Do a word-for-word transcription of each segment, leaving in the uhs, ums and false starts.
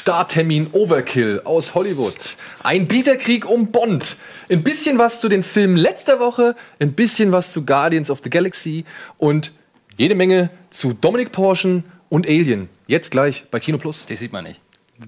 Starttermin Overkill aus Hollywood. Ein Bieterkrieg um Bond. Ein bisschen was zu den Filmen letzter Woche, ein bisschen was zu Guardians of the Galaxy und jede Menge zu Dominic Porschen und Alien. Jetzt gleich bei Kino Plus. Das sieht man nicht.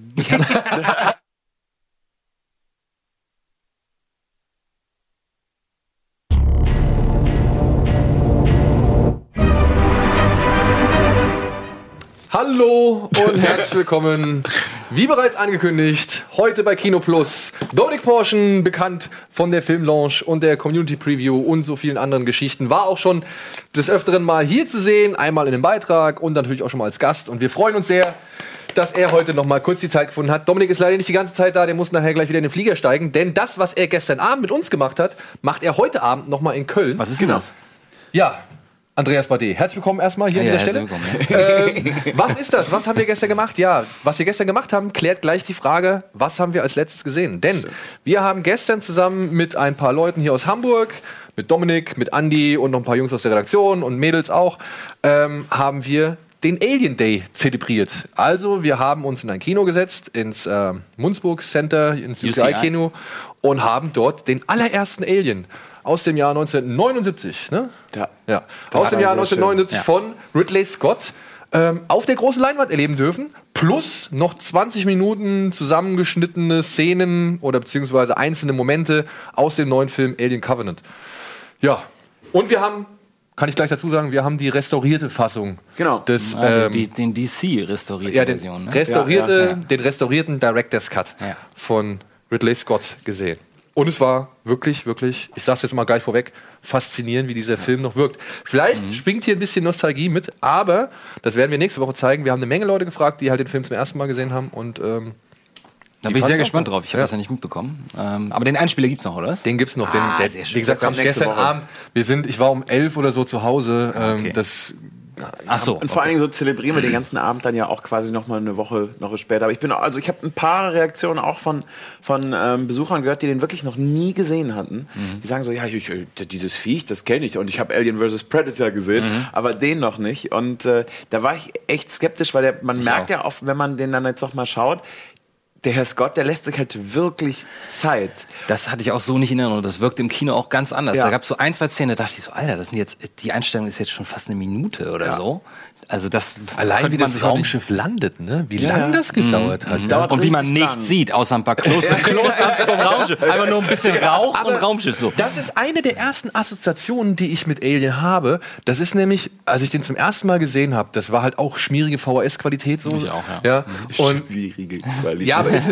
Hallo und herzlich willkommen. Wie bereits angekündigt, heute bei Kino Plus. Dominic Porschen, bekannt von der Filmlaunch und der Community Preview und so vielen anderen Geschichten, war auch schon des Öfteren mal hier zu sehen, einmal in dem Beitrag und natürlich auch schon mal als Gast. Und wir freuen uns sehr, dass er heute noch mal kurz die Zeit gefunden hat. Dominik ist leider nicht die ganze Zeit da, der muss nachher gleich wieder in den Flieger steigen, denn das, was er gestern Abend mit uns gemacht hat, macht er heute Abend noch mal in Köln. Was ist denn das? Ja, Andreas Bade, herzlich willkommen erstmal hier ja, an dieser Stelle. Ähm, was ist das? Was haben wir gestern gemacht? Ja, was wir gestern gemacht haben, klärt gleich die Frage, was haben wir als letztes gesehen? Denn wir haben gestern zusammen mit ein paar Leuten hier aus Hamburg, mit Dominik, mit Andi und noch ein paar Jungs aus der Redaktion und Mädels auch, ähm, haben wir den Alien Day zelebriert. Also wir haben uns in ein Kino gesetzt, ins äh, Munzburg Center, ins U C I-Kino und haben dort den allerersten Alien aus dem Jahr neunzehnhundertneunundsiebzig, ne? Ja. ja. Aus dem Jahr neunzehnhundertneunundsiebzig ja. von Ridley Scott ähm, auf der großen Leinwand erleben dürfen. Plus noch zwanzig Minuten zusammengeschnittene Szenen oder beziehungsweise einzelne Momente aus dem neuen Film Alien Covenant. Ja. Und wir haben, kann ich gleich dazu sagen, wir haben die restaurierte Fassung. Genau. Des, ah, ähm, die, den D C-restaurierte ja, den Version. Ne? Restaurierte, ja, ja, ja. Den restaurierten Director's Cut ja. von Ridley Scott gesehen. Und es war wirklich, wirklich, ich sag's jetzt mal gleich vorweg, faszinierend, wie dieser Film noch wirkt. Vielleicht mhm. schwingt hier ein bisschen Nostalgie mit, aber das werden wir nächste Woche zeigen. Wir haben eine Menge Leute gefragt, die halt den Film zum ersten Mal gesehen haben. Und ähm, da bin ich sehr gespannt drauf. Ich habe ja. das ja nicht mitbekommen. Ähm, aber den Einspieler gibt's noch, oder? Den gibt's noch. Den, ah, der, sehr schön. Wie gesagt, kam gestern Woche. Abend. Wir sind, ich war um elf oder so zu Hause. Ah, okay. ähm, das Ach so. Und vor allen Dingen so zelebrieren wir den ganzen Abend dann ja auch quasi noch mal eine Woche, eine Woche später. Aber ich bin, also ich habe ein paar Reaktionen auch von, von ähm, Besuchern gehört, die den wirklich noch nie gesehen hatten. Mhm. Die sagen so, ja, ich, dieses Viech, das kenne ich. Und ich habe Alien versus. Predator gesehen, mhm. aber den noch nicht. Und äh, da war ich echt skeptisch, weil der, man ich merkt auch. ja oft, wenn man den dann jetzt noch mal schaut, der Herr Scott, der lässt sich halt wirklich Zeit. Das hatte ich auch so nicht in Erinnerung. Das wirkt im Kino auch ganz anders. Ja. Da gab es so ein, zwei Szenen, da dachte ich so, Alter, das sind jetzt, die Einstellung ist jetzt schon fast eine Minute oder ja. so. Also das allein wie das Raumschiff landet, ne? Wie ja. lange das gedauert mhm. hat. Mhm. Und wie man nichts lang. sieht, außer ein paar Close-Ups vom Raumschiff. Einfach nur ein bisschen Rauch aber und Raumschiff so. Das ist eine der ersten Assoziationen, die ich mit Alien habe. Das ist nämlich, als ich den zum ersten Mal gesehen habe, das war halt auch schmierige V H S-Qualität. So. Ich auch, ja. ja. Und schwierige Qualität. Ja, aber ist,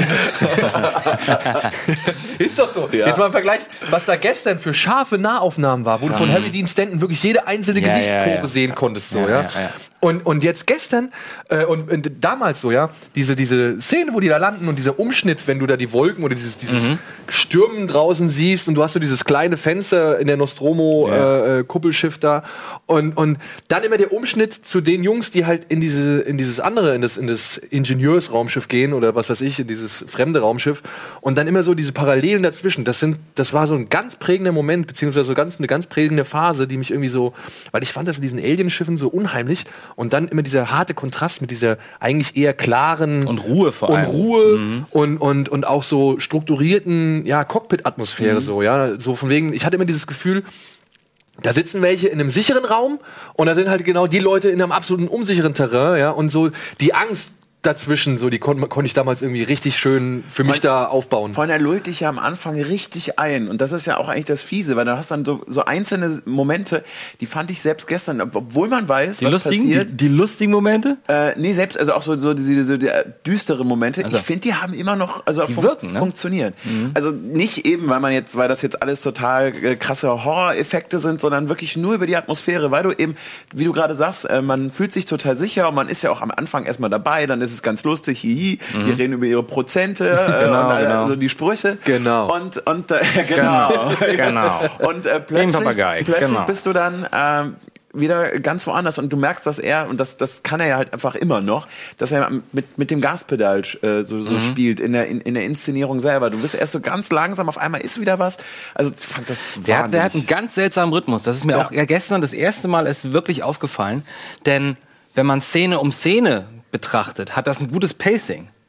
ist doch so. Ja. Jetzt mal im Vergleich, was da gestern für scharfe Nahaufnahmen war, wo ja. du von Harry Dean Stanton wirklich jede einzelne ja, Gesichtspore ja, ja. sehen konntest. So, ja, ja. Ja, ja. Und, und jetzt gestern äh, und, und damals so, ja, diese, diese Szene, wo die da landen und dieser Umschnitt, wenn du da die Wolken oder dieses, dieses mhm. Stürmen draußen siehst und du hast so dieses kleine Fenster in der Nostromo-Kuppelschiff ja. äh, da und, und dann immer der Umschnitt zu den Jungs, die halt in diese in dieses andere, in das, in das Ingenieursraumschiff gehen oder was weiß ich, in dieses fremde Raumschiff und dann immer so diese Parallelen dazwischen. Das sind, das war so ein ganz prägender Moment, beziehungsweise so ganz, eine ganz prägende Phase, die mich irgendwie so, weil ich fand das in diesen Alienschiffen so unheimlich. Und dann immer dieser harte Kontrast mit dieser eigentlich eher klaren und Ruhe vor allem und Ruhe mhm. und, und, und auch so strukturierten ja, Cockpit-Atmosphäre mhm. so, ja, so von wegen, ich hatte immer dieses Gefühl, da sitzen welche in einem sicheren Raum und da sind halt genau die Leute in einem absoluten unsicheren Terrain, ja, und so die Angst dazwischen, so die konnte konnt ich damals irgendwie richtig schön für mich von, da aufbauen. Von er lullt dich ja am Anfang richtig ein und das ist ja auch eigentlich das Fiese, weil du hast dann so, so einzelne Momente, die fand ich selbst gestern, obwohl man weiß, die was lustigen, passiert. Die, die lustigen Momente? Äh, nee, selbst, also auch so, so diese so die düstere Momente, also, ich finde, die haben immer noch also die fun- wirken, ne? funktioniert. Mhm. Also nicht eben, weil man jetzt, weil das jetzt alles total äh, krasse Horror-Effekte sind, sondern wirklich nur über die Atmosphäre, weil du eben, wie du gerade sagst, äh, man fühlt sich total sicher und man ist ja auch am Anfang erstmal dabei, dann ist es ganz lustig, hihi, mhm. die reden über ihre Prozente äh, genau, und genau. also die Sprüche. Genau. Und, und äh, genau. genau. Und äh, plötzlich, plötzlich genau. bist du dann äh, wieder ganz woanders und du merkst, dass er, und das, das kann er ja halt einfach immer noch, dass er mit, mit dem Gaspedal äh, so, so mhm. spielt in der, in, in der Inszenierung selber. Du bist erst so ganz langsam, auf einmal ist wieder was. Also ich fand das der hat, der hat einen ganz seltsamen Rhythmus. Das ist mir ja. auch ja, gestern das erste Mal ist wirklich aufgefallen, denn wenn man Szene um Szene betrachtet, hat das ein gutes Pacing.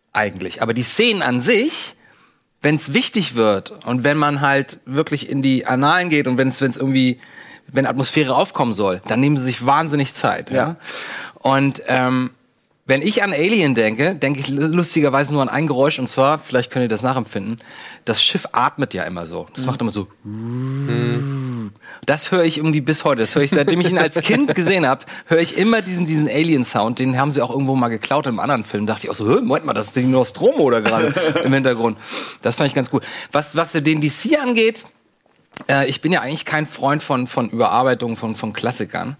eigentlich. Aber die Szenen an sich, wenn es wichtig wird und wenn man halt wirklich in die Annalen geht und wenn es irgendwie, wenn Atmosphäre aufkommen soll, dann nehmen sie sich wahnsinnig Zeit. Ja. ja? Und ähm, wenn ich an Alien denke, denke ich lustigerweise nur an ein Geräusch, und zwar, vielleicht könnt ihr das nachempfinden, das Schiff atmet ja immer so. Das mhm. macht immer so. Mhm. Das höre ich irgendwie bis heute. Das höre ich, seitdem ich ihn als Kind gesehen habe, höre ich immer diesen, diesen Alien-Sound. Den haben sie auch irgendwo mal geklaut in einem anderen Film. Da dachte ich auch so, Moment mal, das ist die Nostromo oder gerade im Hintergrund. Das fand ich ganz gut. Was, was den D C angeht, äh, ich bin ja eigentlich kein Freund von, von Überarbeitung von, von Klassikern.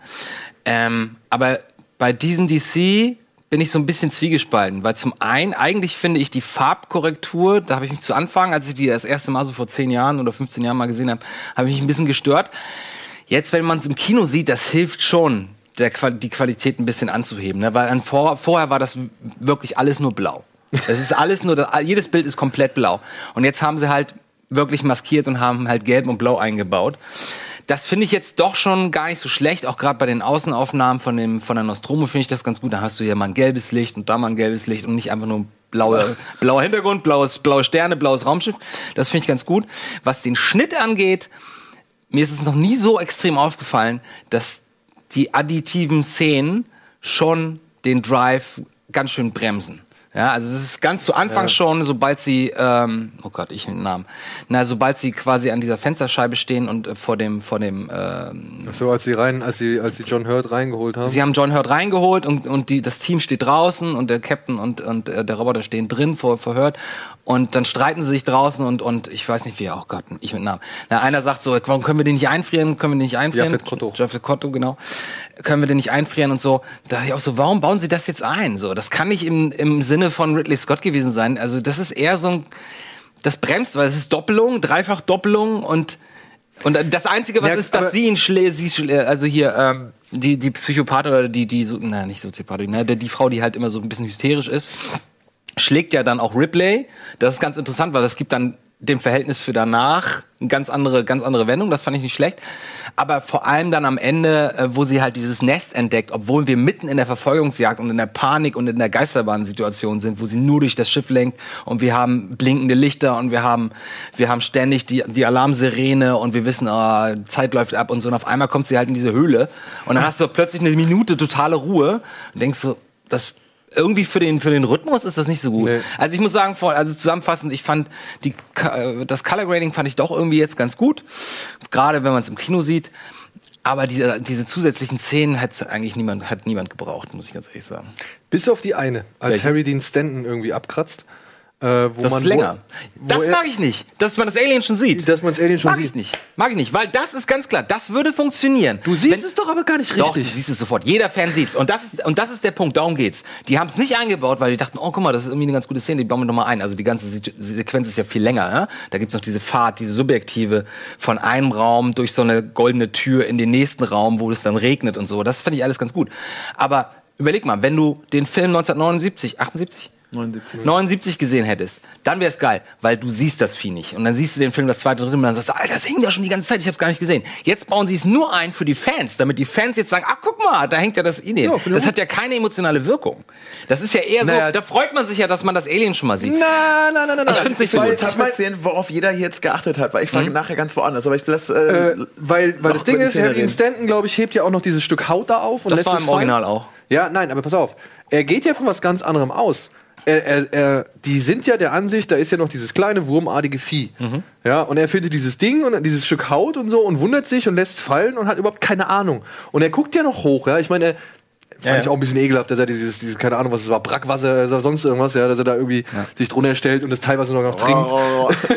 Ähm, aber bei diesem D C bin ich so ein bisschen zwiegespalten, weil zum einen, eigentlich finde ich die Farbkorrektur, da habe ich mich zu Anfang, als ich die das erste Mal so vor zehn Jahren oder fünfzehn Jahren mal gesehen habe, habe ich mich ein bisschen gestört. Jetzt, wenn man es im Kino sieht, das hilft schon, der, die Qualität ein bisschen anzuheben, ne? Weil an, vor, vorher war das wirklich alles nur blau. Das ist alles nur, das, jedes Bild ist komplett blau. Und jetzt haben sie halt wirklich maskiert und haben halt gelb und blau eingebaut. Das finde ich jetzt doch schon gar nicht so schlecht, auch gerade bei den Außenaufnahmen von, dem, von der Nostromo finde ich das ganz gut. Da hast du ja mal ein gelbes Licht und da mal ein gelbes Licht und nicht einfach nur blaue, blauer Hintergrund, blaues, blaue Sterne, blaues Raumschiff. Das finde ich ganz gut. Was den Schnitt angeht, mir ist es noch nie so extrem aufgefallen, dass die additiven Szenen schon den Drive ganz schön bremsen. Ja, also es ist ganz zu Anfang ja. schon, sobald sie, ähm, oh Gott, ich den Namen, na, sobald sie quasi an dieser Fensterscheibe stehen und äh, vor dem, vor dem, ähm, Ach so, als sie rein, als sie, als sie John Hurt reingeholt haben. Sie haben John Hurt reingeholt und und die, das Team steht draußen und der Captain und und äh, der Roboter stehen drin vor vor Hurt und dann streiten sie sich draußen und und ich weiß nicht wie, oh Gott, ich mit Namen. Na, einer sagt so, warum können wir den nicht einfrieren? Können wir den nicht einfrieren? Japhet Kotto. Japhet Kotto, genau. Können wir den nicht einfrieren und so? Da dachte ich auch so, warum bauen sie das jetzt ein? So, das kann nicht im im Sinne von Ridley Scott gewesen sein. Also das ist eher so ein, das bremst, weil es ist Doppelung, dreifach Doppelung und und das Einzige, was ja, ist, dass sie ihn schlä, sie schlä, also hier ähm, die die Psychopathin oder die die so, nein, nicht Soziopathin, ne, die Frau, die halt immer so ein bisschen hysterisch ist, schlägt ja dann auch Ripley. Das ist ganz interessant, weil das gibt dann dem Verhältnis für danach eine ganz andere, ganz andere Wendung, das fand ich nicht schlecht. Aber vor allem dann am Ende, äh, wo sie halt dieses Nest entdeckt, obwohl wir mitten in der Verfolgungsjagd und in der Panik und in der Geisterbahnsituation sind, wo sie nur durch das Schiff lenkt und wir haben blinkende Lichter und wir haben, wir haben ständig die, die Alarmsirene und wir wissen, oh, Zeit läuft ab und so. Und auf einmal kommt sie halt in diese Höhle und dann hast du plötzlich eine Minute totale Ruhe und denkst so, das irgendwie für den für den Rhythmus ist das nicht so gut. Nee. Also ich muss sagen, also zusammenfassend, ich fand die das Color Grading fand ich doch irgendwie jetzt ganz gut, gerade wenn man es im Kino sieht. Aber diese diese zusätzlichen Szenen hat eigentlich niemand hat niemand gebraucht, muss ich ganz ehrlich sagen. Bis auf die eine, als Welche? Harry Dean Stanton irgendwie abkratzt. Äh, wo das man ist länger. Wo, wo das mag ich nicht. Dass man das Alien schon sieht. Dass man das Alien schon mag sieht. ich nicht. Mag ich nicht. Weil das ist ganz klar. Das würde funktionieren. Du siehst Wenn, es doch aber gar nicht richtig. Doch, du siehst es sofort. Jeder Fan sieht's. Und das ist, und das ist der Punkt. Darum geht's. Die haben es nicht eingebaut, weil die dachten, oh, guck mal, das ist irgendwie eine ganz gute Szene. Die bauen wir doch mal ein. Also die ganze Sequenz ist ja viel länger. Ja? Da gibt's noch diese Fahrt, diese subjektive von einem Raum durch so eine goldene Tür in den nächsten Raum, wo es dann regnet und so. Das finde ich alles ganz gut. Aber überleg mal, wenn du den Film neunzehnhundertneunundsiebzig, achtundsiebzig? neunundsiebzig. neunundsiebzig gesehen hättest, dann wär's geil, weil du siehst das Vieh nicht. Und dann siehst du den Film das zweite, dritte Mal und dann sagst du, Alter, das hing ja schon die ganze Zeit, ich hab's gar nicht gesehen. Jetzt bauen sie es nur ein für die Fans, damit die Fans jetzt sagen, ach, guck mal, da hängt ja das Alien. Ja, das hat ja keine emotionale Wirkung. Das ist ja eher naja, so, da freut man sich ja, dass man das Alien schon mal sieht. Nein, nein, nein, nein. Ich finde es nicht so total sehen, worauf jeder hier jetzt geachtet hat, weil ich frage mhm. nachher ganz woanders, aber ich lasse... Äh, äh, weil weil das Ding ist, Harry Dean Stanton, glaube ich, hebt ja auch noch dieses Stück Haut da auf. Und das war im Original auch. Ja, nein, aber pass auf. Er geht ja von was ganz anderem aus. Er, er, er, die sind ja der Ansicht, da ist ja noch dieses kleine wurmartige Vieh. Mhm. Ja, und er findet dieses Ding und dieses Stück Haut und so und wundert sich und lässt es fallen und hat überhaupt keine Ahnung. Und er guckt ja noch hoch, ja. Ich meine, er fand ja, ich auch ein bisschen ekelhaft, dass er dieses, dieses, keine Ahnung, was es war, Brackwasser oder sonst irgendwas, ja, dass er da irgendwie ja. sich drunter stellt und das teilweise noch, noch trinkt. Oh, oh, oh.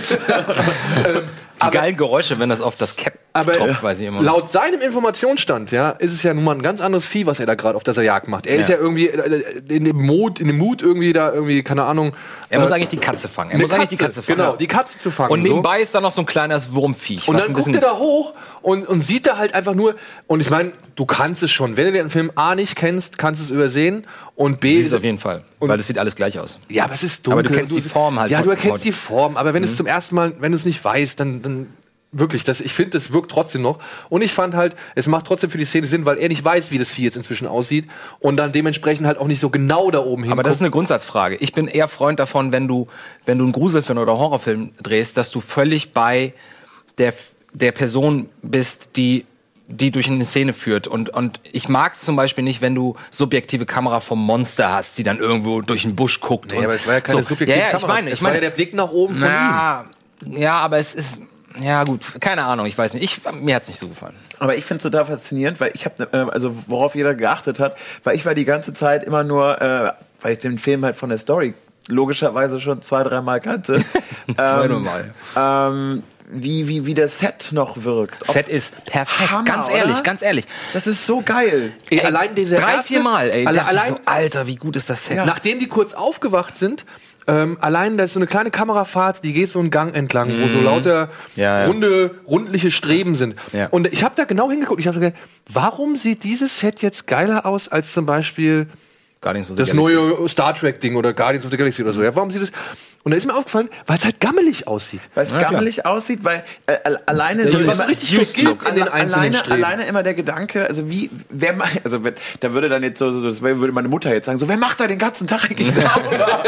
ähm, Die aber, geilen Geräusche, wenn das auf das Cap aber tropft, ja. weiß ich immer. Laut seinem Informationsstand, ja, ist es ja nun mal ein ganz anderes Vieh, was er da gerade auf dieser Jagd macht. Er ja. ist ja irgendwie in dem Mut, in dem Mut irgendwie da irgendwie, keine Ahnung. Er äh, muss eigentlich die Katze fangen. Er muss Katze, eigentlich die Katze fangen. Genau, die Katze zu fangen. Und nebenbei so. ist da noch so ein kleines Wurmviech. Und dann guckt er da hoch und, und sieht da halt einfach nur, und ich meine, du kannst es schon. Wenn du den Film A nicht kennst, kannst du es übersehen. Und B ist es auf jeden Fall, weil das sieht alles gleich aus. Ja, aber es ist dunkel. Aber du kennst du, die Form halt. Ja, du erkennst die Form, aber wenn mhm. es zum ersten Mal, wenn du es nicht weißt, dann, dann Wirklich, das, ich finde, das wirkt trotzdem noch. Und ich fand halt, es macht trotzdem für die Szene Sinn, weil er nicht weiß, wie das Vieh jetzt inzwischen aussieht und dann dementsprechend halt auch nicht so genau da oben hinguckt. Aber das ist eine Grundsatzfrage. Ich bin eher Freund davon, wenn du, wenn du einen Gruselfilm oder Horrorfilm drehst, dass du völlig bei der, der Person bist, die die durch eine Szene führt. Und, und ich mag es zum Beispiel nicht, wenn du subjektive Kamera vom Monster hast, die dann irgendwo durch den Busch guckt. Nee, aber es war ja keine so. subjektive ja, ja, Kamera. Ich meine, ich es meine, war ja der Blick nach oben von na, ihm. Ja, aber es ist... Ja gut, keine Ahnung, ich weiß nicht. Ich, mir hat's nicht so gefallen. Aber ich finde es total faszinierend, weil ich habe, äh, also worauf jeder geachtet hat, weil ich war die ganze Zeit immer nur, äh, weil ich den Film halt von der Story logischerweise schon zwei, dreimal kannte. Zwei, ähm, Mal. Ähm, wie, wie, wie das Set noch wirkt. Set ist perfekt, Hammer, ganz ehrlich, oder? ganz ehrlich. Das ist so geil. Ey, allein diese Drei, erste- vier Mal, ey. Alle, Dachte ich allein, so, Alter, wie gut ist das Set? Ja. Nachdem die kurz aufgewacht sind, ähm, allein da ist so eine kleine Kamerafahrt, die geht so einen Gang entlang, wo so lauter Ja, ja. runde, rundliche Streben sind. Ja. Und ich habe da genau hingeguckt. Ich habe so gedacht, warum sieht dieses Set jetzt geiler aus als zum Beispiel Guardians of the das Galaxy. neue Star Trek Ding oder Guardians of the Galaxy oder so? Ja, warum sieht es? Und da ist mir aufgefallen, weil es halt gammelig aussieht. Weil es Ja, gammelig aussieht, weil äh, al- alleine Das so- ist richtig vergilbt in den einzelnen alleine, Streben. alleine immer der Gedanke, also wie, wer ma- also wenn- da würde dann jetzt so, so das würde meine Mutter jetzt sagen, so wer macht da den ganzen Tag eigentlich sauber?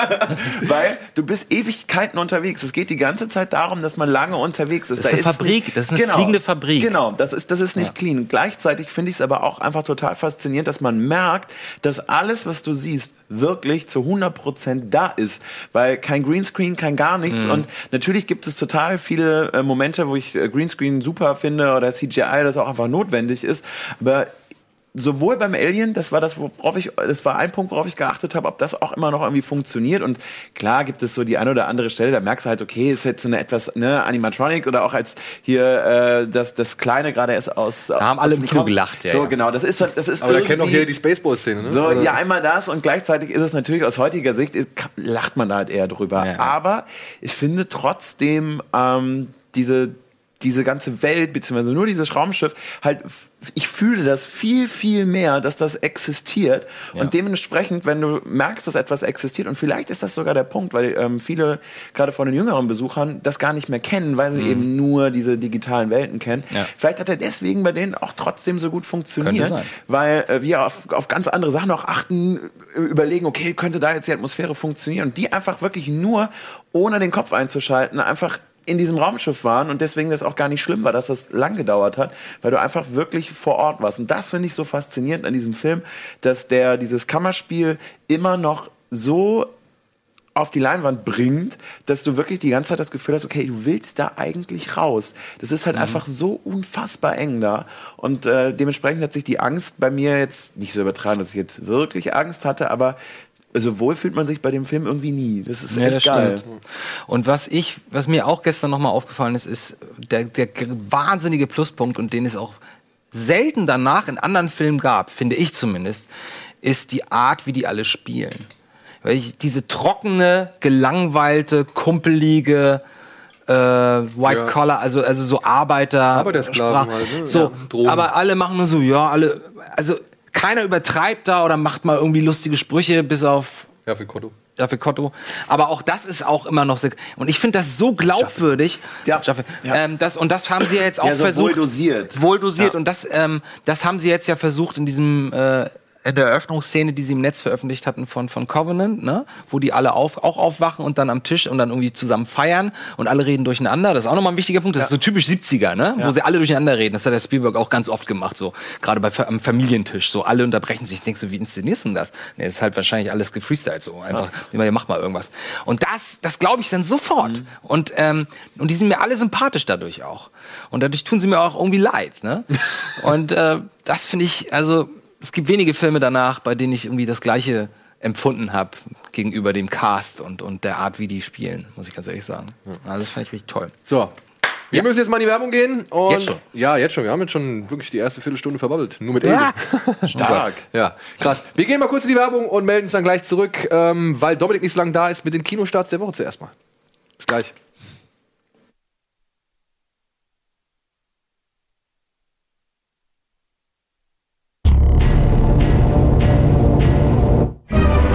Weil du bist Ewigkeiten unterwegs. Es geht die ganze Zeit darum, dass man lange unterwegs ist. Das ist eine Da es Fabrik, nicht- das ist eine fliegende Fabrik. Genau, das ist das ist nicht clean. Gleichzeitig finde ich es aber auch einfach total faszinierend, dass man merkt, dass alles, was du siehst, wirklich zu hundert Prozent da ist, weil kein Greenscreen, kein gar nichts und natürlich gibt es total viele äh, Momente, wo ich äh, Greenscreen super finde oder C G I, das auch einfach notwendig ist, aber sowohl beim Alien, das war das, worauf ich, das war ein Punkt, worauf ich geachtet habe, ob das auch immer noch irgendwie funktioniert. Und klar gibt es so die eine oder andere Stelle, da merkst du halt, okay, ist jetzt so eine etwas ne, Animatronic oder auch als hier äh, das, das Kleine gerade erst aus. Da haben aus alle dem im Kino Kopf. gelacht, ja, So, ja. genau, das ist, das ist Aber da kennt auch irgendwie- jeder die Spaceball-Szene, ne? so, Oder- ja, einmal das und gleichzeitig ist es natürlich aus heutiger Sicht, ist, lacht man da halt eher drüber. Ja. Aber ich finde trotzdem ähm, diese, diese ganze Welt, beziehungsweise nur dieses Raumschiff, halt, ich fühle das viel, viel mehr, dass das existiert. Ja. Und dementsprechend, wenn du merkst, dass etwas existiert, und vielleicht ist das sogar der Punkt, weil ähm, viele, gerade von den jüngeren Besuchern, das gar nicht mehr kennen, weil sie Mhm. eben nur diese digitalen Welten kennen. Ja. Vielleicht hat er deswegen bei denen auch trotzdem so gut funktioniert, Könnte sein. weil äh, wir auf, auf ganz andere Sachen auch achten, äh, überlegen, okay, könnte da jetzt die Atmosphäre funktionieren? Und die einfach wirklich nur, ohne den Kopf einzuschalten, einfach in diesem Raumschiff waren und deswegen das auch gar nicht schlimm war, dass das lang gedauert hat, weil du einfach wirklich vor Ort warst. Und das finde ich so faszinierend an diesem Film, dass der dieses Kammerspiel immer noch so auf die Leinwand bringt, dass du wirklich die ganze Zeit das Gefühl hast, okay, du willst da eigentlich raus. Das ist halt mhm. einfach so unfassbar eng da. Und äh, dementsprechend hat sich die Angst bei mir jetzt nicht so übertragen, dass ich jetzt wirklich Angst hatte, aber also wohl fühlt man sich bei dem Film irgendwie nie. Das ist Ja, echt das geil. stimmt. Und was ich, was mir auch gestern nochmal aufgefallen ist, ist der, der wahnsinnige Pluspunkt und den es auch selten danach in anderen Filmen gab, finde ich zumindest, ist die Art, wie die alle spielen. Weil ich diese trockene, gelangweilte, kumpelige äh, White Ja. Collar, also also so Arbeiter, Arbeitersklaven Sprach- halt, ne? so, Ja, Drogen. aber alle machen nur so, ja, alle, also keiner übertreibt da oder macht mal irgendwie lustige Sprüche, bis auf Ja, für Kotto. Ja, für Kotto. Aber auch das ist auch immer noch sehr, und ich finde das so glaubwürdig. Ja. Jaffe. Ja. Ähm, das, und das haben sie ja jetzt auch Ja, so versucht. wohl dosiert. Wohl dosiert. Ja. Und das, ähm, das haben sie jetzt ja versucht in diesem, äh, in der Eröffnungsszene, die sie im Netz veröffentlicht hatten von, von Covenant, ne? Wo die alle auf, auch aufwachen und dann am Tisch und dann irgendwie zusammen feiern und alle reden durcheinander. Das ist auch nochmal ein wichtiger Punkt. Das ist so typisch siebziger, ne? Ja. Wo sie alle durcheinander reden. Das hat der Spielberg auch ganz oft gemacht, so. Gerade bei, am Familientisch, so. Alle unterbrechen sich. Ich denk so, wie inszenierst du denn das? Nee, das ist halt wahrscheinlich alles gefreestylt, so. Einfach, ja. Ja, mach mal irgendwas. Und das, das glaube ich dann sofort. Mhm. Und, ähm, und die sind mir alle sympathisch dadurch auch. Und dadurch tun sie mir auch irgendwie leid, ne? Und, äh, das finde ich, also, es gibt wenige Filme danach, bei denen ich irgendwie das Gleiche empfunden habe gegenüber dem Cast und, und der Art, wie die spielen, muss ich ganz ehrlich sagen. Also das fand ich richtig toll. So. Wir Ja. müssen jetzt mal in die Werbung gehen. Und Jetzt schon? Ja, jetzt schon. Wir haben jetzt schon wirklich die erste Viertelstunde verbabbelt. Nur mit Alien. Stark. Ja, krass. Wir gehen mal kurz in die Werbung und melden uns dann gleich zurück, ähm, weil Dominik nicht so lange da ist, mit den Kinostarts der Woche zuerst mal. Bis gleich.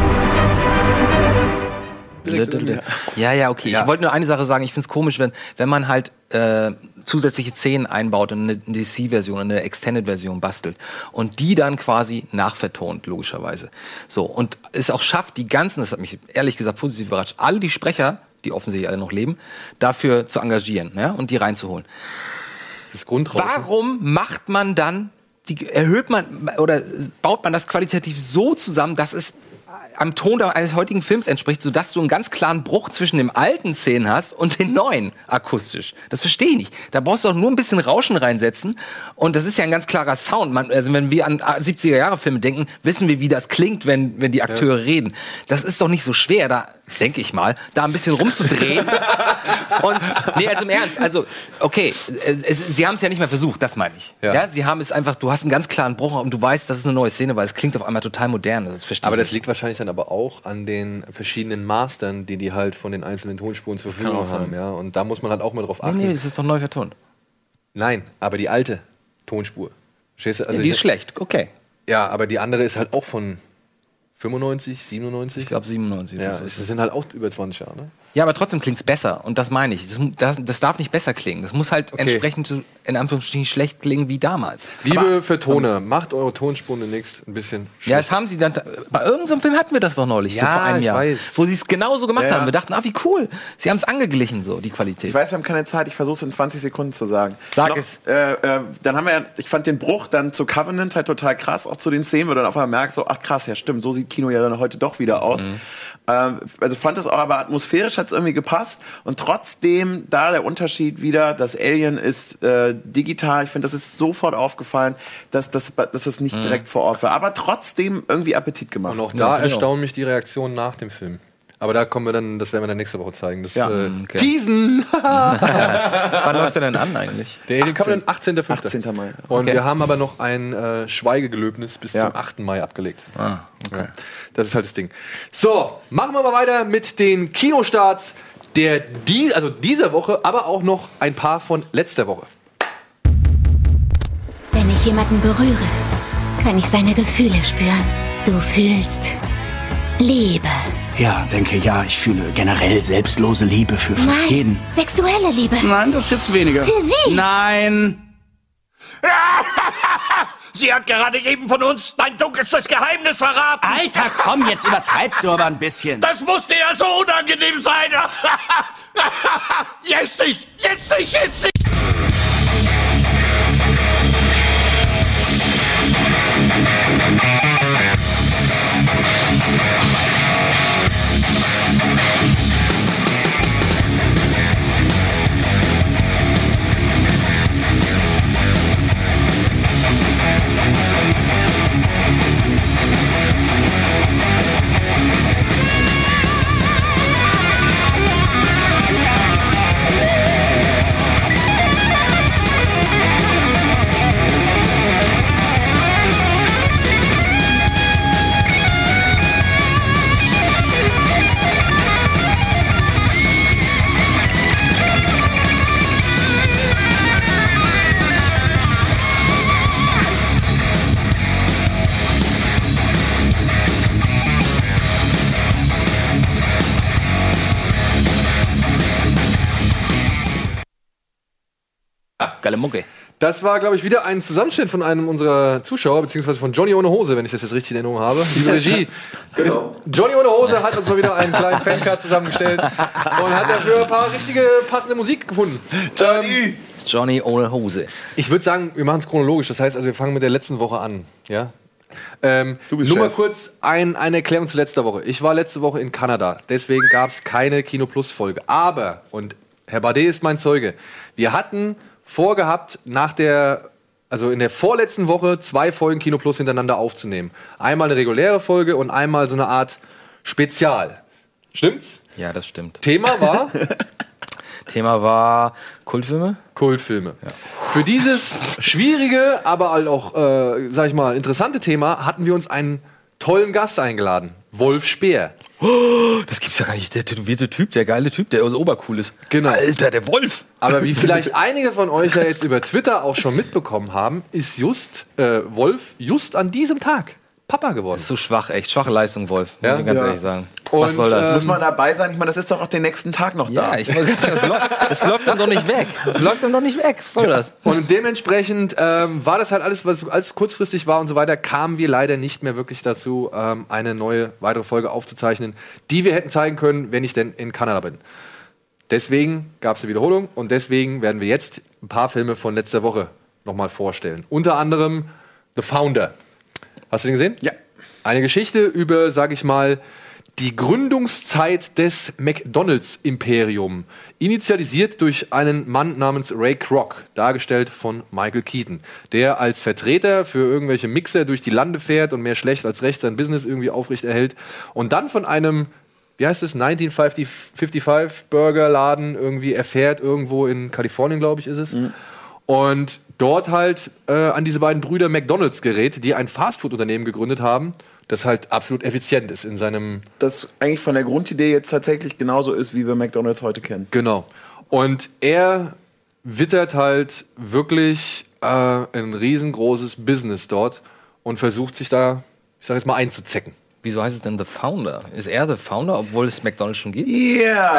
Ja, ja, okay. Ja. Ich wollte nur eine Sache sagen. Ich finde es komisch, wenn, wenn man halt äh, zusätzliche Szenen einbaut in eine D C-Version, in eine Extended-Version bastelt und die dann quasi nachvertont, logischerweise. So, und es auch schafft, die ganzen, das hat mich ehrlich gesagt positiv überrascht, alle die Sprecher, die offensichtlich alle noch leben, dafür zu engagieren, ja, und die reinzuholen. Das Grundrauschen. Warum macht man dann, die, erhöht man oder baut man das qualitativ so zusammen, dass es am Ton eines heutigen Films entspricht, sodass du einen ganz klaren Bruch zwischen dem alten Szenen hast und den neuen akustisch. Das verstehe ich nicht. Da brauchst du auch nur ein bisschen Rauschen reinsetzen und das ist ja ein ganz klarer Sound. Man, also wenn wir an siebziger-Jahre-Filme denken, wissen wir, wie das klingt, wenn, wenn die Akteure ja. reden. Das ist doch nicht so schwer, da denke ich mal, da ein bisschen rumzudrehen. Und nee, also im Ernst, also okay, es, sie haben es ja nicht mehr versucht, das meine ich. Ja. ja, sie haben es einfach, du hast einen ganz klaren Bruch und du weißt, das ist eine neue Szene, weil es klingt auf einmal total modern. Das verstehe aber ich das liegt wahrscheinlich dann aber auch an den verschiedenen Mastern, die die halt von den einzelnen Tonspuren zur Verfügung haben, ja. Und da muss man halt auch mal drauf achten. Nee, nee, das ist doch neu vertont. Nein, aber die alte Tonspur. Verstehst du? Also ja, die ist schlecht, okay. Ja, aber die andere ist halt auch von fünfundneunzig, siebenundneunzig? Ich glaube siebenundneunzig. Ja, das sind halt auch über zwanzig Jahre, ne? Ja, aber trotzdem klingt's besser. Und das meine ich. Das, das, das darf nicht besser klingen. Das muss halt okay. entsprechend so, in Anführungsstrichen schlecht klingen wie damals. Liebe aber, Vertoner, macht eure Tonspuren demnächst ein bisschen schlecht. Ja, das haben sie dann. Bei irgendeinem Film hatten wir das doch neulich, ja, so vor einem ich Jahr. Weiß. Wo sie es genauso gemacht ja. haben. Wir dachten, ah, wie cool. Sie haben es angeglichen, so, die Qualität. Ich weiß, wir haben keine Zeit. Ich versuche es in zwanzig Sekunden zu sagen. Sag Noch, es. Äh, äh, dann haben wir ja, ich fand den Bruch dann zu Covenant halt total krass, auch zu den Szenen, wo du dann auf einmal merkst, so, ach krass, ja stimmt, so sieht Kino ja dann heute doch wieder aus. Mhm. Also fand es auch, aber atmosphärisch hat es irgendwie gepasst und trotzdem da der Unterschied wieder, das Alien ist äh, digital, ich finde, das ist sofort aufgefallen, dass, dass, dass es nicht mhm. direkt vor Ort war, aber trotzdem irgendwie Appetit gemacht. Und auch da ja, erstaunen mich die Reaktionen nach dem Film. Aber da kommen wir dann, das werden wir dann nächste Woche zeigen. Das, ja. äh, okay. Teasen! Wann läuft der denn an eigentlich? Der Alien Covenant achtzehnter fünfter achtzehnter Mai. Und okay. wir haben aber noch ein äh, Schweigegelöbnis bis ja. zum achten Mai abgelegt. Ah, okay. Ja. Das ist halt das Ding. So, machen wir mal weiter mit den Kinostarts der die, also dieser Woche, aber auch noch ein paar von letzter Woche. Wenn ich jemanden berühre, kann ich seine Gefühle spüren. Du fühlst Liebe. Ja, denke ja, ich fühle generell selbstlose Liebe für fast Nein, jeden. Sexuelle Liebe. Nein, das ist jetzt weniger. Für Sie. Nein. Sie hat gerade eben von uns dein dunkelstes Geheimnis verraten. Alter, komm, jetzt übertreibst du aber ein bisschen. Das musste ja so unangenehm sein. Jetzt nicht, jetzt nicht, jetzt nicht. Geile Mucke. Das war, glaube ich, wieder ein Zusammenschnitt von einem unserer Zuschauer, beziehungsweise von Johnny ohne Hose, wenn ich das jetzt richtig in Erinnerung habe. Liebe Regie. Genau. Johnny ohne Hose hat uns mal wieder einen kleinen Fancard zusammengestellt und hat dafür ein paar richtige, passende Musik gefunden. Johnny! Ähm, Johnny ohne Hose. Ich würde sagen, wir machen es chronologisch. Das heißt, also wir fangen mit der letzten Woche an. Ja? Ähm, du bist nur Chef. mal kurz ein, eine Erklärung zu letzter Woche. Ich war letzte Woche in Kanada, deswegen gab es keine Kino Plus Folge. Aber, und Herr Bardet ist mein Zeuge, wir hatten vorgehabt, nach der, also in der vorletzten Woche zwei Folgen Kino Plus hintereinander aufzunehmen. Einmal eine reguläre Folge und einmal so eine Art Spezial. Stimmt's? Ja, das stimmt. Thema war? Thema war Kultfilme? Kultfilme. Ja. Für dieses schwierige, aber halt auch, äh, sag ich mal, interessante Thema hatten wir uns einen tollen Gast eingeladen. Wolf Speer. Oh, das gibt's ja gar nicht. Der tätowierte Typ, der geile Typ, der obercool ist. Genau. Alter, der Wolf. Aber wie vielleicht einige von euch ja jetzt über Twitter auch schon mitbekommen haben, ist just äh, Wolf just an diesem Tag Papa geworden. Das ist so schwach, echt. Schwache Leistung, Wolf. Muss Ja? ich ganz Ja. ehrlich sagen. Und, Was soll das? ähm, Muss man dabei sein? Ich meine, das ist doch auch den nächsten Tag noch da. Ja, ich wollte gerade sagen, das läuft, das läuft dann doch nicht weg. Das läuft dann doch nicht weg. Was soll das? Und dementsprechend ähm, war das halt alles, was alles kurzfristig war und so weiter, kamen wir leider nicht mehr wirklich dazu, ähm, eine neue, weitere Folge aufzuzeichnen, die wir hätten zeigen können, wenn ich denn in Kanada bin. Deswegen gab es eine Wiederholung und deswegen werden wir jetzt ein paar Filme von letzter Woche nochmal vorstellen. Unter anderem The Founder. Hast du den gesehen? Ja. Eine Geschichte über, sag ich mal, die Gründungszeit des McDonalds-Imperium, initialisiert durch einen Mann namens Ray Kroc, dargestellt von Michael Keaton, der als Vertreter für irgendwelche Mixer durch die Lande fährt und mehr schlecht als recht sein Business irgendwie aufrechterhält und dann von einem, wie heißt es, neunzehnhundertfünfundfünfzig Burgerladen irgendwie erfährt, irgendwo in Kalifornien, glaube ich, ist es. Mhm. Und dort halt äh, an diese beiden Brüder McDonalds gerät, die ein Fastfood-Unternehmen gegründet haben, das halt absolut effizient ist in seinem... Das eigentlich von der Grundidee jetzt tatsächlich genauso ist, wie wir McDonald's heute kennen. Genau. Und er wittert halt wirklich äh, ein riesengroßes Business dort und versucht sich da, ich sag jetzt mal, einzuzecken. Wieso heißt es denn The Founder? Ist er The Founder, obwohl es McDonald's schon gibt? Ja!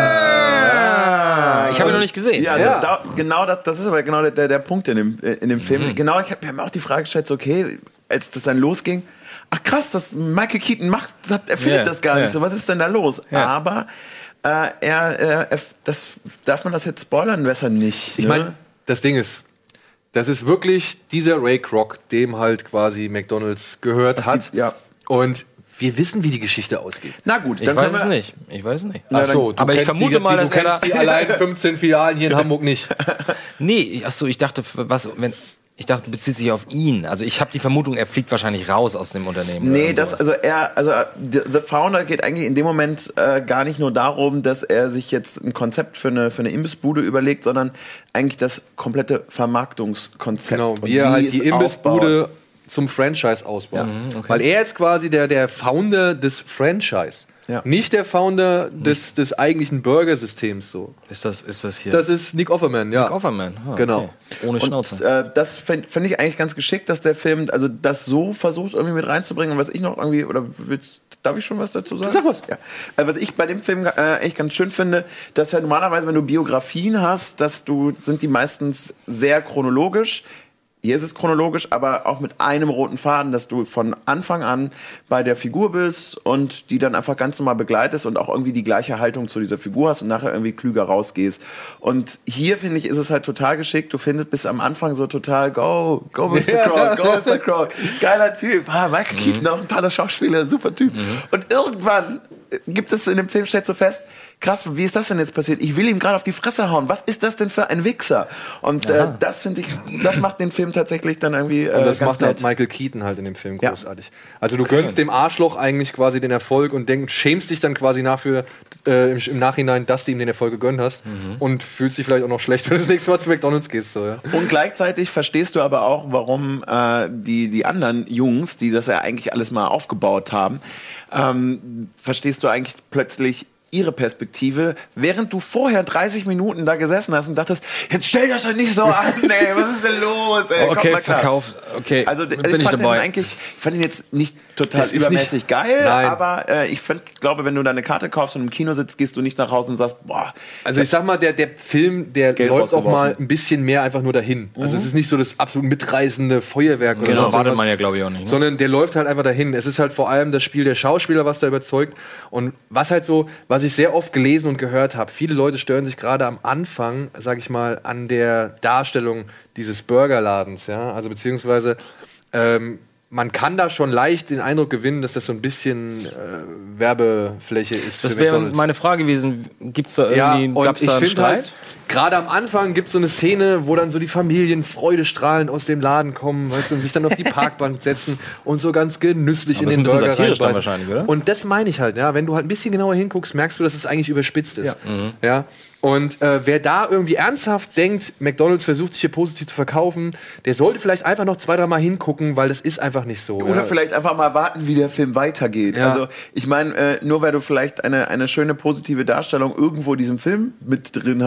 Ah, ich habe ihn noch nicht gesehen. Ja, Ja. Da, genau das, das ist aber genau der, der Punkt in dem, in dem Film. Mhm. Genau, ich habe mir auch die Frage gestellt, so, okay, als das dann losging, ach krass, das Michael Keaton macht, das, er findet Ja, das gar ja. nicht so, was ist denn da los? Ja. Aber äh, er, er, er, das, darf man das jetzt spoilern, besser nicht. Ich ne? meine, das Ding ist, das ist wirklich dieser Ray Kroc, dem halt quasi McDonald's gehört Das hat. die- ja. Und wir wissen, wie die Geschichte ausgeht. Na gut, Ich dann weiß können es wir, nicht. Ich weiß es nicht. Ach so, du aber ich kennst vermute die, mal, die, dass du er kennst da- die allein fünfzehn Filialen hier in Hamburg nicht. Nee, ich, ach so, ich dachte, was, wenn, ich dachte, bezieht sich auf ihn. Also ich habe die Vermutung, er fliegt wahrscheinlich raus aus dem Unternehmen. Nee, oder das, sowas. also er, also The The Founder geht eigentlich in dem Moment äh, gar nicht nur darum, dass er sich jetzt ein Konzept für eine, für eine Imbissbude überlegt, sondern eigentlich das komplette Vermarktungskonzept. Genau, und wie er halt es die Imbissbude zum Franchise ausbaut. Mhm, okay. Weil er ist quasi der, der Founder des Franchise. Ja. Nicht der Founder des, des eigentlichen Burgersystems so. Ist das, ist das hier? Das ist Nick Offerman, ja. Nick Offerman. Ah, Genau. okay. Ohne Schnauze. Und äh, das finde find ich eigentlich ganz geschickt, dass der Film also das so versucht irgendwie mit reinzubringen. Und was ich noch irgendwie, oder willst, darf ich schon was dazu sagen? Sag was. Ja. Äh, was ich bei dem Film äh, echt ganz schön finde, dass ja normalerweise, wenn du Biografien hast, dass du, sind die meistens sehr chronologisch. Hier ist es chronologisch, aber auch mit einem roten Faden, dass du von Anfang an bei der Figur bist und die dann einfach ganz normal begleitest und auch irgendwie die gleiche Haltung zu dieser Figur hast und nachher irgendwie klüger rausgehst. Und hier, finde ich, ist es halt total geschickt. Du findest bis am Anfang so total, go, go Mister Croc, go Mister Croc. Geiler Typ. Ah, Michael Keaton, auch ein toller Schauspieler, super Typ. Und irgendwann gibt es in dem Film, stellt so fest, krass, wie ist das denn jetzt passiert? Ich will ihm gerade auf die Fresse hauen. Was ist das denn für ein Wichser? Und äh, das finde ich, das macht den Film tatsächlich dann irgendwie äh, Und das ganz macht halt nett. Michael Keaton halt in dem Film Ja. großartig. Also du gönnst dem Arschloch eigentlich quasi den Erfolg und denk, schämst dich dann quasi nachher, äh, im, im Nachhinein, dass du ihm den Erfolg gegönnt hast und fühlst dich vielleicht auch noch schlecht, wenn du das nächste Mal zu McDonald's gehst. So, ja. Und gleichzeitig verstehst du aber auch, warum äh, die, die anderen Jungs, die das ja eigentlich alles mal aufgebaut haben, ähm, verstehst du eigentlich plötzlich ihre Perspektive, während du vorher dreißig Minuten da gesessen hast und dachtest, jetzt stell das doch nicht so an, ey, was ist denn los, ey, okay, kommt mal klar. verkauft. Okay, Also bin ich ich fand, den dabei. eigentlich, ich fand ihn jetzt nicht total Das ist übermäßig nicht- geil, Nein. aber äh, ich find, glaube, wenn du da eine Karte kaufst und im Kino sitzt, gehst du nicht nach Hause und sagst, boah, Also ich sag mal, der, der Film, der Geld läuft auch mal rausgeworfen. ein bisschen mehr einfach nur dahin. Also es ist nicht so das absolut mitreißende Feuerwerk oder Genau, so, erwartet sondern- man ja, glaube ich, auch nicht. Ne? sondern der läuft halt einfach dahin. Es ist halt vor allem das Spiel der Schauspieler, was da überzeugt. Und was halt so, was ich sehr oft gelesen und gehört habe, viele Leute stören sich gerade am Anfang, sag ich mal, an der Darstellung dieses Burgerladens, ja, also beziehungsweise ähm, man kann da schon leicht den Eindruck gewinnen, dass das so ein bisschen äh, Werbefläche ist. Das für wäre McDonald's. meine Frage gewesen. Gibt es da Ja, irgendwie, und gab's ich da einen finde Streit? halt, gerade am Anfang gibt es so eine Szene, wo dann so die Familien freudestrahlend aus dem Laden kommen, weißt du, und sich dann auf die Parkbank setzen und so ganz genüsslich Aber in das ist den ein bisschen Burger satirisch dann reinbeißen. wahrscheinlich, oder? Und das meine ich halt, ja, wenn du halt ein bisschen genauer hinguckst, merkst du, dass es eigentlich überspitzt ist. Ja. Und äh, wer da irgendwie ernsthaft denkt, McDonald's versucht sich hier positiv zu verkaufen, der sollte vielleicht einfach noch zwei, drei Mal hingucken, weil das ist einfach nicht so. Oder ja. vielleicht einfach mal warten, wie der Film weitergeht. Ja. Also ich meine, äh, nur weil du vielleicht eine, eine schöne positive Darstellung irgendwo in diesem Film mit drin hast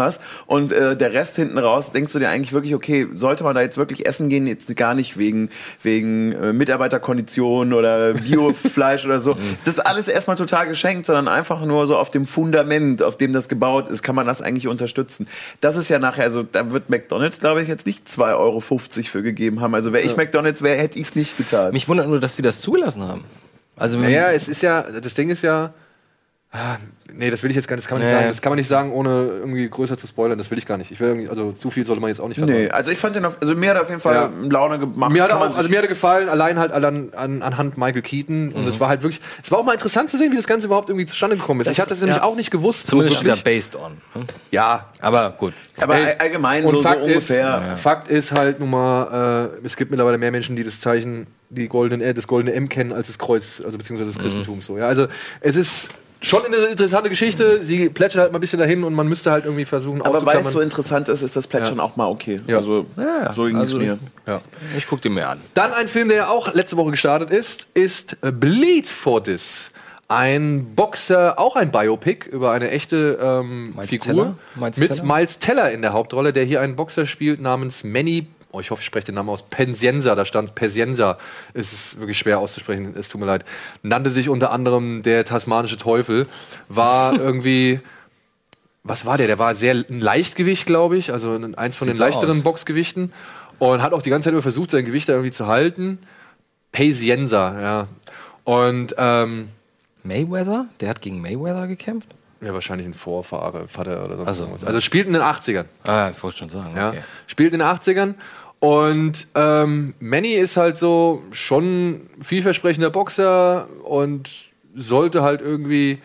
und äh, der Rest hinten raus, denkst du dir eigentlich wirklich, okay, sollte man da jetzt wirklich essen gehen, jetzt gar nicht wegen, wegen äh, Mitarbeiterkonditionen oder Biofleisch oder so. Das ist alles erstmal total geschenkt, sondern einfach nur so auf dem Fundament, auf dem das gebaut ist, kann man das eigentlich unterstützen. Das ist ja nachher, also da wird McDonald's, glaube ich, jetzt nicht zwei Euro fünfzig für gegeben haben. Also wäre ich ja. McDonald's wäre, hätte ich es nicht getan. Mich wundert nur, dass sie das zugelassen haben. Also naja, es ist ja, das Ding ist ja, ah, nee, das will ich jetzt gar nicht, das kann man nicht nee. sagen. Das kann man nicht sagen, ohne irgendwie größer zu spoilern. Das will ich gar nicht. Ich will irgendwie, also zu viel sollte man jetzt auch nicht vertrauen. Nee, also ich fand den auf, also mir hat er auf jeden Fall ja. Laune gemacht. Mir hat er auch, also mir hat er gefallen, allein halt an, an, anhand Michael Keaton. Und es mhm. war halt wirklich, es war auch mal interessant zu sehen, wie das Ganze überhaupt irgendwie zustande gekommen ist. Das, ich habe das nämlich ja. auch nicht gewusst. Zumindest so wieder based on. Hm? Ja, aber gut. Aber Ey, allgemein und so, Fakt so ungefähr. Ist, ja. Fakt ist halt nun mal, äh, es gibt mittlerweile mehr Menschen, die das Zeichen, die goldenen, äh, das goldene M kennen, als das Kreuz, also beziehungsweise das Christentum mhm. so. Ja, also es ist schon eine interessante Geschichte. Sie plätschert halt mal ein bisschen dahin und man müsste halt irgendwie versuchen aber weil es so interessant ist, ist das Plätschern ja. auch mal okay. Ja. Also ja, so ging also, es mir. Ja. Ich guck den mir an. Dann ein Film, der auch letzte Woche gestartet ist, ist Bleed for This. Ein Boxer, auch ein Biopic über eine echte ähm, Figur Miles mit Teller? Miles Teller in der Hauptrolle, der hier einen Boxer spielt namens Manny. Oh, ich hoffe, ich spreche den Namen aus. Penzienza, da stand Penzienza. Es ist wirklich schwer auszusprechen, es tut mir leid. Nannte sich unter anderem der tasmanische Teufel. War irgendwie, was war der? Der war sehr ein Leichtgewicht, glaube ich. Also eins von Sieht den so leichteren aus. Boxgewichten. Und hat auch die ganze Zeit über versucht, sein Gewicht da irgendwie zu halten. Penzienza, ja. Und, ähm, Mayweather? Der hat gegen Mayweather gekämpft? Ja, wahrscheinlich ein Vorfahre, Vater oder sonst also, irgendwas. Also spielt in den achtzigern. Ah, ich wollte schon sagen. Ja, okay. Spielt in den achtzigern. Und ähm, Manny ist halt so schon vielversprechender Boxer und sollte halt irgendwie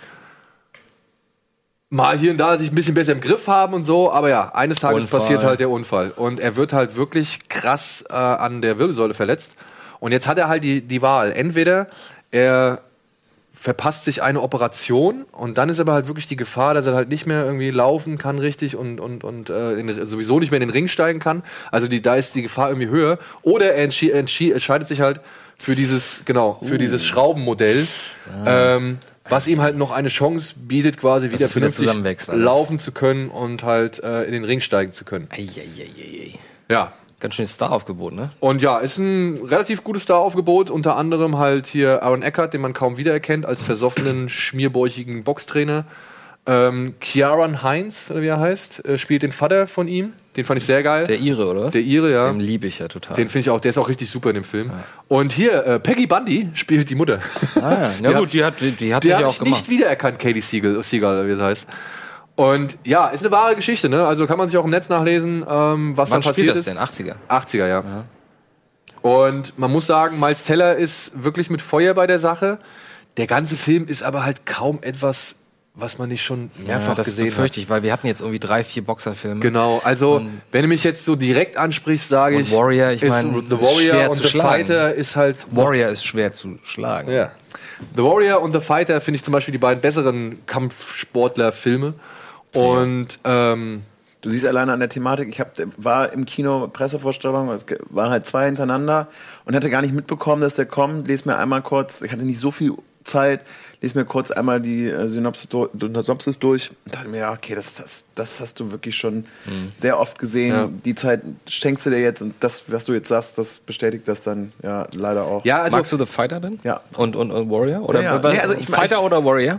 mal hier und da sich ein bisschen besser im Griff haben und so. Aber ja, eines Tages Unfall. passiert halt der Unfall. Und er wird halt wirklich krass äh, an der Wirbelsäule verletzt. Und jetzt hat er halt die, die Wahl. Entweder er verpasst sich eine Operation und dann ist aber halt wirklich die Gefahr, dass er halt nicht mehr irgendwie laufen kann richtig und, und, und äh, in, sowieso nicht mehr in den Ring steigen kann. Also die, da ist die Gefahr irgendwie höher. Oder er entschi- entschi- entscheidet sich halt für dieses, genau, für uh. dieses Schraubenmodell, ah. ähm, was ihm halt noch eine Chance bietet, quasi wieder vernünftig laufen zu können und halt äh, in den Ring steigen zu können. Eieieiei. Ja. Ganz schönes Star-Aufgebot, ne? Und ja, ist ein relativ gutes Star-Aufgebot. Unter anderem halt hier Aaron Eckhart, den man kaum wiedererkennt, als versoffenen, schmierbäuchigen Boxtrainer. Ähm, Ciaran Hinds, oder wie er heißt, äh, spielt den Vater von ihm. Den fand ich sehr geil. Der Ire, oder was? Der Ire, ja. Den liebe ich ja total. Den finde ich auch, der ist auch richtig super in dem Film. Ja. Und hier, äh, Peggy Bundy spielt die Mutter. Ah ja, na die gut, hat, die hat, die, die hat die sich hab ja auch ich gemacht. nicht wiedererkannt, Katie Siegel, Siegel, wie es heißt. Und ja, ist eine wahre Geschichte, ne? Also kann man sich auch im Netz nachlesen, ähm, was Wann dann passiert ist. Wann spielt das denn? achtziger? achtziger, ja. ja. Und man muss sagen, Miles Teller ist wirklich mit Feuer bei der Sache. Der ganze Film ist aber halt kaum etwas, was man nicht schon mehrfach ja, das gesehen befürchte hat. ich, weil wir hatten jetzt irgendwie drei, vier Boxerfilme. Genau, also und wenn du mich jetzt so direkt ansprichst, sage ich, Warrior, ich meine, The Warrior und The Fighter ist halt... Warrior ist schwer zu schlagen. Ja. The Warrior und The Fighter finde ich zum Beispiel die beiden besseren Kampfsportler-Filme. Und ähm, du siehst alleine an der Thematik, ich hab, war im Kino Pressevorstellung, es waren halt zwei hintereinander und hatte gar nicht mitbekommen, dass der kommt. Lese mir einmal kurz, ich hatte nicht so viel Zeit, lese mir kurz einmal die äh, Synopsis, do, Synopsis durch und dachte mir, ja, okay, das, das, das hast du wirklich schon mhm. sehr oft gesehen. Ja. Die Zeit schenkst du dir jetzt und das, was du jetzt sagst, das bestätigt das dann ja leider auch. Ja, also magst du The Fighter denn? Ja. Und, und, und Warrior? Oder ja, ja. Nee, also ich, Fighter ich, oder Warrior?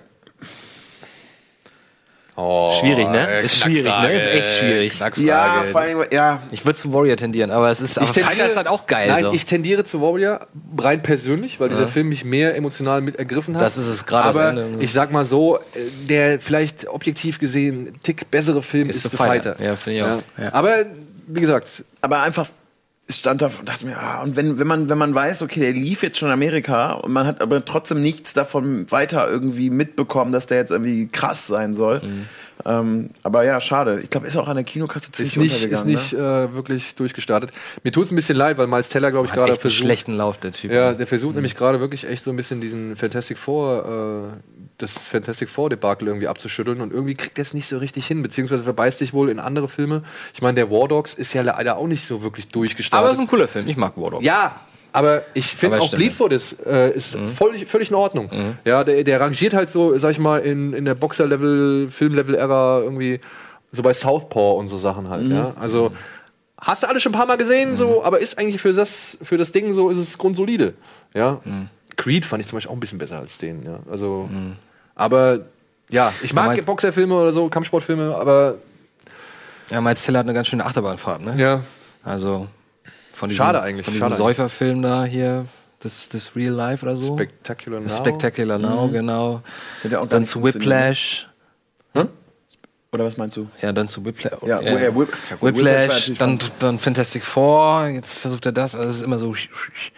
Oh, schwierig, ne? Ist schwierig, ne? Ist echt schwierig. Ja, vor allem, ja. Ich würde zu Warrior tendieren, aber es ist, aber Fighter ist halt auch geil. Nein, so. ich tendiere zu Warrior rein persönlich, weil ja. dieser Film mich mehr emotional mit ergriffen hat. Das ist es gerade. Aber ich sag mal so, der vielleicht objektiv gesehen ein Tick bessere Film ist, ist The Fighter. Fighter. Ja, finde ich auch. Ja. Ja. Aber wie gesagt, aber einfach ich stand da und dachte mir, ah, und wenn, wenn man, wenn man weiß, okay, der lief jetzt schon in Amerika und man hat aber trotzdem nichts davon weiter irgendwie mitbekommen, dass der jetzt irgendwie krass sein soll. Mhm. Ähm, aber ja, schade. Ich glaube, ist auch an der Kinokasse ziemlich ist nicht, untergegangen. Ist nicht ne? äh, wirklich durchgestartet. Mir tut es ein bisschen leid, weil Miles Teller, glaube ich, gerade versucht... einen schlechten Lauf, der Typ. Ja, der versucht mhm. nämlich gerade wirklich echt so ein bisschen diesen Fantastic Four, äh, das Fantastic Four-Debakel irgendwie abzuschütteln und irgendwie kriegt er es nicht so richtig hin, beziehungsweise verbeißt sich wohl in andere Filme. Ich meine, der War Dogs ist ja leider auch nicht so wirklich durchgestartet. Aber es ist ein cooler Film. Ich mag War Dogs. Ja, aber ich finde auch Bleed for This äh, ist mhm. völlig, völlig in Ordnung. Mhm. Ja, der, der rangiert halt so, sag ich mal, in, in der Boxer-Level, Film-Level-Ära irgendwie so bei Southpaw und so Sachen halt, mhm. ja. Also hast du alle schon ein paar Mal gesehen, mhm. so, aber ist eigentlich für das, für das Ding so, ist es grundsolide, ja. Mhm. Creed fand ich zum Beispiel auch ein bisschen besser als den, ja. Also, mhm. aber ja, ich mag ja, Boxerfilme oder so, Kampfsportfilme, aber ja, Miles Teller hat eine ganz schöne Achterbahnfahrt, ne? Ja. Also von diesem, schade eigentlich, von diesem Säuferfilm da hier, das, das Real Life oder so. Spectacular Now. Spectacular Now, mhm. genau. Ja dann zu Whiplash. Hm? Oder was meinst du? Ja, dann zu Whiplash. Ja, ja. ja, Whip, ja Whiplash, dann, dann Fantastic Four, jetzt versucht er das, also es ist immer so,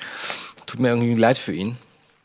tut mir irgendwie leid für ihn.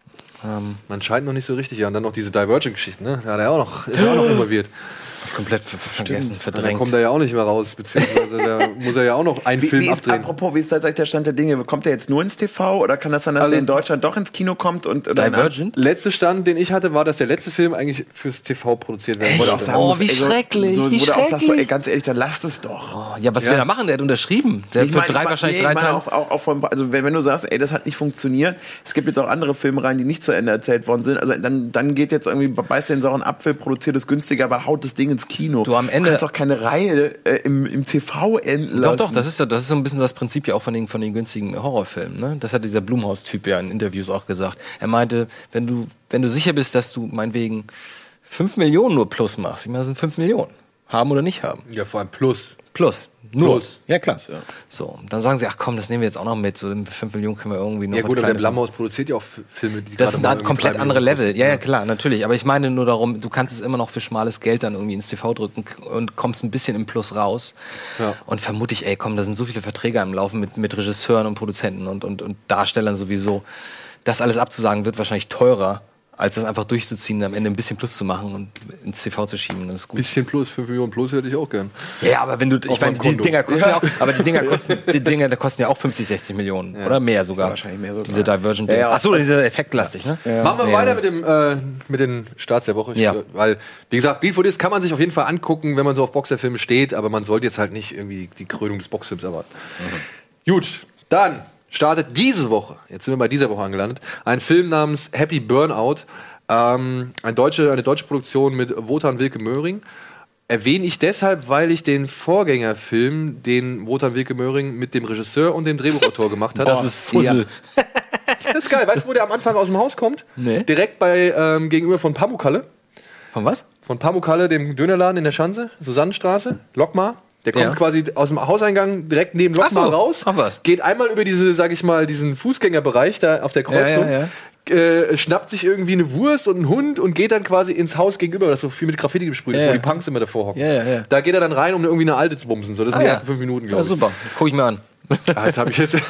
Ähm, Man scheint noch nicht so richtig, ja. Und dann noch diese Divergent-Geschichten, ne? Da hat er auch noch, ist er auch noch involviert. Komplett vergessen, verdrängt. Dann kommt er ja auch nicht mehr raus, beziehungsweise da muss er ja auch noch einen wie, Film wie ist, abdrehen. Apropos, wie ist tatsächlich der Stand der Dinge? Kommt der jetzt nur ins T V oder kann das sein, dass also, der in Deutschland doch ins Kino kommt? Und, oder Divergent? Letzter Stand, den ich hatte, war, dass der letzte Film eigentlich fürs T V produziert werden wollte. Oh, muss, wie ey, so, schrecklich, so, wie wo schrecklich. Auch sagst, so, ey, ganz ehrlich, dann lasst es doch. Oh, ja, was ja. will er machen? Der hat unterschrieben. Der ich für mein, drei ich wahrscheinlich nee, drei ich mein, Tage. Auch, auch, auch von, also wenn, wenn du sagst, ey, das hat nicht funktioniert, es gibt jetzt auch andere Filme rein, die nicht zu Ende erzählt worden sind, also dann, dann geht jetzt irgendwie, beißt den sauren Apfel, produziert es günstiger, aber haut das Ding ins Kino. Du am Ende kannst doch keine Reihe äh, im, im T V enden lassen. Doch, doch, das ist ja, das ist so ein bisschen das Prinzip ja auch von den, von den günstigen Horrorfilmen. Ne? Das hat dieser Blumhaus-Typ ja in Interviews auch gesagt. Er meinte, wenn du, wenn du sicher bist, dass du meinetwegen fünf Millionen nur plus machst, ich meine, das sind fünf Millionen. Haben oder nicht haben. Ja, vor allem plus. Plus. Nur. Plus. Ja, klar. Ja. So, dann sagen sie, ach komm, das nehmen wir jetzt auch noch mit. So fünf Millionen können wir irgendwie noch. Ja gut, aber der Blumhaus produziert ja auch Filme, die das ist ein komplett andere Level. Ja, ja, klar, natürlich. Aber ich meine nur darum, du kannst es immer noch für schmales Geld dann irgendwie ins T V drücken und kommst ein bisschen im Plus raus. Ja. Und vermute ich, ey, komm, da sind so viele Verträge am Laufen mit, mit Regisseuren und Produzenten und, und, und Darstellern sowieso. Das alles abzusagen wird wahrscheinlich teurer, als das einfach durchzuziehen, am Ende ein bisschen Plus zu machen und ins T V zu schieben. Das ist gut. Bisschen Plus, fünf Millionen Plus hätte ich auch gern. Ja, aber wenn du, ich meine, die Dinger kosten ja. ja auch, aber die Dinger kosten, die Dinger, da kosten ja auch fünfzig, sechzig Millionen ja. oder mehr sogar. Wahrscheinlich mehr sogar. Diese Divergent. Ja, ja, Achso, dieser effektlastig, ne? Ja. Machen wir ja. weiter mit dem, äh, mit den Starts der Woche. Ja. Weil, wie gesagt, Beat for This kann man sich auf jeden Fall angucken, wenn man so auf Boxerfilme steht, aber man sollte jetzt halt nicht irgendwie die Krönung des Boxfilms erwarten. Mhm. Gut, dann startet diese Woche, jetzt sind wir bei dieser Woche angelandet, ein Film namens Happy Burnout. Ähm, eine, deutsche, eine deutsche Produktion mit Wotan Wilke Möhring. Erwähne ich deshalb, weil ich den Vorgängerfilm, den Wotan Wilke Möhring mit dem Regisseur und dem Drehbuchautor gemacht hat. Das ist Fussel. Ja. Das ist geil. Weißt du, wo der am Anfang aus dem Haus kommt? Nee. Direkt bei, ähm, gegenüber von Pamukkale. Von was? Von Pamukkale, dem Dönerladen in der Schanze, Susannenstraße, Lokmar. Der kommt ja. quasi aus dem Hauseingang direkt neben Lokmar so. raus. Ach was. Geht einmal über diese, sag ich mal, diesen Fußgängerbereich da auf der Kreuzung. Ja, ja, ja. Äh, schnappt sich irgendwie eine Wurst und einen Hund und geht dann quasi ins Haus gegenüber, das so viel mit Graffiti besprüht ist, ja, wo die Punks immer davor hocken. Ja, ja, ja. Da geht er dann rein, um irgendwie eine Alte zu bumsen. So, das sind ah, die ja. ersten fünf Minuten, glaube ich. Ja, super. Guck ich mir an. Ah, jetzt habe ich jetzt...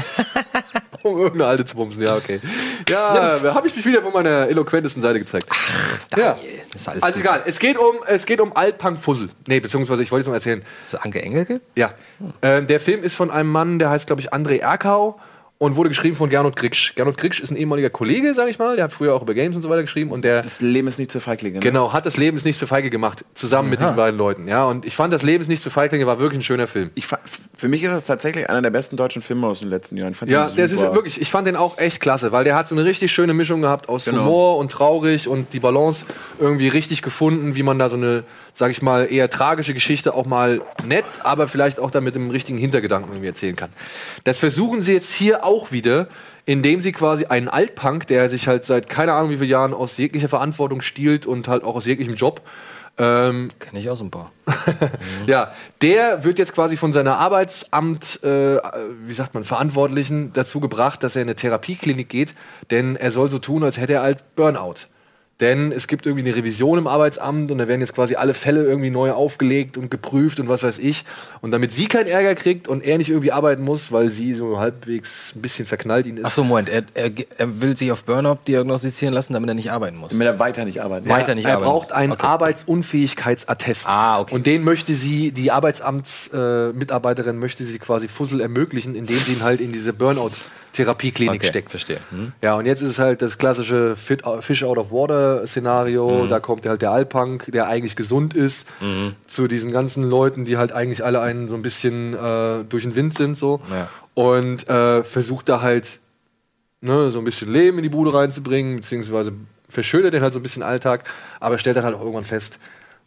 um irgendeine Alte zu bumsen, ja, okay. Ja, ja. habe ich mich wieder von meiner eloquentesten Seite gezeigt. Ach, Daniel. Ja. Das ist alles also gut. egal, es geht um, es geht um Altpunk-Fussel. Nee, beziehungsweise, ich wollte es noch erzählen. So Anke Engelke? Ja. Hm. Ähm, der Film ist von einem Mann, der heißt, glaube ich, André Erkau. Und wurde geschrieben von Gernot Griksch. Gernot Griksch ist ein ehemaliger Kollege, sag ich mal. Der hat früher auch über Games und so weiter geschrieben. Und der das Leben ist nicht für Feiglinge. Ne? Genau, hat das Leben ist nicht für Feige gemacht. Zusammen Aha. mit diesen beiden Leuten. Ja, und ich fand, das Leben ist nicht für Feiglinge war wirklich ein schöner Film. Ich, für mich ist das tatsächlich einer der besten deutschen Filme aus den letzten Jahren. Ich fand ja, der ist wirklich, ich fand den auch echt klasse, weil der hat so eine richtig schöne Mischung gehabt aus genau. Humor und traurig und die Balance irgendwie richtig gefunden, wie man da so eine, sag ich mal, eher tragische Geschichte auch mal nett, aber vielleicht auch dann mit dem richtigen Hintergedanken irgendwie erzählen kann. Das versuchen sie jetzt hier auch wieder, indem sie quasi einen Altpunk, der sich halt seit keine Ahnung wie vielen Jahren aus jeglicher Verantwortung stiehlt und halt auch aus jeglichem Job. Ähm, Kenn ich auch so ein paar. ja, der wird jetzt quasi von seiner Arbeitsamt, äh, wie sagt man, Verantwortlichen dazu gebracht, dass er in eine Therapieklinik geht, denn er soll so tun, als hätte er halt Burnout. Denn es gibt irgendwie eine Revision im Arbeitsamt und da werden jetzt quasi alle Fälle irgendwie neu aufgelegt und geprüft und was weiß ich. Und damit sie keinen Ärger kriegt und er nicht irgendwie arbeiten muss, weil sie so halbwegs ein bisschen verknallt ihn ist. Ach so, Moment, er, er, er will sich auf Burnout diagnostizieren lassen, damit er nicht arbeiten muss. Damit er weiter nicht arbeiten muss. Weiter nicht er arbeiten. braucht einen okay. Arbeitsunfähigkeitsattest. Ah, okay. Und den möchte sie, die Arbeitsamtsmitarbeiterin äh, möchte sie quasi Fussel ermöglichen, indem sie ihn halt in diese Burnout Therapieklinik okay, steckt. Verstehe. Hm. Ja, und jetzt ist es halt das klassische Fit, Fish out of Water Szenario. Mhm. Da kommt halt der Altpunk, der eigentlich gesund ist, mhm. zu diesen ganzen Leuten, die halt eigentlich alle einen so ein bisschen äh, durch den Wind sind so. Ja. Und äh, versucht da halt ne, so ein bisschen Leben in die Bude reinzubringen, beziehungsweise verschönert den halt so ein bisschen Alltag, aber stellt dann halt auch irgendwann fest,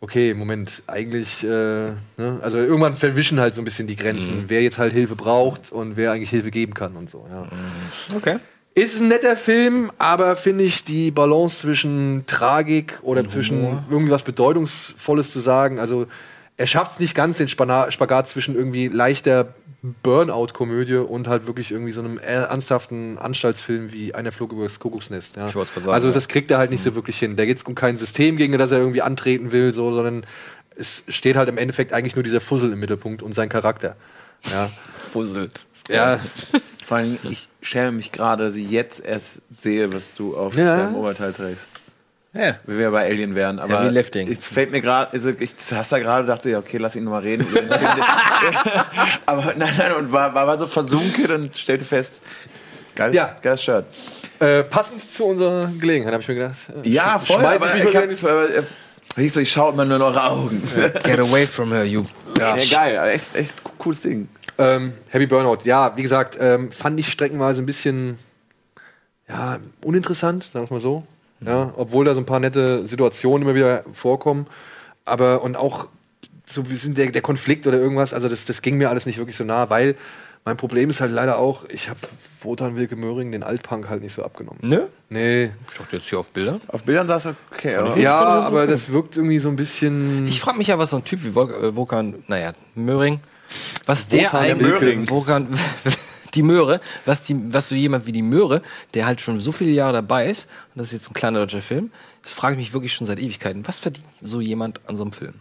okay, Moment, eigentlich, äh, ne? Also irgendwann verwischen halt so ein bisschen die Grenzen, mhm. wer jetzt halt Hilfe braucht und wer eigentlich Hilfe geben kann und so. Ja. Mhm. Okay. Ist ein netter Film, aber finde ich die Balance zwischen Tragik oder und zwischen Humor. Irgendwie was Bedeutungsvolles zu sagen, also er schafft es nicht ganz, den Spagat zwischen irgendwie leichter Burnout-Komödie und halt wirklich irgendwie so einem ernsthaften Anstaltsfilm wie Einer flog über das Kuckucksnest. Ja. Ich wollte es gerade sagen. Also das kriegt er halt nicht mhm. so wirklich hin. Da geht es um kein System, gegen das er irgendwie antreten will, so, sondern es steht halt im Endeffekt eigentlich nur dieser Fussel im Mittelpunkt und sein Charakter. Ja. Fussel. Ja. Vor allem, ich schäme mich gerade, dass ich jetzt erst sehe, was du auf ja. deinem Oberteil trägst. Ja. Wie wir bei Alien wären. Aber Heavy Lifting. Es fällt mir gerade, also ich saß da gerade, dachte, ja, okay, lass ihn noch mal reden. Aber nein, nein, und war, war, war so versunken und stellte fest, geiles, ja. geiles Shirt. Äh, passend zu unserer Gelegenheit, habe ich mir gedacht. Äh, ja, voll, schmeiß aber ich mich ich, hab, nicht, aber, äh, ich, so, ich schaue immer nur noch Augen. Get away from her, you. Ja, ja geil, echt, echt cooles Ding. Ähm, Happy Burnout, ja, wie gesagt, ähm, fand ich streckenweise ein bisschen ja, uninteressant, sagen wir es mal so. Ja, obwohl da so ein paar nette Situationen immer wieder vorkommen. Aber und auch so ein bisschen der, der Konflikt oder irgendwas, also das, das ging mir alles nicht wirklich so nah, weil mein Problem ist halt leider auch, ich habe Wotan Wilke Möhring den Altpunk halt nicht so abgenommen. Nö? Nee. Ich dachte jetzt hier auf Bildern. Auf Bildern sah es okay, oder? Ja, aber das wirkt irgendwie so ein bisschen. Ich frage mich ja, was so ein Typ wie Wotan, naja, Möhring, was der Wotan eigentlich. Möhring. Wotan, die Möhre, was, die, was so jemand wie die Möhre, der halt schon so viele Jahre dabei ist, und das ist jetzt ein kleiner deutscher Film, das frage ich mich wirklich schon seit Ewigkeiten, was verdient so jemand an so einem Film?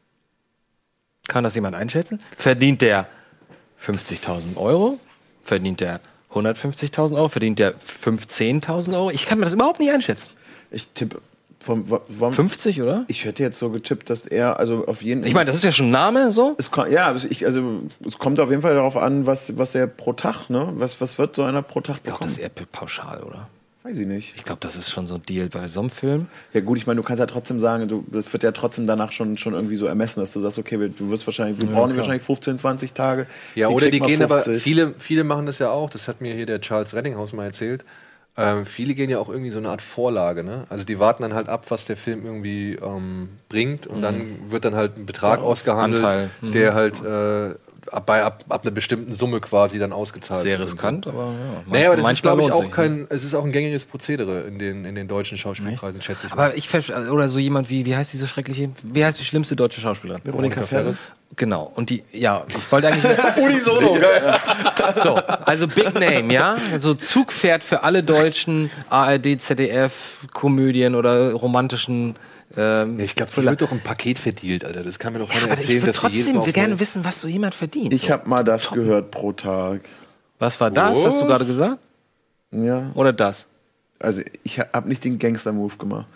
Kann das jemand einschätzen? Verdient der fünfzigtausend Euro? Verdient der hundertfünfzigtausend Euro? Verdient der fünfzehntausend Euro? Ich kann mir das überhaupt nicht einschätzen. Ich tippe vom, vom fünfzig, oder? Ich hätte jetzt so getippt, dass er, also auf jeden Fall. Ich meine, das ist ja schon ein Name, so? Es kommt, ja, ich, also es kommt auf jeden Fall darauf an, was, was er pro Tag, ne? Was, was wird so einer pro Tag bekommen? Ich glaube, das ist eher pauschal, oder? Weiß ich nicht. Ich glaube, das ist schon so ein Deal bei so einem Film. Ja gut, ich meine, du kannst ja trotzdem sagen, du, das wird ja trotzdem danach schon, schon irgendwie so ermessen, dass du sagst, okay, wir, du wirst wahrscheinlich, wir Ja, brauchen klar. wahrscheinlich fünfzehn, zwanzig Tage. Ja, Die oder die kriegt gehen man aber, fünfzig. viele, viele machen das ja auch, das hat mir hier der Charles Reddinghaus mal erzählt, ähm, viele gehen ja auch irgendwie so eine Art Vorlage, ne? Also die warten dann halt ab, was der Film irgendwie ähm, bringt und mhm. dann wird dann halt ein Betrag Ja, ausgehandelt, Anteil. Mhm. der halt äh, ab, bei, ab, ab einer bestimmten Summe quasi dann ausgezahlt Sehr wird. riskant, aber ja. Naja, aber das ist, glaube ich, auch sich, kein, ne? es ist auch ein gängiges Prozedere in den, in den deutschen Schauspielpreisen, schätze ich mal. Aber ich verstehe, oder so jemand wie, wie heißt diese schreckliche, wie heißt die schlimmste deutsche Schauspielerin? Veronika Ferris. Genau, und die, ja, ich wollte eigentlich. Unisono, geil. So, also Big Name, ja? So Zugpferd für alle deutschen A R D, Z D F, Komödien oder romantischen. Ähm, Ja, ich glaube, die wird doch ein Paket verdient, Alter. Das kann mir doch keiner aber ich erzählen, würde dass die jedes trotzdem Mal aufs gerne Neue- wissen, was so jemand verdient. Ich so. habe mal das gehört pro Tag. Was war das? Hast du gerade gesagt? Ja. Oder das? Also ich habe nicht den Gangster-Move gemacht.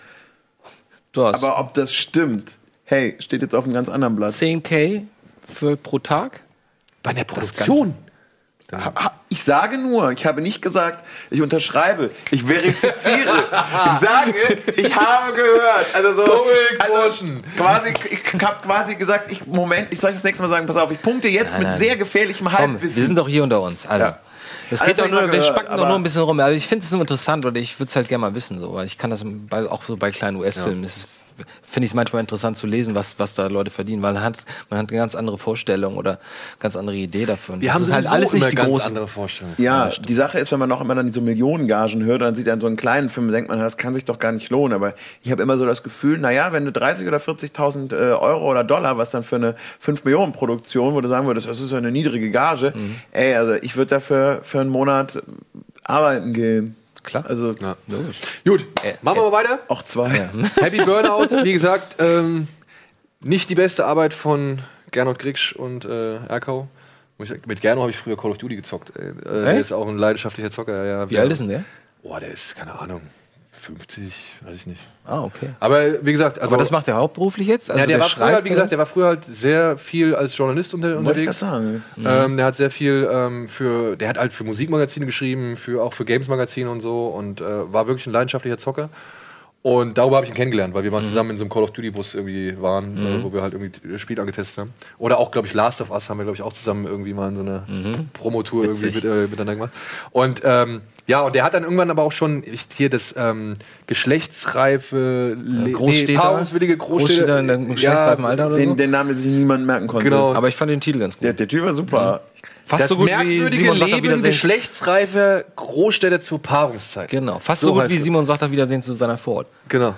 Du hast Aber ob das stimmt, hey, steht jetzt auf einem ganz anderen Blatt. zehn K für pro Tag? Bei der Produktion. Ha- ha- Ich sage nur, ich habe nicht gesagt, ich unterschreibe, ich verifiziere. Ich sage, ich habe gehört. Also so, also quasi, ich habe quasi gesagt, ich, Moment, ich soll das nächste Mal sagen, pass auf, ich punkte jetzt Nein, mit nein. sehr gefährlichem Komm, Halbwissen. wir sind doch hier unter uns. Also, Ja. es Alles geht doch hab ich nur, mal wir gehört, spacken doch aber- nur ein bisschen rum. Aber ich finde es nur interessant oder ich würde es halt gerne mal wissen, so, weil ich kann das bei, auch so bei kleinen U S-Filmen. Ja. Finde ich es manchmal interessant zu lesen, was, was da Leute verdienen, weil man hat, man hat eine ganz andere Vorstellung oder ganz andere Idee davon. Wir Das haben ist halt sowieso alles nicht immer die ganz großen. andere Vorstellungen. Ja, die Sache ist, wenn man noch immer dann so Millionengagen hört, dann sieht er so einen kleinen Film, denkt man, das kann sich doch gar nicht lohnen. Aber ich habe immer so das Gefühl, naja, wenn du dreißig oder vierzigtausend äh, Euro oder Dollar, was dann für eine fünf Millionen Produktion, wo du sagen würdest, das ist ja eine niedrige Gage, Mhm. ey, also ich würde dafür für einen Monat arbeiten gehen. Klar. Also Ja. Logisch. Gut, Äh, machen wir mal weiter. auch zwei. Happy Burnout, wie gesagt, ähm, nicht die beste Arbeit von Gernot Grigsch und äh, Erkau. Muss ich- Mit Gernot habe ich früher Call of Duty gezockt. Äh, äh, der ist auch ein leidenschaftlicher Zocker. Ja, Wie alt ist denn der? Boah, der ist, keine Ahnung, fünfzig, weiß ich nicht. Ah, okay. Aber wie gesagt, also. Aber das macht er hauptberuflich jetzt? Also ja, der, war früher, schreibt halt, wie gesagt, der war früher halt sehr viel als Journalist unter, Wollte ich unterwegs. gerade sagen. Ähm, der hat sehr viel ähm, für, der hat halt für Musikmagazine geschrieben, für auch für Games-Magazine und so und äh, war wirklich ein leidenschaftlicher Zocker. Und darüber habe ich ihn kennengelernt, weil wir mal mhm. zusammen in so einem Call of Duty Bus irgendwie waren, mhm. äh, wo wir halt irgendwie das Spiel angetestet haben. Oder auch, glaube ich, Last of Us haben wir, glaube ich, auch zusammen irgendwie mal in so eine mhm. Promotour irgendwie mit, äh, miteinander gemacht. Und ähm, ja, und der hat dann irgendwann aber auch schon hier das ähm, geschlechtsreife, ja, Großstädter, nee, paarungswillige Großstädter, Großstädter in einem geschlechtsreifen Alter oder so. Den, den Namen, den sich niemand merken konnte. Genau. Aber ich fand den Titel ganz gut. Der, der Typ war super. Mhm. Fast das so gut merkwürdige wie Simon sagt Leben Wiedersehen. geschlechtsreife Großstädte zur Paarungszeit. Genau, fast so, so, gut wie es. Simon sagt Wiedersehen zu seiner Ford. Genau.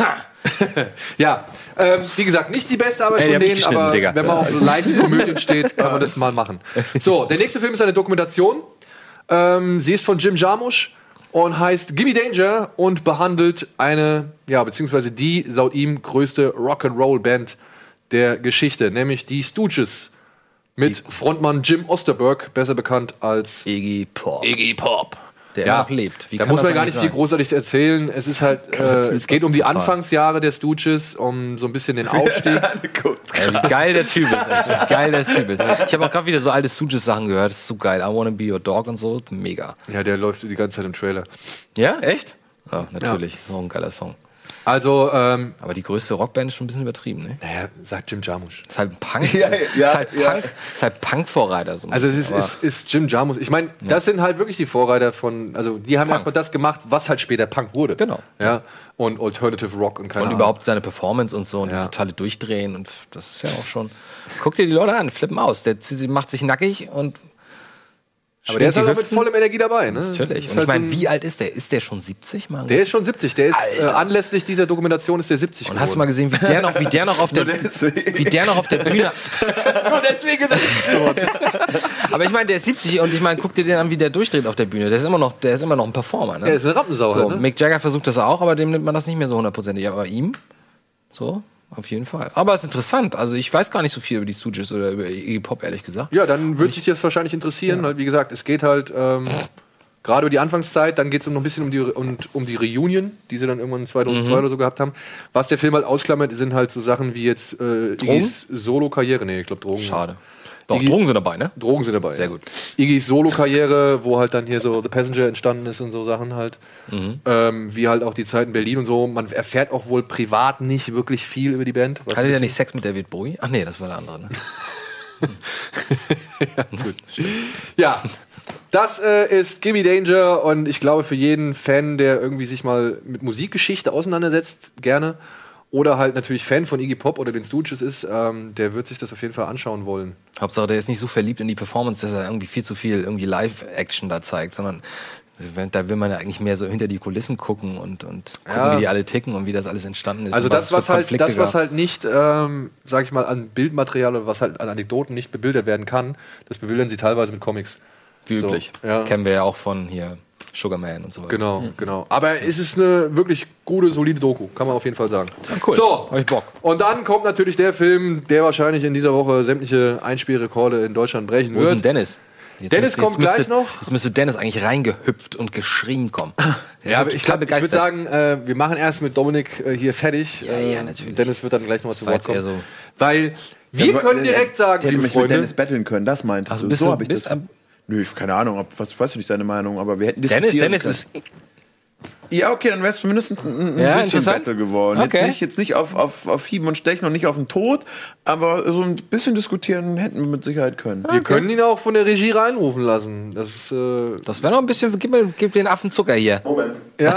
Ja, ähm, wie gesagt, nicht die beste Arbeit Ey, von denen, aber Digga. wenn man auf so leichten Komödien steht, kann man das mal machen. So, der nächste Film ist eine Dokumentation. Ähm, sie ist von Jim Jarmusch und heißt Gimme Danger und behandelt eine, ja, beziehungsweise die laut ihm größte Rock'n'Roll-Band der Geschichte, nämlich die Stooges. Mit Frontmann Jim Osterberg, besser bekannt als Iggy Pop. Iggy Pop. Der ja, noch lebt. Wie da kann muss man das gar nicht eigentlich viel sein? großartig erzählen. Es ist halt, äh, es geht um die Anfangsjahre der Stooges, um so ein bisschen den Aufstieg. Ey, wie geil der Typ ist, echt. Wie geil der Typ ist. Ich habe auch gerade wieder so alte Stooges-Sachen gehört. Das ist so geil. I Wanna Be Your Dog und so. Mega. Ja, der läuft die ganze Zeit im Trailer. Ja, echt? Ja, natürlich. Ja. So ein geiler Song. Also, ähm, aber die größte Rockband ist schon ein bisschen übertrieben, ne? Naja, sagt Jim Jarmusch. Ist halt ein Punk. Ja, ja, ist halt ja. Punk, ist halt Punk-Vorreiter. So also es ist, ist, ist Jim Jarmusch. Ich meine, ja. das sind halt wirklich die Vorreiter von, also die haben erstmal das gemacht, was halt später Punk wurde. Genau. Ja. Und Alternative Rock und keine Und Ahnung. überhaupt seine Performance und so und ja. dieses totale Durchdrehen und das ist ja auch schon. Guck dir die Leute an, flippen aus. Der macht sich nackig und aber der ist halt mit vollem Energie dabei, ne? Natürlich. Und halt ich meine, so wie alt ist der? Ist der schon siebzig? Mann? Der ist schon siebzig. Der ist äh, anlässlich dieser Dokumentation ist der siebzig Und geworden. hast du mal gesehen, wie der noch, wie der noch auf der, wie der noch auf der Bühne. Nur deswegen ist er siebzig geworden. Aber ich meine, der ist siebzig und ich meine, guck dir den an, wie der durchdreht auf der Bühne. Der ist immer noch, der ist immer noch ein Performer. Ne? Der ist eine Rampensau. So, ne? Mick Jagger versucht das auch, aber dem nimmt man das nicht mehr so hundertprozentig. Aber ihm, so. Auf jeden Fall. Aber es ist interessant. Also ich weiß gar nicht so viel über die Stooges oder über Iggy Pop, ehrlich gesagt. Ja, dann würde dich das wahrscheinlich interessieren, ja. weil wie gesagt, es geht halt ähm, gerade über die Anfangszeit, dann geht es um noch ein bisschen um die, um, um die Reunion, die sie dann irgendwann zweitausendzwei mhm. oder so gehabt haben. Was der Film halt ausklammert, sind halt so Sachen wie jetzt äh, Iggys Solo-Karriere. Nee, ich glaube Drogen. Schade. Doch, Iggy, Drogen sind dabei, ne? Drogen sind dabei. Sehr ja. gut. Iggys Solo-Karriere, wo halt dann hier so The Passenger entstanden ist und so Sachen halt. Mhm. Ähm, wie halt auch die Zeit in Berlin und so. Man erfährt auch wohl privat nicht wirklich viel über die Band. Hatte der nicht Sex mit David Bowie? Ach nee, das war der andere, ne? ja, gut. Ja, das äh, ist Gimme Danger und ich glaube für jeden Fan, der irgendwie sich mal mit Musikgeschichte auseinandersetzt, gerne. Oder halt natürlich Fan von Iggy Pop oder den Stooges ist, ähm, der wird sich das auf jeden Fall anschauen wollen. Hauptsache, der ist nicht so verliebt in die Performance, dass er irgendwie viel zu viel irgendwie Live-Action da zeigt, sondern da will man ja eigentlich mehr so hinter die Kulissen gucken und, und gucken, ja. wie die alle ticken und wie das alles entstanden ist. Also was das, was halt, das, was halt nicht, ähm, sag ich mal, an Bildmaterial oder was halt an Anekdoten nicht bebildert werden kann, das bebildern sie teilweise mit Comics. Wie so, üblich. Ja. Kennen wir ja auch von hier Sugarman und so weiter. Genau, mhm. genau. Aber es ist eine wirklich gute, solide Doku, kann man auf jeden Fall sagen. Ja, cool. So, hab ich Bock. Und dann kommt natürlich der Film, der wahrscheinlich in dieser Woche sämtliche Einspielrekorde in Deutschland brechen wird. Wo ist denn Dennis? Jetzt Dennis müsste, kommt müsste, gleich noch. Jetzt müsste Dennis eigentlich reingehüpft und geschrien kommen. Ja, aber ich, glaub, ich würde sagen, äh, wir machen erst mit Dominik äh, hier fertig. Ja, ja, natürlich. Dennis wird dann gleich noch mal zu Wort kommen. So. Weil wir ja, können direkt sagen, liebe Freunde, mit Dennis betteln können, das meintest also du. So du, habe ich das. Nö, keine Ahnung, ob, was weißt du nicht deine Meinung, aber wir hätten Dennis, Dennis ist. Ja, okay, dann wäre es zumindest ein, ein ja, bisschen Battle geworden. Okay. Jetzt nicht, jetzt nicht auf, auf, auf Hieben und Stechen und nicht auf den Tod, aber so ein bisschen diskutieren hätten wir mit Sicherheit können. Wir okay. können ihn auch von der Regie reinrufen lassen. Das, äh das wäre noch ein bisschen. Gib, mir, gib den Affen Zucker hier. Moment. Ja.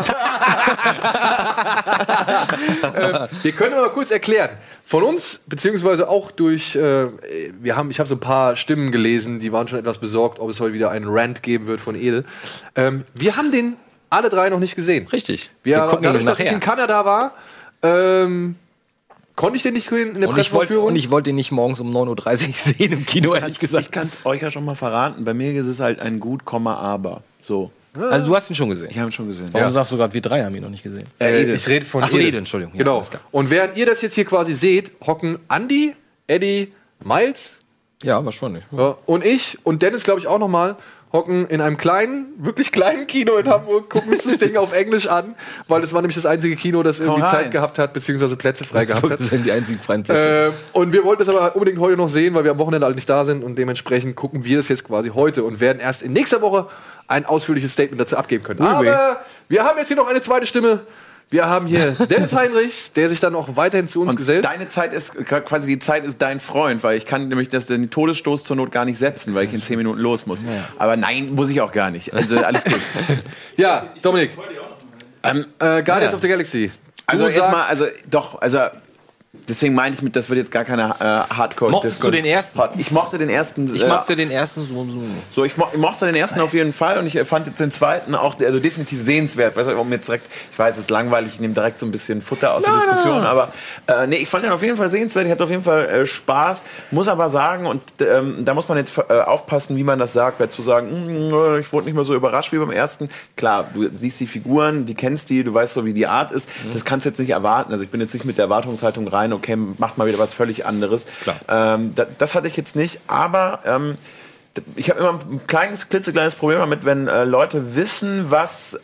äh, wir können aber kurz erklären. Von uns, beziehungsweise auch durch, äh, wir haben, ich habe so ein paar Stimmen gelesen, die waren schon etwas besorgt, ob es heute wieder einen Rant geben wird von Edel. Ähm, wir haben den alle drei noch nicht gesehen. Richtig. Wir, wir dadurch, dass ich in Kanada war, ähm, konnte ich den nicht sehen in der und ich wollte, Pressevorführung. Und ich wollte ihn nicht morgens um neun Uhr dreißig sehen im Kino, ehrlich gesagt. Ich kann es euch ja schon mal verraten. Bei mir ist es halt ein gut, aber. So. Also du hast ihn schon gesehen? Ich habe ihn schon gesehen. Warum ja. sagst du gerade, wir drei haben ihn noch nicht gesehen? Äh, Eden. Ich rede von Achso, Eden. Eden, Entschuldigung. Genau. Ja, und während ihr das jetzt hier quasi seht, hocken Andy, Eddie, Miles. Ja, wahrscheinlich. Ja, und ich und Dennis, glaube ich, auch nochmal. Hocken in einem kleinen, wirklich kleinen Kino in Hamburg, gucken uns das Ding auf Englisch an, weil das war nämlich das einzige Kino, das irgendwie Zeit gehabt hat, beziehungsweise Plätze frei gehabt hat. Das sind die einzigen freien Plätze. Äh, und wir wollten das aber unbedingt heute noch sehen, weil wir am Wochenende alle nicht da sind und dementsprechend gucken wir das jetzt quasi heute und werden erst in nächster Woche ein ausführliches Statement dazu abgeben können. Okay. Aber wir haben jetzt hier noch eine zweite Stimme, Wir haben hier Dennis Heinrichs, der sich dann auch weiterhin zu uns Und gesellt. deine Zeit ist, quasi die Zeit ist dein Freund, weil ich kann nämlich das, den Todesstoß zur Not gar nicht setzen, weil ich in zehn Minuten los muss. Ja. Aber nein, muss ich auch gar nicht. Also alles gut. Ja, Dominik. Ähm, äh, Guardians ja. of the Galaxy. Also erstmal, also doch, also deswegen meine ich mit, das wird jetzt gar keine äh, Hardcore. Mochtest du den ersten? Ich mochte den ersten. Ich äh, mochte den ersten so. so. So, ich, mo ich mochte den ersten auf jeden Fall und ich fand jetzt den zweiten auch also definitiv sehenswert. Weißt du, um jetzt direkt, ich weiß, es ist langweilig, ich nehme direkt so ein bisschen Futter aus der Diskussion, aber äh, nee, ich fand den auf jeden Fall sehenswert, ich hatte auf jeden Fall äh, Spaß, muss aber sagen, und ähm, da muss man jetzt äh, aufpassen, wie man das sagt, weil zu sagen, mh, ich wurde nicht mehr so überrascht wie beim ersten. Klar, du siehst die Figuren, die kennst die, du weißt so, wie die Art ist, mhm. das kannst du jetzt nicht erwarten. Also ich bin jetzt nicht mit der Erwartungshaltung rein, okay, macht mal wieder was völlig anderes. Ähm, da, das hatte ich jetzt nicht, aber ähm, ich habe immer ein kleines, klitzekleines Problem damit, wenn äh, Leute wissen, was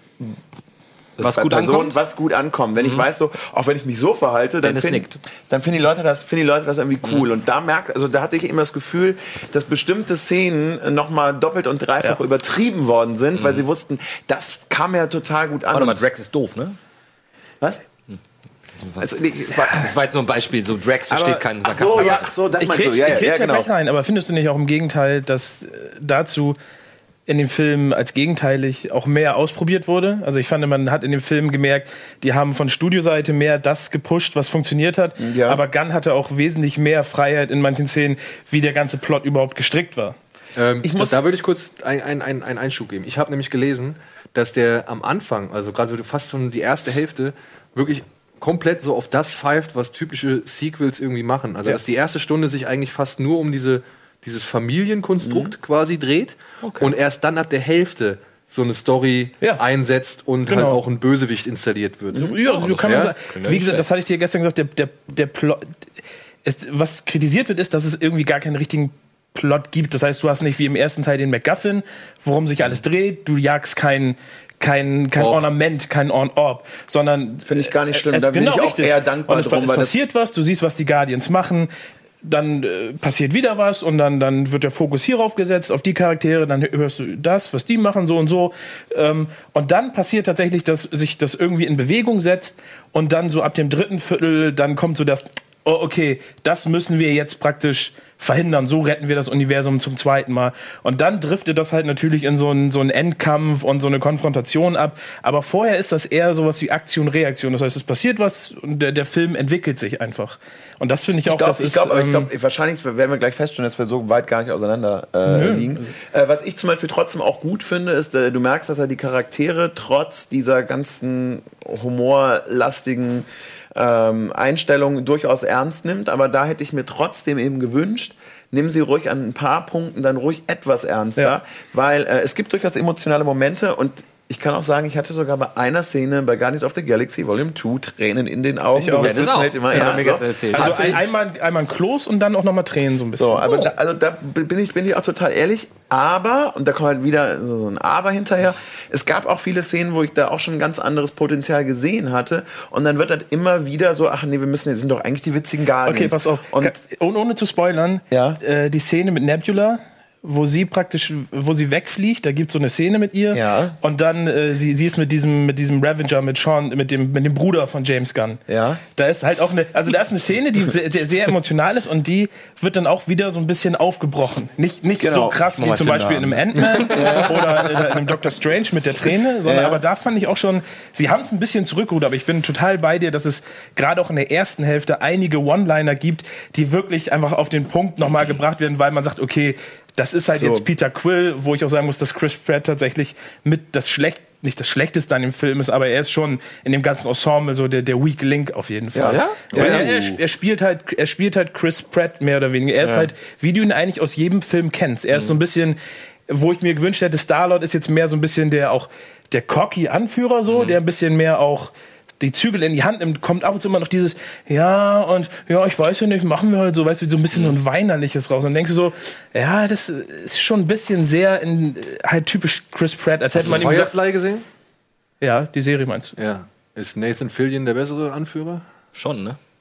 was gut Personen, ankommt. was gut ankommt. Wenn mhm. ich weiß, so, auch wenn ich mich so verhalte, dann finden find die Leute das, finden die Leute das irgendwie cool. Mhm. Und da merkt, also da hatte ich immer das Gefühl, dass bestimmte Szenen nochmal doppelt und dreifach ja. übertrieben worden sind, mhm. weil sie wussten, das kam ja total gut an. Warte mal, Drax ist doof, ne? Was? Also, nee, das war jetzt so ein Beispiel, so Drax versteht keinen Sarkasmus. Ach so, ja, ach so, das ich meinst krieg, du. Ja, ich ja, ja, genau. gleich rein, aber findest du nicht auch im Gegenteil, dass äh, dazu in dem Film als gegenteilig auch mehr ausprobiert wurde? Also ich fand, man hat in dem Film gemerkt, die haben von Studioseite mehr das gepusht, was funktioniert hat, ja. aber Gunn hatte auch wesentlich mehr Freiheit in manchen Szenen, wie der ganze Plot überhaupt gestrickt war. Ähm, ich muss da würde ich kurz einen ein, ein Einschub geben. Ich habe nämlich gelesen, dass der am Anfang, also gerade so fast schon die erste Hälfte, wirklich komplett so auf das pfeift, was typische Sequels irgendwie machen. Also, ja. dass die erste Stunde sich eigentlich fast nur um diese, dieses Familienkonstrukt mhm. quasi dreht okay. und erst dann ab der Hälfte so eine Story ja. einsetzt und genau. halt auch ein Bösewicht installiert wird. Mhm. Ja, also so kann man sagen. Wie gesagt, das hatte ich dir gestern gesagt, der, der, der Plot, ist, was kritisiert wird, ist, dass es irgendwie gar keinen richtigen Plot gibt. Das heißt, du hast nicht wie im ersten Teil den MacGuffin, worum sich alles dreht, du jagst keinen kein, kein Ornament, kein On-Orb, sondern finde ich gar nicht schlimm, es, da bin genau ich auch richtig. eher dankbar und es, drum. Es passiert was, du siehst, was die Guardians machen, dann äh, passiert wieder was und dann, dann wird der Fokus hierauf gesetzt, auf die Charaktere, dann hörst du das, was die machen, so und so. Ähm, und dann passiert tatsächlich, dass sich das irgendwie in Bewegung setzt und dann so ab dem dritten Viertel, dann kommt so das, oh, okay, das müssen wir jetzt praktisch verhindern, so retten wir das Universum zum zweiten Mal. Und dann driftet das halt natürlich in so einen, so einen Endkampf und so eine Konfrontation ab. Aber vorher ist das eher sowas wie Aktion-Reaktion. Das heißt, es passiert was und der, der Film entwickelt sich einfach. Und das finde ich auch, ich glaub, das ich ist... Glaub, aber ähm, ich glaube, wahrscheinlich werden wir gleich feststellen, dass wir so weit gar nicht auseinander äh, liegen. Äh, was ich zum Beispiel trotzdem auch gut finde, ist, äh, du merkst, dass er die Charaktere trotz dieser ganzen humorlastigen Ähm, Einstellung durchaus ernst nimmt, aber da hätte ich mir trotzdem eben gewünscht, nehmen Sie ruhig an ein paar Punkten dann ruhig etwas ernster, ja. weil äh, es gibt durchaus emotionale Momente und ich kann auch sagen, ich hatte sogar bei einer Szene bei Guardians of the Galaxy Volume zwei Tränen in den Augen. Ich auch. Das wissen halt immer, ja, ja, so. erzählt. Also ein, einmal, einmal ein Close und dann auch nochmal Tränen so ein bisschen. So, aber oh. da, also da bin ich, bin ich auch total ehrlich, aber, und da kommt halt wieder so ein Aber hinterher, es gab auch viele Szenen, wo ich da auch schon ein ganz anderes Potenzial gesehen hatte und dann wird halt immer wieder so, ach nee, wir müssen, wir sind doch eigentlich die witzigen Guardians. Okay, pass auf, und, ohne, ohne zu spoilern, ja? äh, die Szene mit Nebula, wo sie praktisch, wo sie wegfliegt, da gibt es so eine Szene mit ihr ja. und dann äh, sie, sie ist mit diesem mit diesem Ravager, mit Sean, mit dem mit dem Bruder von James Gunn. Ja. Da ist halt auch eine, also da ist eine Szene, die sehr, sehr emotional ist und die wird dann auch wieder so ein bisschen aufgebrochen. Nicht nicht genau. so krass wie zum Beispiel in einem Ant-Man oder in einem Doctor Strange mit der Träne, sondern ja. aber da fand ich auch schon, sie haben es ein bisschen zurückgerudert, aber ich bin total bei dir, dass es gerade auch in der ersten Hälfte einige One-Liner gibt, die wirklich einfach auf den Punkt nochmal gebracht werden, weil man sagt, okay, das ist halt so. Jetzt Peter Quill, wo ich auch sagen muss, dass Chris Pratt tatsächlich mit das Schlecht, nicht das Schlechteste an dem Film ist, aber er ist schon in dem ganzen Ensemble so der, der Weak Link auf jeden Fall. Ja? Ja? Ja, er, er, er, spielt halt, er spielt halt Chris Pratt mehr oder weniger. Er ist ja. halt, wie du ihn eigentlich aus jedem Film kennst. Er ist mhm. so ein bisschen, wo ich mir gewünscht hätte, Star-Lord ist jetzt mehr so ein bisschen der auch der cocky Anführer so, mhm. der ein bisschen mehr auch die Zügel in die Hand nimmt, kommt ab und zu immer noch dieses, ja, und ja, ich weiß ja nicht, machen wir halt so, weißt du, so ein bisschen so ein Weinerliches raus. Und dann denkst du so, ja, das ist schon ein bisschen sehr in, halt typisch Chris Pratt, als Hast hätte man du ihm gesagt. Firefly gesehen? Ja, die Serie meinst du? Ja. Ist Nathan Fillion der bessere Anführer? Schon, ne?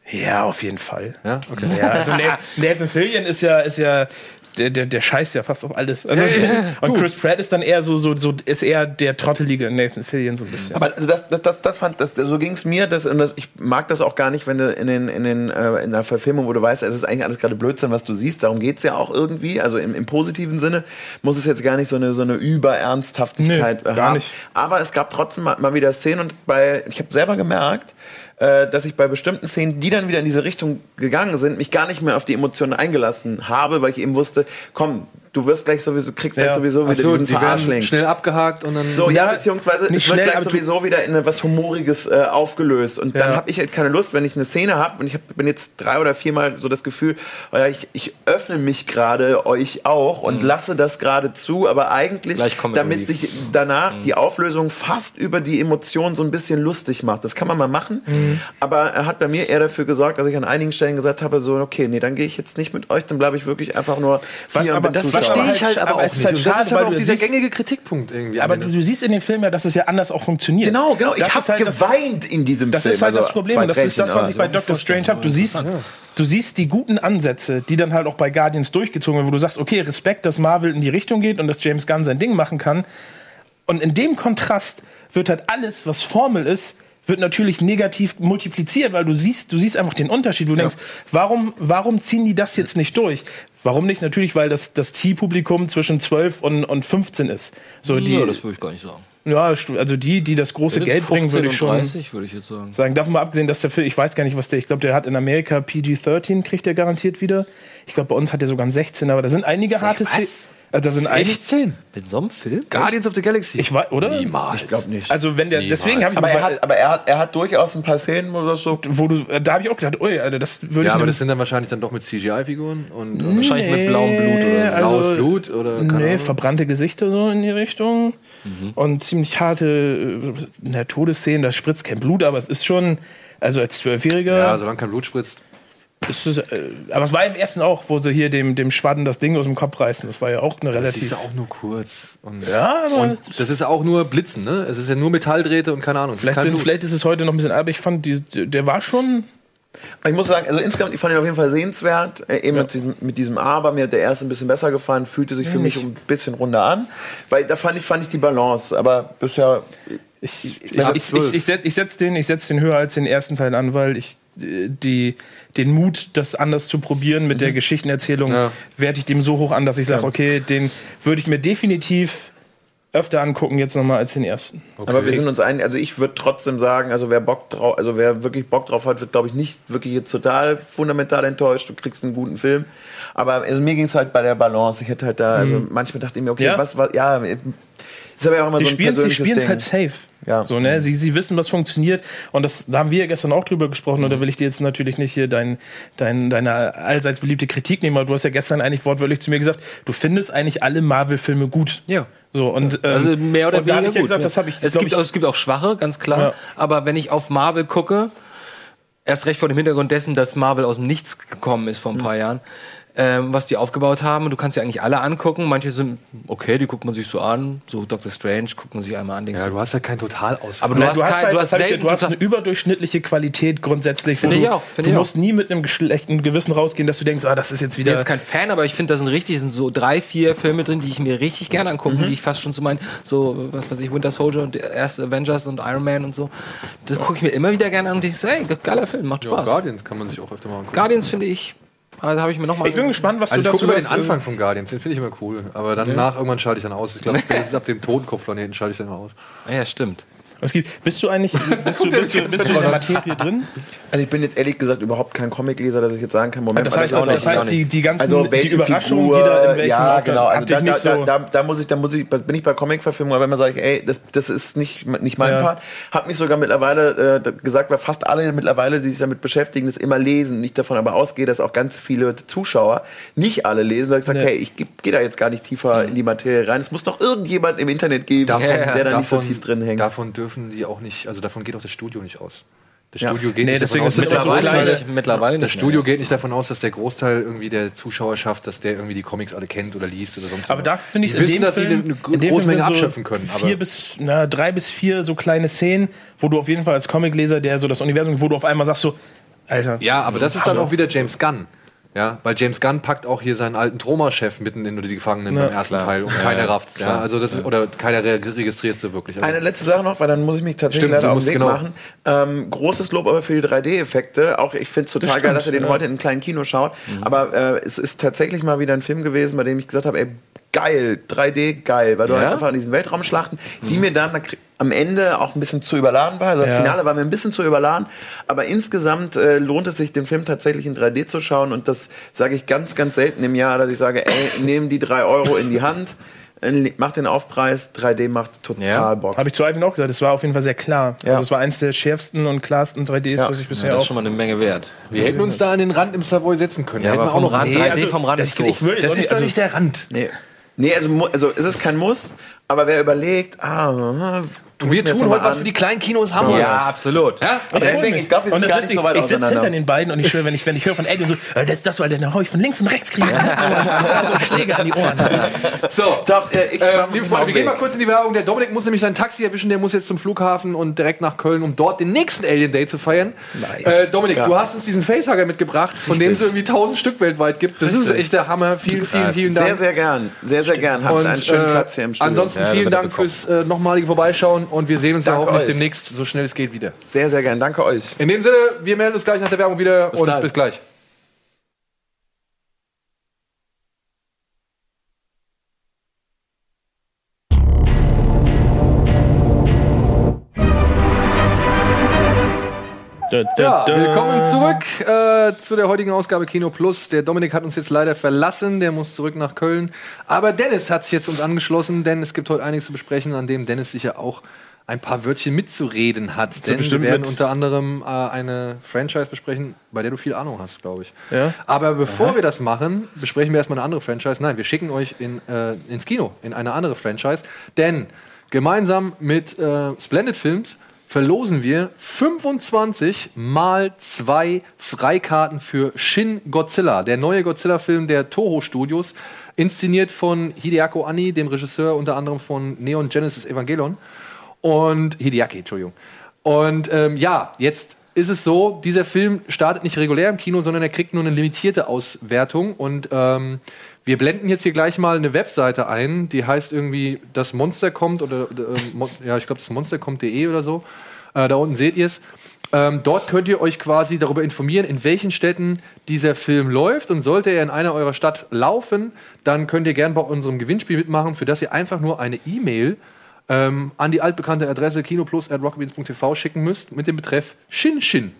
Ja, auf jeden Fall. Ja, okay. Ja, also Nathan Fillion ist ja, ist ja der, der, der scheißt ja fast auf alles. Also, ja, ja. Und Chris Pratt ist dann eher so, so, so ist eher der trottelige Nathan Fillion so ein bisschen. Aber also das, das, das, das fand, das, so ging es mir. Das, und das, ich mag das auch gar nicht, wenn du in, den, in, den, äh, in der Verfilmung, wo du weißt, es ist eigentlich alles gerade Blödsinn, was du siehst. Darum geht es ja auch irgendwie. Also im, im positiven Sinne muss es jetzt gar nicht so eine, so eine Überernsthaftigkeit nee, haben. gar nicht. Aber es gab trotzdem mal, mal wieder Szenen und bei, ich habe selber gemerkt, dass ich bei bestimmten Szenen, die dann wieder in diese Richtung gegangen sind, mich gar nicht mehr auf die Emotionen eingelassen habe, weil ich eben wusste, komm, du wirst gleich sowieso, kriegst ja. gleich sowieso wieder so, diesen die Verarschling. schnell abgehakt und dann... So, ja, beziehungsweise es wird schnell, gleich sowieso wieder in was Humoriges äh, aufgelöst. Und ja. dann habe ich halt keine Lust, wenn ich eine Szene habe und ich hab, bin jetzt drei oder viermal so das Gefühl, oh ja, ich, ich öffne mich gerade euch auch und mhm. lasse das gerade zu, aber eigentlich, damit sich danach mhm. die Auflösung fast über die Emotionen so ein bisschen lustig macht. Das kann man mal machen, mhm. aber er hat bei mir eher dafür gesorgt, dass ich an einigen Stellen gesagt habe, so, okay, nee, dann gehe ich jetzt nicht mit euch, dann bleibe ich wirklich einfach nur was, vier aber und das Zuschauer. verstehe ich halt aber, aber auch ist halt nicht. schade, Und das ist aber weil auch du dieser siehst, gängige Kritikpunkt irgendwie. Aber du, du siehst in dem Film ja, dass es ja anders auch funktioniert. Genau, genau. Ich habe halt geweint das, in diesem das Film. Das ist halt also das Problem. Das ist das, was ich bei Doctor Strange habe. Du siehst, du siehst die guten Ansätze, die dann halt auch bei Guardians durchgezogen werden, wo du sagst, okay, Respekt, dass Marvel in die Richtung geht und dass James Gunn sein Ding machen kann. Und in dem Kontrast wird halt alles, was Formel ist, wird natürlich negativ multipliziert, weil du siehst, du siehst einfach den Unterschied. Du denkst, ja. warum, warum ziehen die das jetzt nicht durch? Warum nicht? Natürlich, weil das, das Zielpublikum zwischen zwölf und, und fünfzehn ist. So, die, ja, das würde ich gar nicht sagen. Ja, also die, die das große Geld bringen, würde ich schon dreißig, würde ich jetzt sagen. sagen. Davon mal abgesehen, dass der Film, ich weiß gar nicht, was der, ich glaube, der hat in Amerika P G dreizehn, kriegt der garantiert wieder. Ich glaube, bei uns hat der sogar ein sechzehn, aber da sind einige harte Szenen. Also da sind sechzehn? Mit so einem Film? Guardians of the Galaxy. Ich weiß, oder? Niemals. Ich glaube nicht. Also wenn der, Niemals. deswegen habe ich aber er hat, aber er hat, er hat durchaus ein paar Szenen, wo das so, wo du, da habe ich auch gedacht, ui, Alter, das würde ja, ich aber nehmen. das sind dann wahrscheinlich dann doch mit C G I-Figuren und nee, wahrscheinlich mit blauem Blut oder also, blaues Blut oder keine nee, Ahnung. verbrannte Gesichter so in die Richtung mhm. und ziemlich harte äh, na, Todesszenen, da spritzt kein Blut, aber es ist schon, also als Zwölfjähriger. Ja, solange kein Blut spritzt. Ist es, äh, aber es war im ersten auch, wo sie hier dem, dem Schwadden das Ding aus dem Kopf reißen. Das war ja auch eine relativ. Das ist ja auch nur kurz. Und, ja, aber und das ist auch nur Blitzen, ne? Es ist ja nur Metalldrähte und keine Ahnung. Vielleicht, sind, vielleicht ist es heute noch ein bisschen, aber ich fand, die, der war schon. Ich muss sagen, also insgesamt, ich fand ihn auf jeden Fall sehenswert. Äh, eben ja. mit, diesem, mit diesem Aber, mir hat der erste ein bisschen besser gefallen, fühlte sich für ja, mich ein bisschen runder an. Weil da fand ich, fand ich die Balance, aber bisher. Ich, ich, ich, ich, ich, ich setze setz den, ich setz den höher als den ersten Teil an, weil ich die, den Mut, das anders zu probieren mit mhm. der Geschichtenerzählung, ja. werte ich dem so hoch an, dass ich sage, okay, den würde ich mir definitiv öfter angucken jetzt nochmal als den ersten. Okay. Aber wir sind uns einig, also ich würde trotzdem sagen, also wer Bock drauf, also wer wirklich Bock drauf hat, wird, glaube ich, nicht wirklich jetzt total fundamental enttäuscht. Du kriegst einen guten Film. Aber also mir ging es halt bei der Balance. Ich hätte halt da, also mhm. manchmal dachte ich mir, okay, ja? was, was, ja, ist aber ja auch immer sie so ein spielen, persönliches Sie spielen es halt safe. Ja. So, ne? sie, sie wissen, was funktioniert. Und das, da haben wir ja gestern auch drüber gesprochen. Mhm. Und da will ich dir jetzt natürlich nicht hier dein, dein, deine allseits beliebte Kritik nehmen. Aber du hast ja gestern eigentlich wortwörtlich zu mir gesagt, du findest eigentlich alle Marvel-Filme gut. Ja. So, und, ähm, also mehr oder weniger gut. Ja gesagt, das ich, es, gibt, ich, auch, es gibt auch schwache, ganz klar. Ja. Aber wenn ich auf Marvel gucke, erst recht vor dem Hintergrund dessen, dass Marvel aus dem Nichts gekommen ist vor ein paar mhm. Jahren, ähm, was die aufgebaut haben. Du kannst ja eigentlich alle angucken. Manche sind okay, die guckt man sich so an. So Doctor Strange guckt man sich einmal an. Ja, so. du hast ja kein Totalausfall. Aber du, Nein, du hast, kein, halt, du hast, selten, du hast eine überdurchschnittliche Qualität grundsätzlich. Finde ich auch. Find du ich musst auch. nie mit einem schlechten Gewissen rausgehen, dass du denkst, ah, das ist jetzt wieder... Ich bin jetzt kein Fan, aber ich finde, da sind richtig, sind so drei, vier Filme drin, die ich mir richtig gerne angucke, mhm. die ich fast schon so mein, so, was weiß ich, Winter Soldier und erste Avengers und Iron Man und so. Das gucke ich mir immer wieder gerne an und ich so, ey, geiler Film, macht Spaß. Ja, Guardians kann man sich auch öfter mal angucken. Guardians finde ich... Also habe ich mir noch mal ich bin gespannt, was also du dazu sagst. Ich sagst. gucke über den Anfang von Guardians, den finde ich immer cool. Aber danach ja. irgendwann schalte ich dann aus. Ich glaube, spätestens ab dem Totenkopfplaneten schalte ich dann mal aus. Ja, stimmt. Es gibt, bist du eigentlich bist du, bist du, bist du in der Materie drin? Also ich bin jetzt ehrlich gesagt überhaupt kein Comicleser, dass ich jetzt sagen kann, Moment, das heißt, das, das heißt die, die ganzen also die Überraschungen, Figur, die da in welchem ja, genau, also da, da, so da, da, muss ich, da muss ich, bin ich bei Comicverfilmungen, aber wenn man sagt, ey, das, das ist nicht, nicht mein ja. Part, hab mich sogar mittlerweile äh, gesagt, weil fast alle mittlerweile, die sich damit beschäftigen, das immer lesen, nicht davon aber ausgehe, dass auch ganz viele Zuschauer nicht alle lesen, da habe ich gesagt, nee. hey, ich gehe da jetzt gar nicht tiefer in die Materie rein, es muss noch irgendjemand im Internet geben, davon, der da davon, nicht so tief drin hängt. Davon dürfen die auch nicht, also davon geht auch das Studio nicht aus. Das ja. Studio geht nee, nicht davon aus, dass der Großteil, mittlerweile das Studio geht nicht davon aus, dass der Großteil irgendwie der Zuschauerschaft, dass der irgendwie die Comics alle kennt oder liest oder sonst aber was. da finde ich es in dem dass Film, sie eine große Menge so abschöpfen können. Vier aber bis, na, drei bis vier so kleine Szenen, wo du auf jeden Fall als Comicleser, der so das Universum, wo du auf einmal sagst so, Alter. Ja, aber das ist dann auch wieder James Gunn. Ja, weil James Gunn packt auch hier seinen alten Troma-Chef mitten in die Gefangenen ja, beim ersten klar. Teil und ja, keiner ja, rafft's. Ja, also das ist, oder keiner re- registriert so wirklich. Also eine letzte Sache noch, weil dann muss ich mich tatsächlich Stimmt, leider auf den Weg genau. machen. Ähm, großes Lob aber für die drei D-Effekte. Auch ich finde es total das geil, stimmt, dass ihr den ja. heute in einem kleinen Kino schaut. Mhm. Aber äh, es ist tatsächlich mal wieder ein Film gewesen, bei dem ich gesagt habe, ey, geil, drei D, geil. Weil du ja? halt einfach in diesen Weltraumschlachten, mhm. die mir dann am Ende auch ein bisschen zu überladen war. Also das ja. Finale war mir ein bisschen zu überladen. Aber insgesamt äh, lohnt es sich, den Film tatsächlich in drei D zu schauen. Und das sage ich ganz, ganz selten im Jahr, dass ich sage, ey, nehm die drei Euro in die Hand, mach den Aufpreis, drei D macht total ja. Bock. Habe ich zu Alvin auch gesagt, es war auf jeden Fall sehr klar. Ja. Also es war eins der schärfsten und klarsten drei Ds, ja. was ich bisher ja, das auch... ist schon mal eine Menge wert. Wir hätten uns da an den Rand im Savoy setzen können. Ja, da aber hätten wir auch noch Rand, nee, drei D also, vom Rand das, ist doof. Ich würde, das ist doch also, nicht der Rand. Nee. Nee, also, also es ist kein Muss, aber wer überlegt, ah, und wir tun heute was für die kleinen Kinos haben. Ja, ja, absolut. Ja? Aber deswegen, ich glaube, wir sind gar nicht so weit ich sitze hinter den beiden und ich höre, wenn ich, wenn ich höre von Eddie und so, äh, das ist das, weil dann hau ich von links und rechts kriege. so Schläge an die Ohren. So, Doch, äh, ich, äh, liebe Freunde, wir gehen mal kurz in die Werbung. Der Dominik muss nämlich sein Taxi erwischen, der muss jetzt zum Flughafen und direkt nach Köln, um dort den nächsten Alien Day zu feiern. Nice. Äh, Dominik, ja. du hast uns diesen Facehugger mitgebracht, von dem es irgendwie tausend Stück weltweit gibt. Das Richtig. ist echt der Hammer. Vielen, vielen, vielen Dank. Sehr, sehr gern. Sehr, sehr gern. Habt einen schönen äh, Platz hier im Studio. Ansonsten ja, vielen Dank fürs äh, nochmalige Vorbeischauen und wir sehen uns ja hoffentlich demnächst so schnell es geht wieder. Sehr, sehr gern. Danke euch. In dem Sinne, wir melden uns gleich nach der Werbung wieder bis und dann. Bis gleich. Ja, willkommen zurück äh, zu der heutigen Ausgabe Kino Plus. Der Dominik hat uns jetzt leider verlassen, der muss zurück nach Köln. Aber Dennis hat sich jetzt uns angeschlossen, denn es gibt heute einiges zu besprechen, an dem Dennis sicher auch ein paar Wörtchen mitzureden hat. So denn wir werden unter anderem äh, eine Franchise besprechen, bei der du viel Ahnung hast, glaube ich. Ja. Aber bevor Aha. wir das machen, besprechen wir erstmal eine andere Franchise. Nein, wir schicken euch in, äh, ins Kino, in eine andere Franchise. Denn gemeinsam mit äh, Splendid Films verlosen wir fünfundzwanzig mal zwei Freikarten für Shin Godzilla, der neue Godzilla-Film der Toho Studios, inszeniert von Hideaki Anno, dem Regisseur unter anderem von Neon Genesis Evangelion. Und Hideaki, Entschuldigung. Und ähm, ja, jetzt ist es so, dieser Film startet nicht regulär im Kino, sondern er kriegt nur eine limitierte Auswertung. Und ähm, wir blenden jetzt hier gleich mal eine Webseite ein, die heißt irgendwie Das Monster kommt oder äh, Mon- ja, ich glaube das monster kommt punkt de oder so. Äh, da unten seht ihr es. Ähm, dort könnt ihr euch quasi darüber informieren, in welchen Städten dieser Film läuft. Und sollte er in einer eurer Stadt laufen, dann könnt ihr gerne bei unserem Gewinnspiel mitmachen, für das ihr einfach nur eine E-Mail ähm, an die altbekannte Adresse kinoplus at rocketbeans punkt t v schicken müsst mit dem Betreff Shin Shin.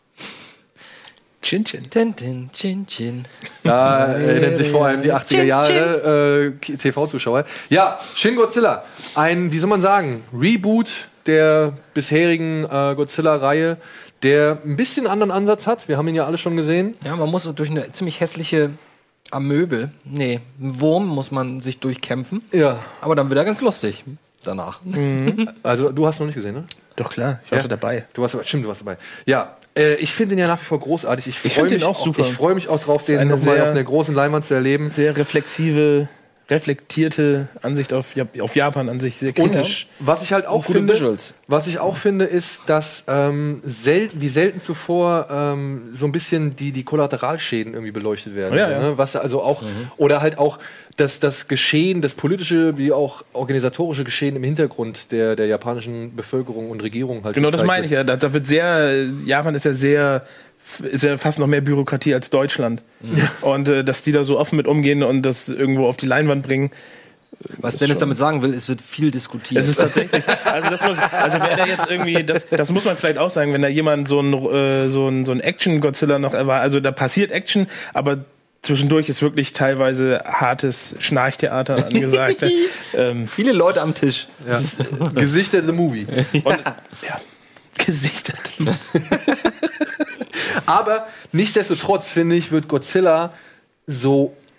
Chin Chin. Tin, tin, chin, chin. Da erinnern sich vor allem die achtziger Jahre äh, T V-Zuschauer. Ja, Shin Godzilla. Ein, wie soll man sagen, Reboot der bisherigen äh, Godzilla-Reihe, der ein bisschen anderen Ansatz hat. Wir haben ihn ja alle schon gesehen. Ja, man muss durch eine ziemlich hässliche Amöbel, nee, einen Wurm muss man sich durchkämpfen. Ja. Aber dann wird er ganz lustig danach. Mhm. Also du hast noch nicht gesehen, ne? Doch, klar, ich war ja dabei. Du warst, stimmt, du warst dabei. Ja, äh, ich finde ihn ja nach wie vor großartig. Ich freue mich auch super. Ich freue mich auch drauf, den nochmal auf einer großen Leinwand zu erleben. Sehr reflexive, reflektierte Ansicht auf, auf Japan an sich, sehr kritisch. Und was ich halt auch finde, Visuals. was ich auch finde, ist, dass ähm, selten, wie selten zuvor ähm, so ein bisschen die, die Kollateralschäden irgendwie beleuchtet werden. Ja, so, ja. Ne? Was also auch, mhm. oder halt auch das, das Geschehen, das politische wie auch organisatorische Geschehen im Hintergrund der, der japanischen Bevölkerung und Regierung halt. Genau, das meine ich ja. Da, da wird sehr, Japan ist ja sehr, ist ja fast noch mehr Bürokratie als Deutschland. Mhm. Und äh, dass die da so offen mit umgehen und das irgendwo auf die Leinwand bringen. Was Dennis damit sagen will, es wird viel diskutiert. Es ist tatsächlich, also das muss, also wenn er jetzt irgendwie, das, das muss man vielleicht auch sagen, wenn da jemand so ein, äh, so ein, so ein Action-Godzilla noch erwartet, also da passiert Action, aber zwischendurch ist wirklich teilweise hartes Schnarchtheater angesagt. ähm, Viele Leute am Tisch. Ja. Gesichter the Movie. Und, ja. Gesichter the Movie. Aber nichtsdestotrotz, finde ich, wird Godzilla so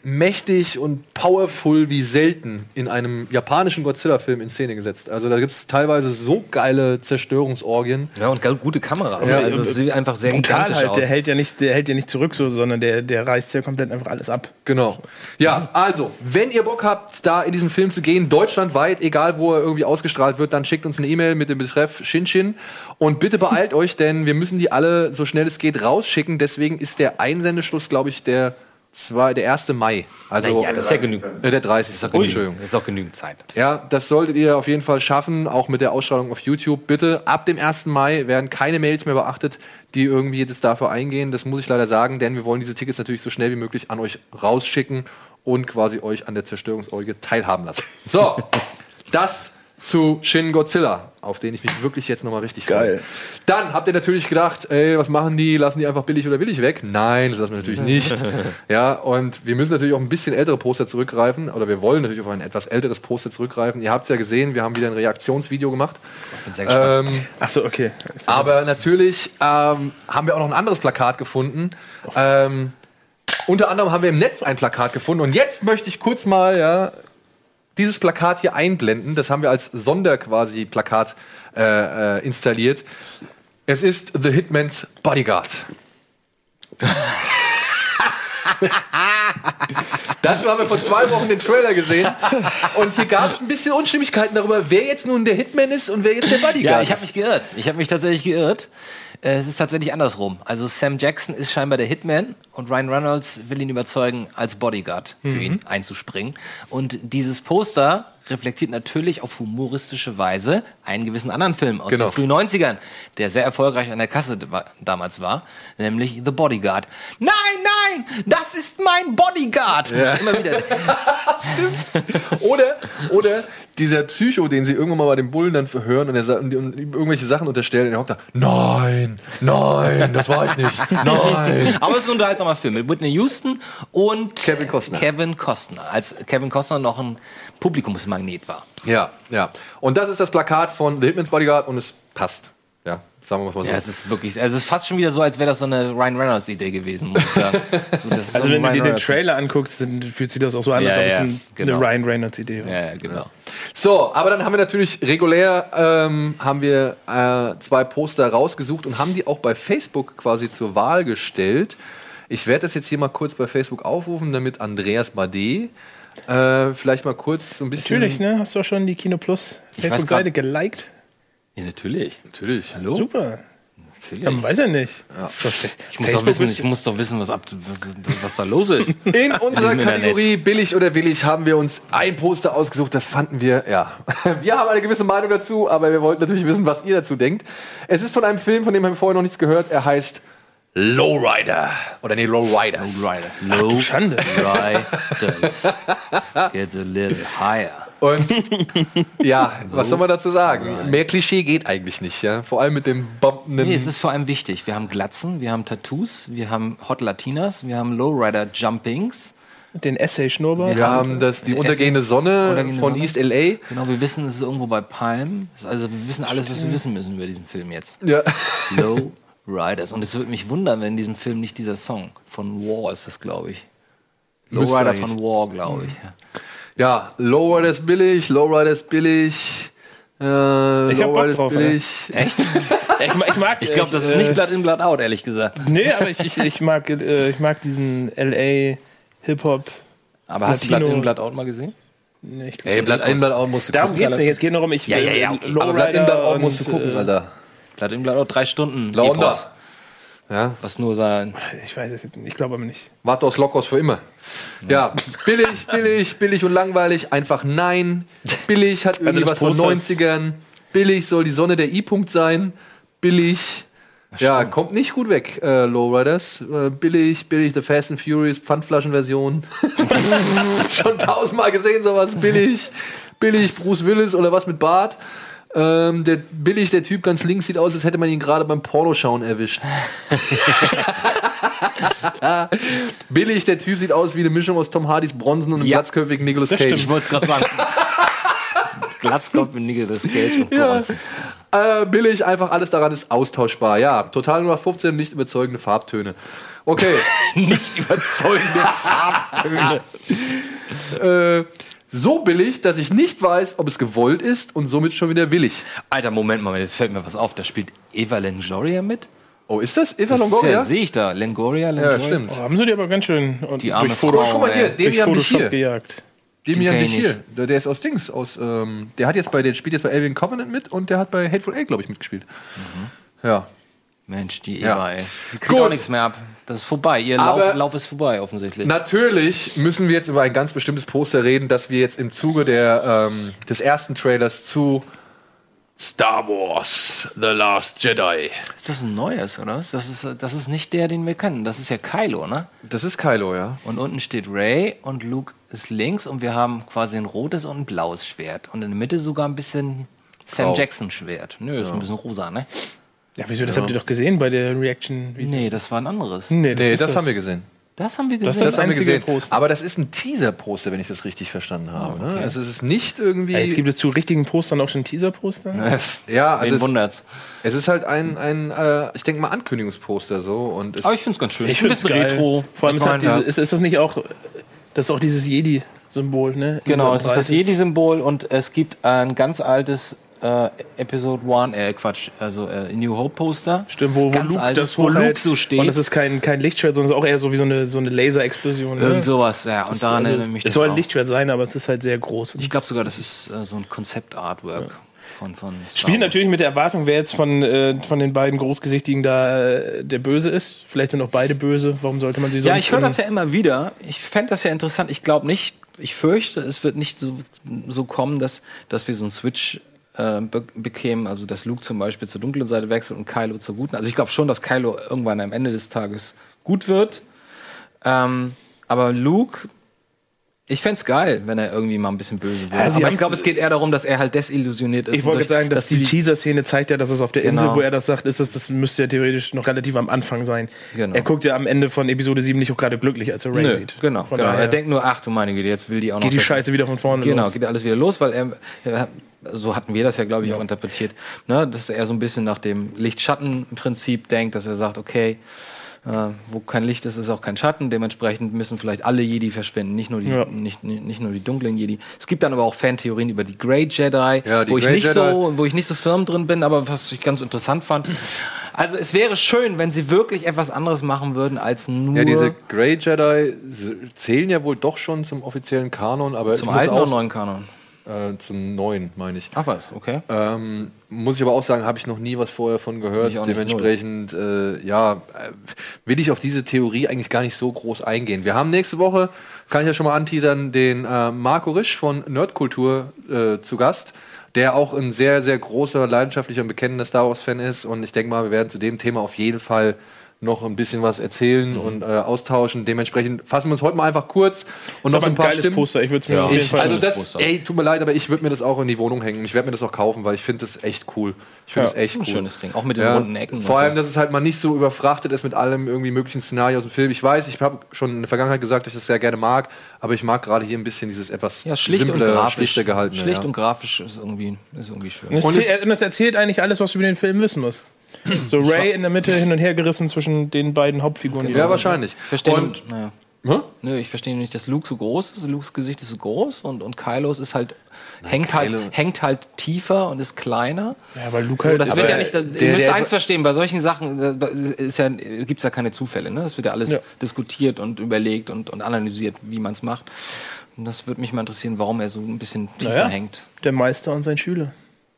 mächtig und powerful wie selten in einem japanischen Godzilla-Film in Szene gesetzt. Also da gibt es teilweise so geile Zerstörungsorgien. Ja, und gute Kamera. Ja, also es sieht einfach sehr brutal gigantisch halt, aus. der hält ja nicht, der hält ja nicht zurück, so, sondern der, der reißt ja komplett einfach alles ab. Genau. Ja, also, wenn ihr Bock habt, da in diesen Film zu gehen, deutschlandweit, egal wo er irgendwie ausgestrahlt wird, dann schickt uns eine E-Mail mit dem Betreff Shinshin. Und bitte beeilt euch, denn wir müssen die alle so schnell es geht rausschicken. Deswegen ist der Einsendeschluss, glaube ich, der Zwei, der erste Mai. Also ja, das ist ja genügend. Äh, der dreißigste. Entschuldigung. Das ist auch genügend Zeit. Ja, das solltet ihr auf jeden Fall schaffen, auch mit der Ausstrahlung auf YouTube. Bitte, ab dem ersten Mai werden keine Mails mehr beachtet, die irgendwie jetzt dafür eingehen. Das muss ich leider sagen, denn wir wollen diese Tickets natürlich so schnell wie möglich an euch rausschicken und quasi euch an der Zerstörungsorgie teilhaben lassen. So, das zu Shin Godzilla, auf den ich mich wirklich jetzt nochmal richtig freue. Geil. Dann habt ihr natürlich gedacht, ey, was machen die? Lassen die einfach billig oder willig weg? Nein, das lassen wir natürlich nicht. Ja, und wir müssen natürlich auch ein bisschen ältere Poster zurückgreifen, oder wir wollen natürlich auf ein etwas älteres Poster zurückgreifen. Ihr habt es ja gesehen, wir haben wieder ein Reaktionsvideo gemacht. Bin sehr gespannt. Ähm, Ach so, okay. aber natürlich ähm, haben wir auch noch ein anderes Plakat gefunden. Ähm, unter anderem haben wir im Netz ein Plakat gefunden. Und jetzt möchte ich kurz mal, ja, dieses Plakat hier einblenden. Das haben wir als Sonder quasi Plakat äh, äh, installiert. Es ist The Hitman's Bodyguard. Dazu haben wir vor zwei Wochen den Trailer gesehen. Und hier gab es ein bisschen Unstimmigkeiten darüber, wer jetzt nun der Hitman ist und wer jetzt der Bodyguard Ja, ich habe ist. mich geirrt. Ich habe mich tatsächlich geirrt. Äh, Es ist tatsächlich andersrum. Also Sam Jackson ist scheinbar der Hitman und Ryan Reynolds will ihn überzeugen, als Bodyguard für Mhm. ihn einzuspringen. Und dieses Poster reflektiert natürlich auf humoristische Weise einen gewissen anderen Film aus Genau. den frühen neunzigern, der sehr erfolgreich an der Kasse d- wa- damals war, nämlich The Bodyguard. Nein, nein, das ist mein Bodyguard! Muss ich immer wieder Oder, oder dieser Psycho, den sie irgendwann mal bei dem Bullen dann verhören und, er, sa- und, die- und irgendwelche Sachen unterstellen, und er hockt da, nein, nein, das war ich nicht, nein. Aber es ist ein unterhaltsamer Film mit Whitney Houston und Kevin Costner. Kevin Costner, als Kevin Costner noch ein Publikumsmagnet war. Ja, ja. Und das ist das Plakat von The Hitman's Bodyguard und es passt. Ja, sagen wir mal so. Ja, es ist wirklich, also es ist fast schon wieder so, als wäre das so eine Ryan Reynolds Idee gewesen, muss ich sagen. So, das ist Also so wenn du ein dir Ryan den Reynolds- Trailer anguckst, dann fühlt sich das auch so an, Ja, als ob ja, es ein, genau. eine Ryan Reynolds Idee war. Ja, ja, genau. So, aber dann haben wir natürlich regulär ähm, haben wir äh, zwei Poster rausgesucht und haben die auch bei Facebook quasi zur Wahl gestellt. Ich werde das jetzt hier mal kurz bei Facebook aufrufen, damit Andreas Bade äh, vielleicht mal kurz so ein bisschen... Natürlich, ne? Hast du auch schon die Kino Plus weiß Facebook-Seite grad- geliked? Ja, natürlich. Natürlich. Hallo? Super. Natürlich. Ja, man weiß ja nicht. So, Ich muss, doch wissen, ich muss doch wissen, was, ab, was, was da los ist. In unserer diesem Internet. Kategorie billig oder willig haben wir uns ein Poster ausgesucht. Das fanden wir, ja. Wir haben eine gewisse Meinung dazu, aber wir wollten natürlich wissen, was ihr dazu denkt. Es ist von einem Film, von dem haben wir vorher noch nichts gehört. Er heißt Lowrider. Oder nee, Lowriders. Rider. Low Schande. Riders. Get a little higher. Und ja, was soll man dazu sagen? Mehr Klischee geht eigentlich nicht, ja. Vor allem mit dem bombenden. Nee, es ist vor allem wichtig. Wir haben Glatzen, wir haben Tattoos, wir haben Hot Latinas, wir haben Lowrider Jumpings. Den Essay-Schnurrbart. wir haben das, die untergehende Sonne Untergehende von Sonne. East L A. Genau, wir wissen, es ist irgendwo bei Palm. Also wir wissen alles, was wir wissen müssen über diesen Film jetzt. Ja. Low Riders. Und es würde mich wundern, wenn in diesem Film nicht dieser Song von War ist das, glaube ich. Müsste Lowrider eigentlich. von War, glaube ich. Ja. Ja, Lowrider ist billig, Lowrider ist billig. Äh, Ich hab Bock Lowrider ist drauf, billig. Echt? Ich, ma- ich mag. Ich glaube, das ist äh, nicht Blood in, Blood out, ehrlich gesagt. Nee, aber ich, ich, ich, mag, äh, ich mag diesen L A Hip-Hop. Aber hast du Latino- Blood in, Blood out mal gesehen? Nee, ich glaub, Ey, Blatt ein, Blatt out musst du darum gucken. geht's nicht. Es geht nur um ich. Ja, ja, ja, okay. Aber Blatt in, Blatt out musst du und, gucken, äh, Alter. Blood in, Blood out, drei Stunden. Launder. Epos. Ja, Was nur sein. Ich weiß es jetzt nicht. Ich glaube aber nicht. Vatos Locos für immer. Ja, billig, billig, billig und langweilig. Einfach nein. Billig hat irgendwie das was von Poster ist- neunzigern. Billig soll die Sonne der I-Punkt sein. Billig. Ja, kommt nicht gut weg, äh, Lowriders. Äh, billig, billig, The Fast and Furious, Pfandflaschenversion. Schon tausendmal gesehen, sowas. Billig, billig, Bruce Willis oder was mit Bart. Ähm, der billig, der Typ ganz links sieht aus, als hätte man ihn gerade beim Pornoschauen erwischt. Billig, der Typ sieht aus wie eine Mischung aus Tom Hardys Bronson und einem Ja. glatzköpfigen Nicolas Das Cage. stimmt, ich wollte es gerade sagen. Glatzkopf mit Nicolas Cage und Ja. Bronson. Äh, billig, einfach alles daran ist austauschbar. Ja, total nur fünfzehn nicht überzeugende Farbtöne. Okay, nicht überzeugende Farbtöne. äh, so billig, dass ich nicht weiß, ob es gewollt ist und somit schon wieder billig. Alter, Moment mal, jetzt fällt mir was auf. Da spielt Eva Longoria mit? Oh, ist das Eva Das Longoria? ja, sehe ich da. Longoria, Longoria. Ja, stimmt. Oh, haben sie die aber ganz schön und Die arme durch Foto- Frau, Guck mal hier, ey. durch Demian Photoshop Bichir. gejagt. Demian Den kenn ich Bichir. Der, der ist aus Dings, aus, ähm, der hat jetzt bei, der spielt jetzt bei Alien Covenant mit und der hat bei Hateful Eight, glaube ich, mitgespielt. Mhm. Ja. Mensch, die Ja. Eva, ey. Die kriegt Gut. auch nichts mehr ab. Das ist vorbei. Ihr Aber- Lauf, Lauf ist vorbei, offensichtlich. Natürlich müssen wir jetzt über ein ganz bestimmtes Poster reden, das wir jetzt im Zuge der, ähm, des ersten Trailers zu Star Wars The Last Jedi. Ist das ein neues, oder? Das ist, das ist nicht der, den wir kennen. Das ist ja Kylo, ne? Das ist Kylo, ja. Und unten steht Rey und Luke ist links und wir haben quasi ein rotes und ein blaues Schwert. Und in der Mitte sogar ein bisschen Sam Grau. Jackson Schwert. Nö, ist ein bisschen rosa, ne? Ja, wieso? Das habt ihr doch gesehen bei der Reaction. Nee, das war ein anderes. Nee, das, Nee, ist das, haben wir gesehen. Das haben wir Das gesehen. ist das haben wir einzige gesehen. Poster. Aber das ist ein Teaser-Poster, wenn ich das richtig verstanden habe. Ne? Also es ist nicht irgendwie... Ja, jetzt gibt es zu richtigen Postern auch schon Teaser-Poster. ja, also Wen es, wundert's? es ist halt ein, ein äh, ich denke mal, Ankündigungsposter so. Und es Aber ich find's ganz schön. Ich Ein finde es bisschen retro. Vor allem Ich ist, halt mein, diese, ja. ist, ist das nicht auch, das ist auch dieses Jedi-Symbol, ne? In Genau, dieser es ist das Breite. Jedi-Symbol und es gibt ein ganz altes äh, Episode eins, äh, Quatsch, also äh, New Hope Poster. Stimmt, wo, wo ganz Luke, altes, das wo hochhält. Luke so steht. Und es ist kein, kein Lichtschwert, sondern es ist auch eher so wie so eine, so eine Laserexplosion. Irgend Ne? sowas, ja. Und daran also, erinnere ich mich. es das soll ein auch. Lichtschwert sein, aber es ist halt sehr groß. Ich glaube sogar, das ist äh, so ein Konzept-Artwork von, von Star Spielt Wars. natürlich mit der Erwartung, wer jetzt von, äh, von den beiden Großgesichtigen da äh, der Böse ist. Vielleicht sind auch beide böse. Warum sollte man sie sonst... Ja, ich höre das in- ja immer wieder. Ich fände das ja interessant. Ich glaube nicht, ich fürchte, es wird nicht so, so kommen, dass, dass wir so einen Switch äh, be bekämen. Also, dass Luke zum Beispiel zur dunklen Seite wechselt und Kylo zur guten. Also, ich glaube schon, dass Kylo irgendwann am Ende des Tages gut wird. Ähm, aber Luke, ich fände es geil, wenn er irgendwie mal ein bisschen böse wird. Ja, sie aber ich haben's- glaube, es geht eher darum, dass er halt desillusioniert ist. Ich wollte durch- gerade sagen, dass, die Teaser-Szene zeigt ja, dass es auf der Genau. Insel, wo er das sagt, ist, das, das müsste ja theoretisch noch relativ am Anfang sein. Genau. Er guckt ja am Ende von Episode sieben nicht auch gerade glücklich, als er Rey Nö, sieht. genau, Von genau. daher Er denkt nur, ach du meine Güte, jetzt will die auch noch... geht die das- Scheiße wieder von vorne Genau, los. geht alles wieder los, weil er, er so hatten wir das ja, glaube ich, auch interpretiert, ne? Dass er so ein bisschen nach dem Licht-Schatten-Prinzip denkt, dass er sagt, okay, äh, wo kein Licht ist, ist auch kein Schatten, dementsprechend müssen vielleicht alle Jedi verschwinden, nicht nur die, Ja. nicht, nicht nicht nur die dunklen Jedi. Es gibt dann aber auch Fantheorien über die Grey Jedi, Ja, die wo, ich Grey nicht Jedi. so, wo ich nicht so firm drin bin, aber was ich ganz interessant fand. Also es wäre schön, wenn sie wirklich etwas anderes machen würden, als nur Ja, diese Grey Jedi s- zählen ja wohl doch schon zum offiziellen Kanon, aber zum ich muss alten auch, oder neuen Kanon. Äh, zum neuen, meine ich. Ach was, okay. Ähm, muss ich aber auch sagen, habe ich noch nie was vorher von gehört. Ich auch nicht, Dementsprechend, äh, ja, äh, will ich auf diese Theorie eigentlich gar nicht so groß eingehen. Wir haben nächste Woche, kann ich ja schon mal anteasern, den äh, Marco Risch von Nerdkultur äh, zu Gast, der auch ein sehr, sehr großer, leidenschaftlicher und bekennender Star Wars-Fan ist. Und ich denke mal, wir werden zu dem Thema auf jeden Fall noch ein bisschen was erzählen Mhm. und äh, austauschen. Dementsprechend fassen wir uns heute mal einfach kurz und noch aber so ein paar geiles Stimmen. Poster. Ich würde es mir auf jeden Ich, Fall... also das, Poster. ey, tut mir leid, aber ich würde mir das auch in die Wohnung hängen. Ich werde mir das auch kaufen, weil ich finde das echt cool. Ich finde Ja, das echt ein cool. schönes Ding, auch mit den Ja, runden Ecken. Vor und allem, so. dass es halt mal nicht so überfrachtet ist mit allem irgendwie möglichen Szenario aus dem Film. Ich weiß, ich habe schon in der Vergangenheit gesagt, dass ich das sehr gerne mag, aber ich mag gerade hier ein bisschen dieses etwas Ja, schlicht simple, und grafisch. schlichter gehaltene. Schlicht ja. und grafisch ist irgendwie, ist irgendwie schön. Und es, Und erzählt, und es erzählt eigentlich alles, was du über den Film wissen musst. So Ray in der Mitte hin und her gerissen zwischen den beiden Hauptfiguren. die Ja, da sind. wahrscheinlich. Ich verstehe Und, naja. Hä? Nö, ich verstehe nicht, dass Luke so groß ist. Lukes Gesicht ist so groß und, und Kylos ist halt, hängt halt, Kylo- hängt halt tiefer und ist kleiner. Ja, weil Luke So, halt... das Aber wird ja nicht, ihr der- müsst der- eins verstehen, bei solchen Sachen äh, ist ja, gibt es ja keine Zufälle. Ne? Das wird ja alles Ja. diskutiert und überlegt und, und analysiert, wie man es macht. Und das würde mich mal interessieren, warum er so ein bisschen tiefer Naja. hängt. der Meister und sein Schüler.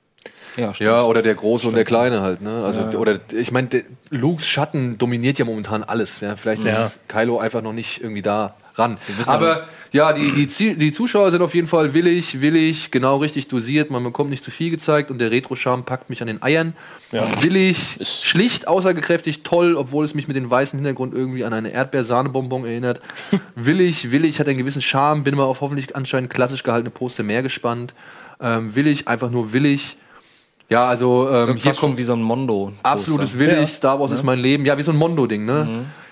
Ja, stimmt. Ja, oder der Große und der Kleine halt, ne? Also, oder ich meine, der- Lukes Schatten dominiert ja momentan alles. Ja? Vielleicht Ja. ist Kylo einfach noch nicht irgendwie da ran. wissen Aber ja, die, die, Zie- die Zuschauer sind auf jeden Fall willig, willig, genau richtig dosiert. Man bekommt nicht zu viel gezeigt und der Retro-Charme packt mich an den Eiern. Willig, schlicht, aussagekräftig, toll, obwohl es mich mit dem weißen Hintergrund irgendwie an eine Erdbeer-Sahnebonbon erinnert. willig, willig, hat einen gewissen Charme. Bin mal auf hoffentlich anscheinend klassisch gehaltene Poster mehr gespannt. Ähm, willig, einfach nur willig. Ja, also ähm, Hier hier kommt kommt wie so ein Mondo. absolutes Willig. Ja. Star Wars ist mein Leben. Ja, wie so ein Mondo-Ding, ne?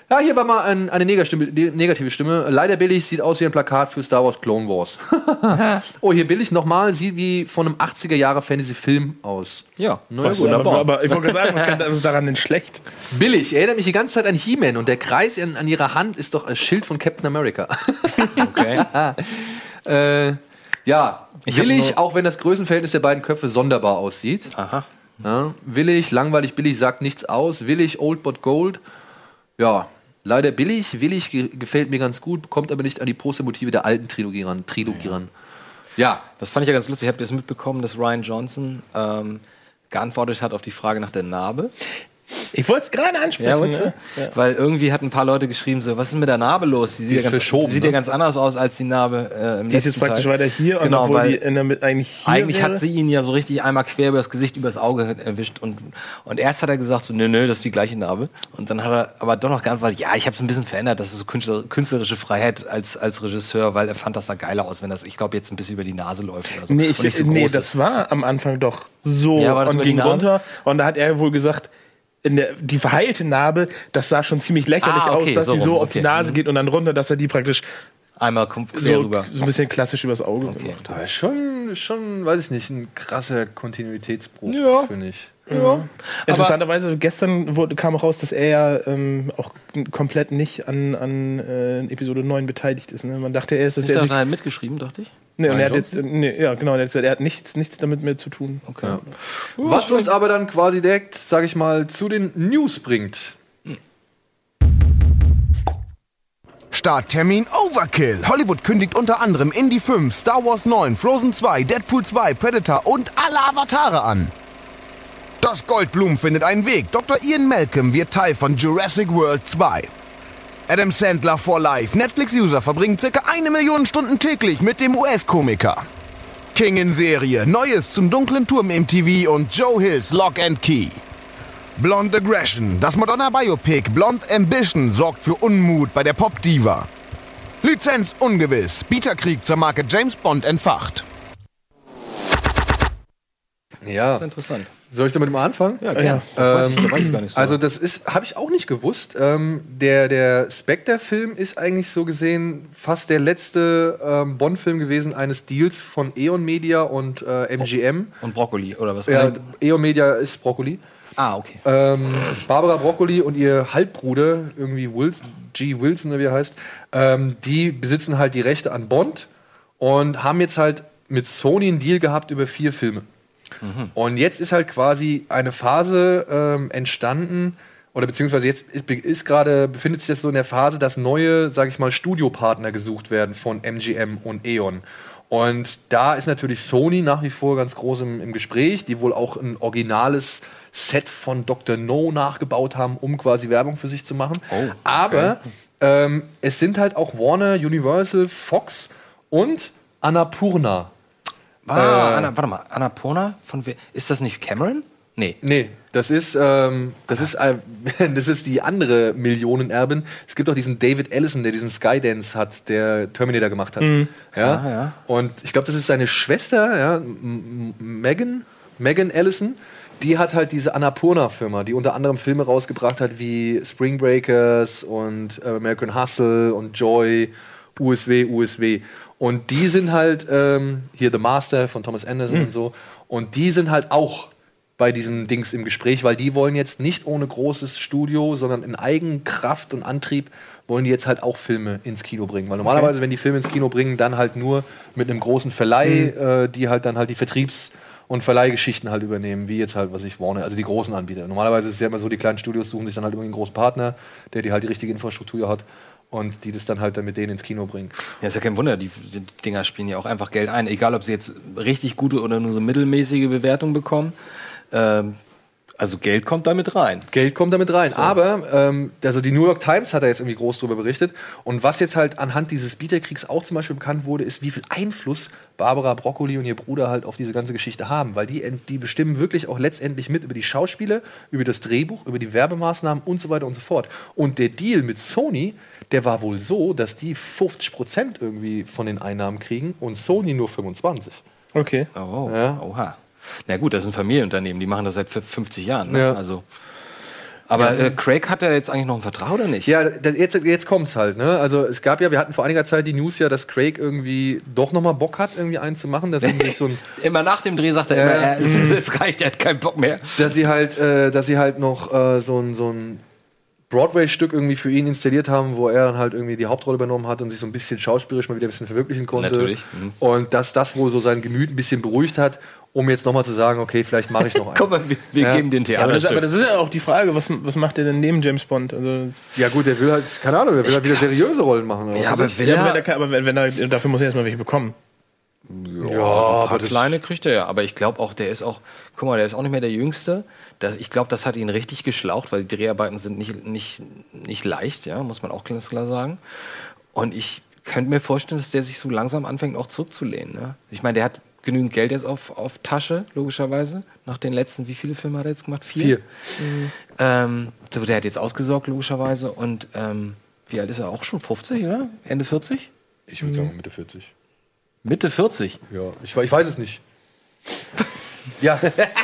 Ja, hier war mal ein, eine Negastimme, negative Stimme. Leider billig, sieht aus wie ein Plakat für Star Wars Clone Wars. Oh, hier billig nochmal, sieht wie von einem achtziger-Jahre-Fantasy-Film aus. Ja, naja, gut, aber, aber ich wollte sagen, was, kann, was ist daran denn schlecht? Billig, erinnert mich die ganze Zeit an He-Man und der Kreis in, an ihrer Hand ist doch ein Schild von Captain America. Okay. äh, ja, billig, auch wenn das Größenverhältnis der beiden Köpfe sonderbar aussieht. Aha. Ja, willig, langweilig, billig, sagt nichts aus. Willig, old but gold. Ja, leider billig. Willig ge- gefällt mir ganz gut, kommt aber nicht an die Postermotive der alten Trilogie ran. Trilogie ran. Ja. Das fand ich ja ganz lustig. Ich habe jetzt mitbekommen, dass Rian Johnson ähm, geantwortet hat auf die Frage nach der Narbe. Ich wollte es gerade ansprechen. Ja, ne? ja. Weil irgendwie hatten ein paar Leute geschrieben, so, was ist mit der Narbe los? Die sieht, ist ja, ganz, verschoben, die sieht ne? ja ganz anders aus als die Narbe äh, im Die ist letzten jetzt praktisch Teil. weiter hier, Genau, und obwohl weil die in der, mit eigentlich hier eigentlich wäre. hat sie ihn ja so richtig einmal quer über das Gesicht, über das Auge erwischt. Und, und erst hat er gesagt, so, nö, nö, das ist die gleiche Narbe. Und dann hat er aber doch noch geantwortet, ja, ich habe es ein bisschen verändert, das ist so künstler, künstlerische Freiheit als, als Regisseur, weil er fand das da geiler aus, wenn das, ich glaube, jetzt ein bisschen über die Nase läuft. Oder so. Nee, ich, und nicht so nee groß das ist. war am Anfang doch so Ja, war das und über die ging Narbe? runter. Und da hat er wohl gesagt, in der, die verheilte Narbe, das sah schon ziemlich lächerlich Ah, okay, aus, dass so sie so rum, auf die okay. Nase geht und dann runter, dass er die praktisch Einmal kom- quer so, rüber. so ein bisschen klassisch übers Auge Okay. gemacht hat. Aber schon, schon, weiß ich nicht, ein krasser Kontinuitätsbruch, Ja. finde ich. Ja. Interessanterweise, gestern wurde, kam auch raus, dass er ja ähm, auch komplett nicht an, an äh, Episode neun beteiligt ist. Ne? Man dachte erst, dass Ich er sich... dachte, er hat mitgeschrieben, dachte ich. Nee, und Ryan er hat jetzt, nee, ja, genau, er hat, gesagt, er hat nichts, nichts damit mehr zu tun. Okay. Ja. Was uns aber dann quasi direkt, sag ich mal, zu den News bringt. Starttermin Overkill. Hollywood kündigt unter anderem Indy fünf, Star Wars neun, Frozen zwei, Deadpool zwei, Predator und alle Avatare an. Das Goldblumen findet einen Weg. Doktor Ian Malcolm wird Teil von Jurassic World zwei. Adam Sandler for Life. Netflix-User verbringen circa eine Million Stunden täglich mit dem U S-Komiker. King in Serie. Neues zum dunklen Turm im T V und Joe Hills Lock and Key. Blonde Aggression. Das Madonna Biopic Blonde Ambition sorgt für Unmut bei der Pop-Diva. Lizenz ungewiss. Bieterkrieg zur Marke James Bond entfacht. Ja. Das ist interessant. Soll ich damit mal anfangen? Ja, gerne. Das weiß ich, das weiß ich gar nicht so. Also das ist, habe ich auch nicht gewusst. Ähm, der der Spectre-Film ist eigentlich so gesehen fast der letzte ähm, Bond-Film gewesen eines Deals von Eon Media und äh, M G M. Und Brokkoli, oder was? Ja, Eon Media ist Broccoli. Ah, okay. Ähm, Barbara Broccoli und ihr Halbbruder, irgendwie Wilson, G. Wilson, oder wie er heißt, ähm, die besitzen halt die Rechte an Bond und haben jetzt halt mit Sony einen Deal gehabt über vier Filme. Mhm. Und jetzt ist halt quasi eine Phase ähm, entstanden, oder beziehungsweise jetzt ist, ist gerade, befindet sich das so in der Phase, dass neue, sag ich mal, Studiopartner gesucht werden von M G M und Eon. Und da ist natürlich Sony nach wie vor ganz groß im, im Gespräch, die wohl auch ein originales Set von Doktor No nachgebaut haben, um quasi Werbung für sich zu machen. Oh, okay. Aber ähm, es sind halt auch Warner, Universal, Fox und Annapurna. Ah, Äh, Anna, warte mal, Annapurna? Von wer? Ist das nicht Cameron? Nee. Nee, das ist, ähm, das, ist, äh, das ist die andere Millionenerbin. Es gibt auch diesen David Ellison, der diesen Skydance hat, der Terminator gemacht hat. Mhm. Ja? Ah, ja. Und ich glaube, das ist seine Schwester, ja, M- M- Megan, Megan Ellison. Die hat halt diese Annapurna-Firma, die unter anderem Filme rausgebracht hat wie Spring Breakers und äh, American Hustle und Joy, U S W, U S W. Und die sind halt, ähm, hier The Master von Thomas Anderson Mhm. und so. Und die sind halt auch bei diesem Dings im Gespräch, weil die wollen jetzt nicht ohne großes Studio, sondern in Eigenkraft und Antrieb wollen die jetzt halt auch Filme ins Kino bringen. Weil normalerweise, okay. wenn die Filme ins Kino bringen, dann halt nur mit einem großen Verleih, mhm. äh, die halt dann halt die Vertriebs- und Verleihgeschichten halt übernehmen, wie jetzt halt, was ich Warner, also die großen Anbieter. Normalerweise ist es ja immer so, die kleinen Studios suchen sich dann halt irgendwie einen großen Partner, der die halt die richtige Infrastruktur hat und die das dann halt dann mit denen ins Kino bringen. Ja, ist ja kein Wunder, die, die Dinger spielen ja auch einfach Geld ein, egal ob sie jetzt richtig gute oder nur so mittelmäßige Bewertungen bekommen. Ähm, also Geld kommt damit rein. Geld kommt damit rein. So. Aber, ähm, also die New York Times hat da jetzt irgendwie groß drüber berichtet. Und was jetzt halt anhand dieses Bieterkriegs auch zum Beispiel bekannt wurde, ist, wie viel Einfluss Barbara Broccoli und ihr Bruder halt auf diese ganze Geschichte haben. Weil die, die bestimmen wirklich auch letztendlich mit über die Schauspieler, über das Drehbuch, über die Werbemaßnahmen und so weiter und so fort. Und der Deal mit Sony, der war wohl so, dass die fünfzig Prozent irgendwie von den Einnahmen kriegen und Sony nur fünfundzwanzig. Okay. Oh, Ja. oha. Na gut, das sind Familienunternehmen, die machen das seit fünfzig Jahren. Ne? Ja. Also, Aber äh, Craig hat ja jetzt eigentlich noch einen Vertrag, oder nicht? Ja, das, jetzt, jetzt kommt's halt, ne? Also es gab ja, wir hatten vor einiger Zeit die News ja, dass Craig irgendwie doch nochmal Bock hat, irgendwie einen zu machen. Dass er sich so ein immer nach dem Dreh sagt er immer, Äh, äh, es, es reicht, er hat keinen Bock mehr. dass sie halt, äh, dass sie halt noch äh, so ein, so ein Broadway-Stück irgendwie für ihn installiert haben, wo er dann halt irgendwie die Hauptrolle übernommen hat und sich so ein bisschen schauspielerisch mal wieder ein bisschen verwirklichen konnte. Natürlich. Mhm. Und dass das wohl so sein Gemüt ein bisschen beruhigt hat, um jetzt nochmal zu sagen, okay, vielleicht mache ich noch einen. Komm mal, wir, wir Ja. geben den Ja, aber, das, Theaterstück. aber das ist ja auch die Frage, was, was macht er denn neben James Bond? Also, Ja gut, der will halt, keine Ahnung, der will halt wieder seriöse Rollen machen. Ja, aber will ja, er, aber, wenn er, kann- aber wenn, wenn er, dafür muss er erstmal welche bekommen. ja, ein paar kleine kriegt er ja. Aber ich glaube auch, der ist auch, guck mal, der ist auch nicht mehr der Jüngste. Das, ich glaube, das hat ihn richtig geschlaucht, weil die Dreharbeiten sind nicht, nicht, nicht leicht, ja, muss man auch ganz klar sagen. Und ich könnte mir vorstellen, dass der sich so langsam anfängt, auch zurückzulehnen. Ne? Ich meine, der hat genügend Geld jetzt auf, auf Tasche, logischerweise. Nach den letzten, wie viele Filme hat er jetzt gemacht? Vier. Vier. Mhm. Ähm, so, der hat jetzt ausgesorgt, logischerweise. Und ähm, wie alt ist er? Auch schon fünfzig, oder? Ende vierzig? Ich würde sagen Mitte vierzig. Mitte vierzig? Ja, ich, we- ich weiß es nicht. ja,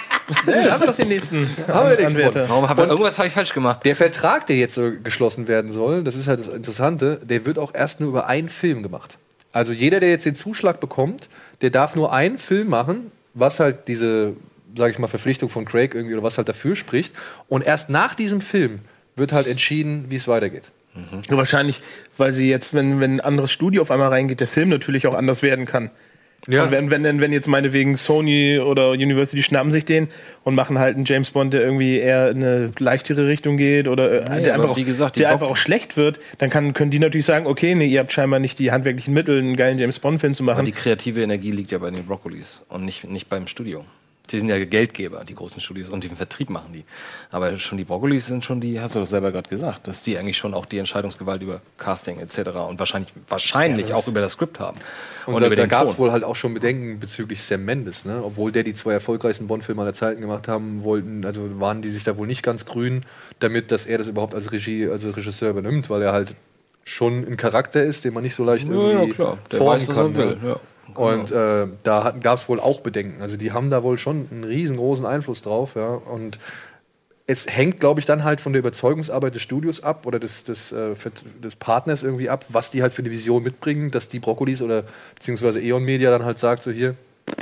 Ja, haben wir doch den nächsten haben wir den Anwärter. Warum hab ich, irgendwas habe ich falsch gemacht. der Vertrag, der jetzt so geschlossen werden soll, das ist halt das Interessante, der wird auch erst nur über einen Film gemacht. Also jeder, der jetzt den Zuschlag bekommt, der darf nur einen Film machen, was halt diese, sage ich mal, Verpflichtung von Craig irgendwie oder was halt dafür spricht. Und erst nach diesem Film wird halt entschieden, wie es weitergeht. Ja, wahrscheinlich, weil sie jetzt, wenn, wenn ein anderes Studio auf einmal reingeht, der Film natürlich auch anders werden kann. Ja. Und wenn, wenn, denn- wenn jetzt meinetwegen Sony oder University schnappen sich den und machen halt einen James Bond, der irgendwie eher in eine leichtere Richtung geht oder äh, Nee, der, aber einfach, auch, wie gesagt, die der Bock- einfach auch schlecht wird, dann kann, können die natürlich sagen, okay, nee, ihr habt scheinbar nicht die handwerklichen Mittel, einen geilen James Bond-Film zu Aber machen. die kreative Energie liegt ja bei den Broccolis und nicht, nicht beim Studio. Die sind ja Geldgeber, die großen Studios, und den Vertrieb machen die. Aber schon die Broccolis sind schon die, hast du doch selber gerade gesagt, dass die eigentlich schon auch die Entscheidungsgewalt über Casting et cetera und wahrscheinlich, wahrscheinlich Ja, das- auch über das Skript haben. Und, Und, da, über da den gab es Ton. wohl halt auch schon Bedenken bezüglich Sam Mendes, ne? Obwohl der die zwei erfolgreichsten Bond-Filme aller Zeiten gemacht haben wollten, also waren die sich da wohl nicht ganz grün damit, dass er das überhaupt als Regie, also Regisseur übernimmt, weil er halt schon ein Charakter ist, den man nicht so leicht Ja, irgendwie ja, klar. Der formen weiß, was kann. er will. ne? Ja. Und äh, da gab es wohl auch Bedenken. Also die haben da wohl schon einen riesengroßen Einfluss drauf, ja. Und es hängt, glaube ich, dann halt von der Überzeugungsarbeit des Studios ab oder des, des, äh, Vert- des Partners irgendwie ab, was die halt für eine Vision mitbringen, dass die Broccolis oder beziehungsweise Eon Media dann halt sagt, so hier,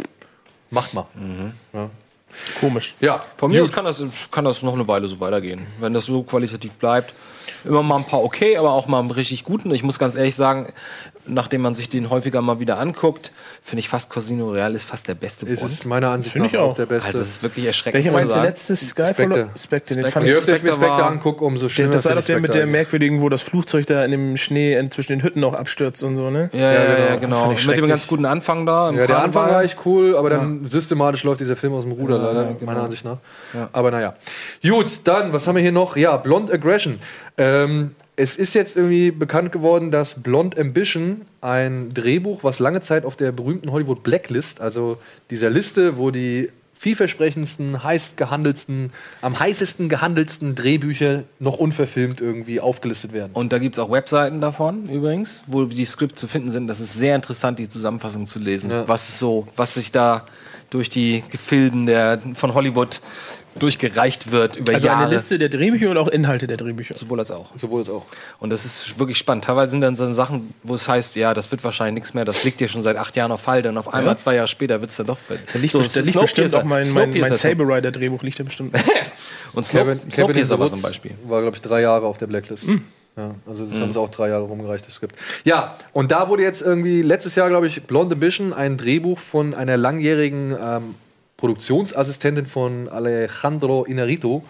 macht mal. Ja. Komisch. ja, Von mir aus kann das, kann das noch eine Weile so weitergehen. Wenn das so qualitativ bleibt. Immer mal ein paar okay, aber auch mal einen richtig guten. Ich muss ganz ehrlich sagen, nachdem man sich den häufiger mal wieder anguckt, finde ich fast Casino Royale ist fast der beste es Bond. ist meiner Ansicht Finde nach ich auch auch. der beste. Also es ist wirklich erschreckend. Welcher war jetzt der sagen. letzte Skyfall? Spectre. Spectre. Den Spectre. fand Je ich, öfter ich mir Spectre Spectre war- angucke, umso der, schöner das war finde doch ich der mit Spectre der eigentlich. merkwürdigen, wo das Flugzeug da in dem Schnee in, zwischen den Hütten noch abstürzt und so, ne? Ja, ja, ja, genau. ja, genau. Fand ich Mit dem ganz schrecklich. guten Anfang da. im Ja, der Karneval. Anfang war echt cool, aber dann systematisch läuft dieser Film aus dem Ruder, Ja, leider, ja, genau. meiner Ansicht nach. Ja. Aber naja. Gut, dann, was haben wir hier noch? Ja, Blonde Aggression. Ähm, es ist jetzt irgendwie bekannt geworden, dass Blonde Ambition, ein Drehbuch, was lange Zeit auf der berühmten Hollywood Blacklist, also dieser Liste, wo die vielversprechendsten, heiß gehandelsten, am heißesten gehandelsten Drehbücher noch unverfilmt irgendwie aufgelistet werden. Und da gibt es auch Webseiten davon übrigens, wo die Skripte zu finden sind. Das ist sehr interessant, die Zusammenfassung zu lesen. Ja. Was ist so, was sich da durch die Gefilden der, von Hollywood durchgereicht wird über Also Jahre. eine Liste der Drehbücher oder auch Inhalte der Drehbücher? Sowohl als auch. Sowohl als auch. Und das ist wirklich spannend. Teilweise sind dann so Sachen, wo es heißt, ja, das wird wahrscheinlich nichts mehr, das liegt ja schon seit acht Jahren auf Halde und auf einmal, Ja? zwei Jahre später wird es dann doch. Da liegt, So, best- da liegt bestimmt auch mein, mein, mein Snowpiercer- Saber Rider Drehbuch liegt da bestimmt. Und Snow, Kevin, Kevin in Snowpiercer the war Woods zum Beispiel. war, glaube ich, drei Jahre auf der Blacklist. Ja, also das haben sie auch drei Jahre rumgereicht, das Skript. Ja, und da wurde jetzt irgendwie letztes Jahr, glaube ich, Blonde Ambition, ein Drehbuch von einer langjährigen ähm, Produktionsassistentin von Alejandro Inarritu,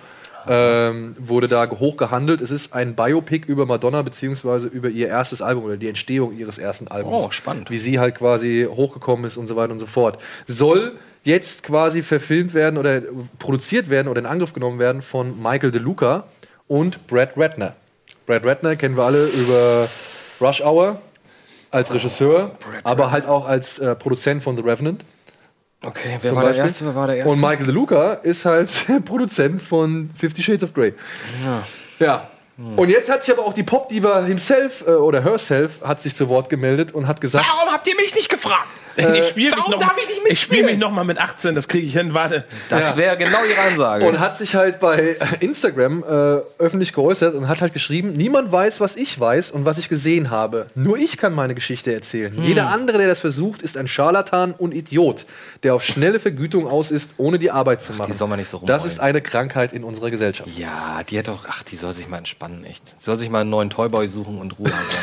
ähm, wurde da hoch gehandelt. Es ist ein Biopic über Madonna, beziehungsweise über ihr erstes Album oder die Entstehung ihres ersten Albums. Oh, spannend. Wie sie halt quasi hochgekommen ist und so weiter und so fort. Soll jetzt quasi verfilmt werden oder produziert werden oder in Angriff genommen werden von Michael De Luca und Brad Ratner. Brad Ratner kennen wir alle über Rush Hour als Regisseur, aber halt auch als äh, Produzent von The Revenant. Okay, wer zum war der Beispiel. Erste? Wer war der Erste? Und Michael De Luca ist halt Produzent von Fifty Shades of Grey. Ja. Ja. Und jetzt hat sich aber auch die Pop-Diva himself äh, oder herself hat sich zu Wort gemeldet und hat gesagt, Warum habt habt ihr mich nicht gefragt? Ich spiele mich, noch, ich ich spiel mich noch mal mit achtzehn, das kriege ich hin, warte. Das wäre genau ihre Ansage. Und hat sich halt bei Instagram äh, öffentlich geäußert und hat halt geschrieben, niemand weiß, was ich weiß und was ich gesehen habe. Nur ich kann meine Geschichte erzählen. Hm. Jeder andere, der das versucht, ist ein Scharlatan und Idiot, der auf schnelle Vergütung aus ist, ohne die Arbeit zu machen. Ach, die soll man nicht so das ist eine Krankheit in unserer Gesellschaft. Ja, die hat doch, ach, die soll sich mal entspannen, echt. Soll sich mal einen neuen Toyboy suchen und Ruhe haben.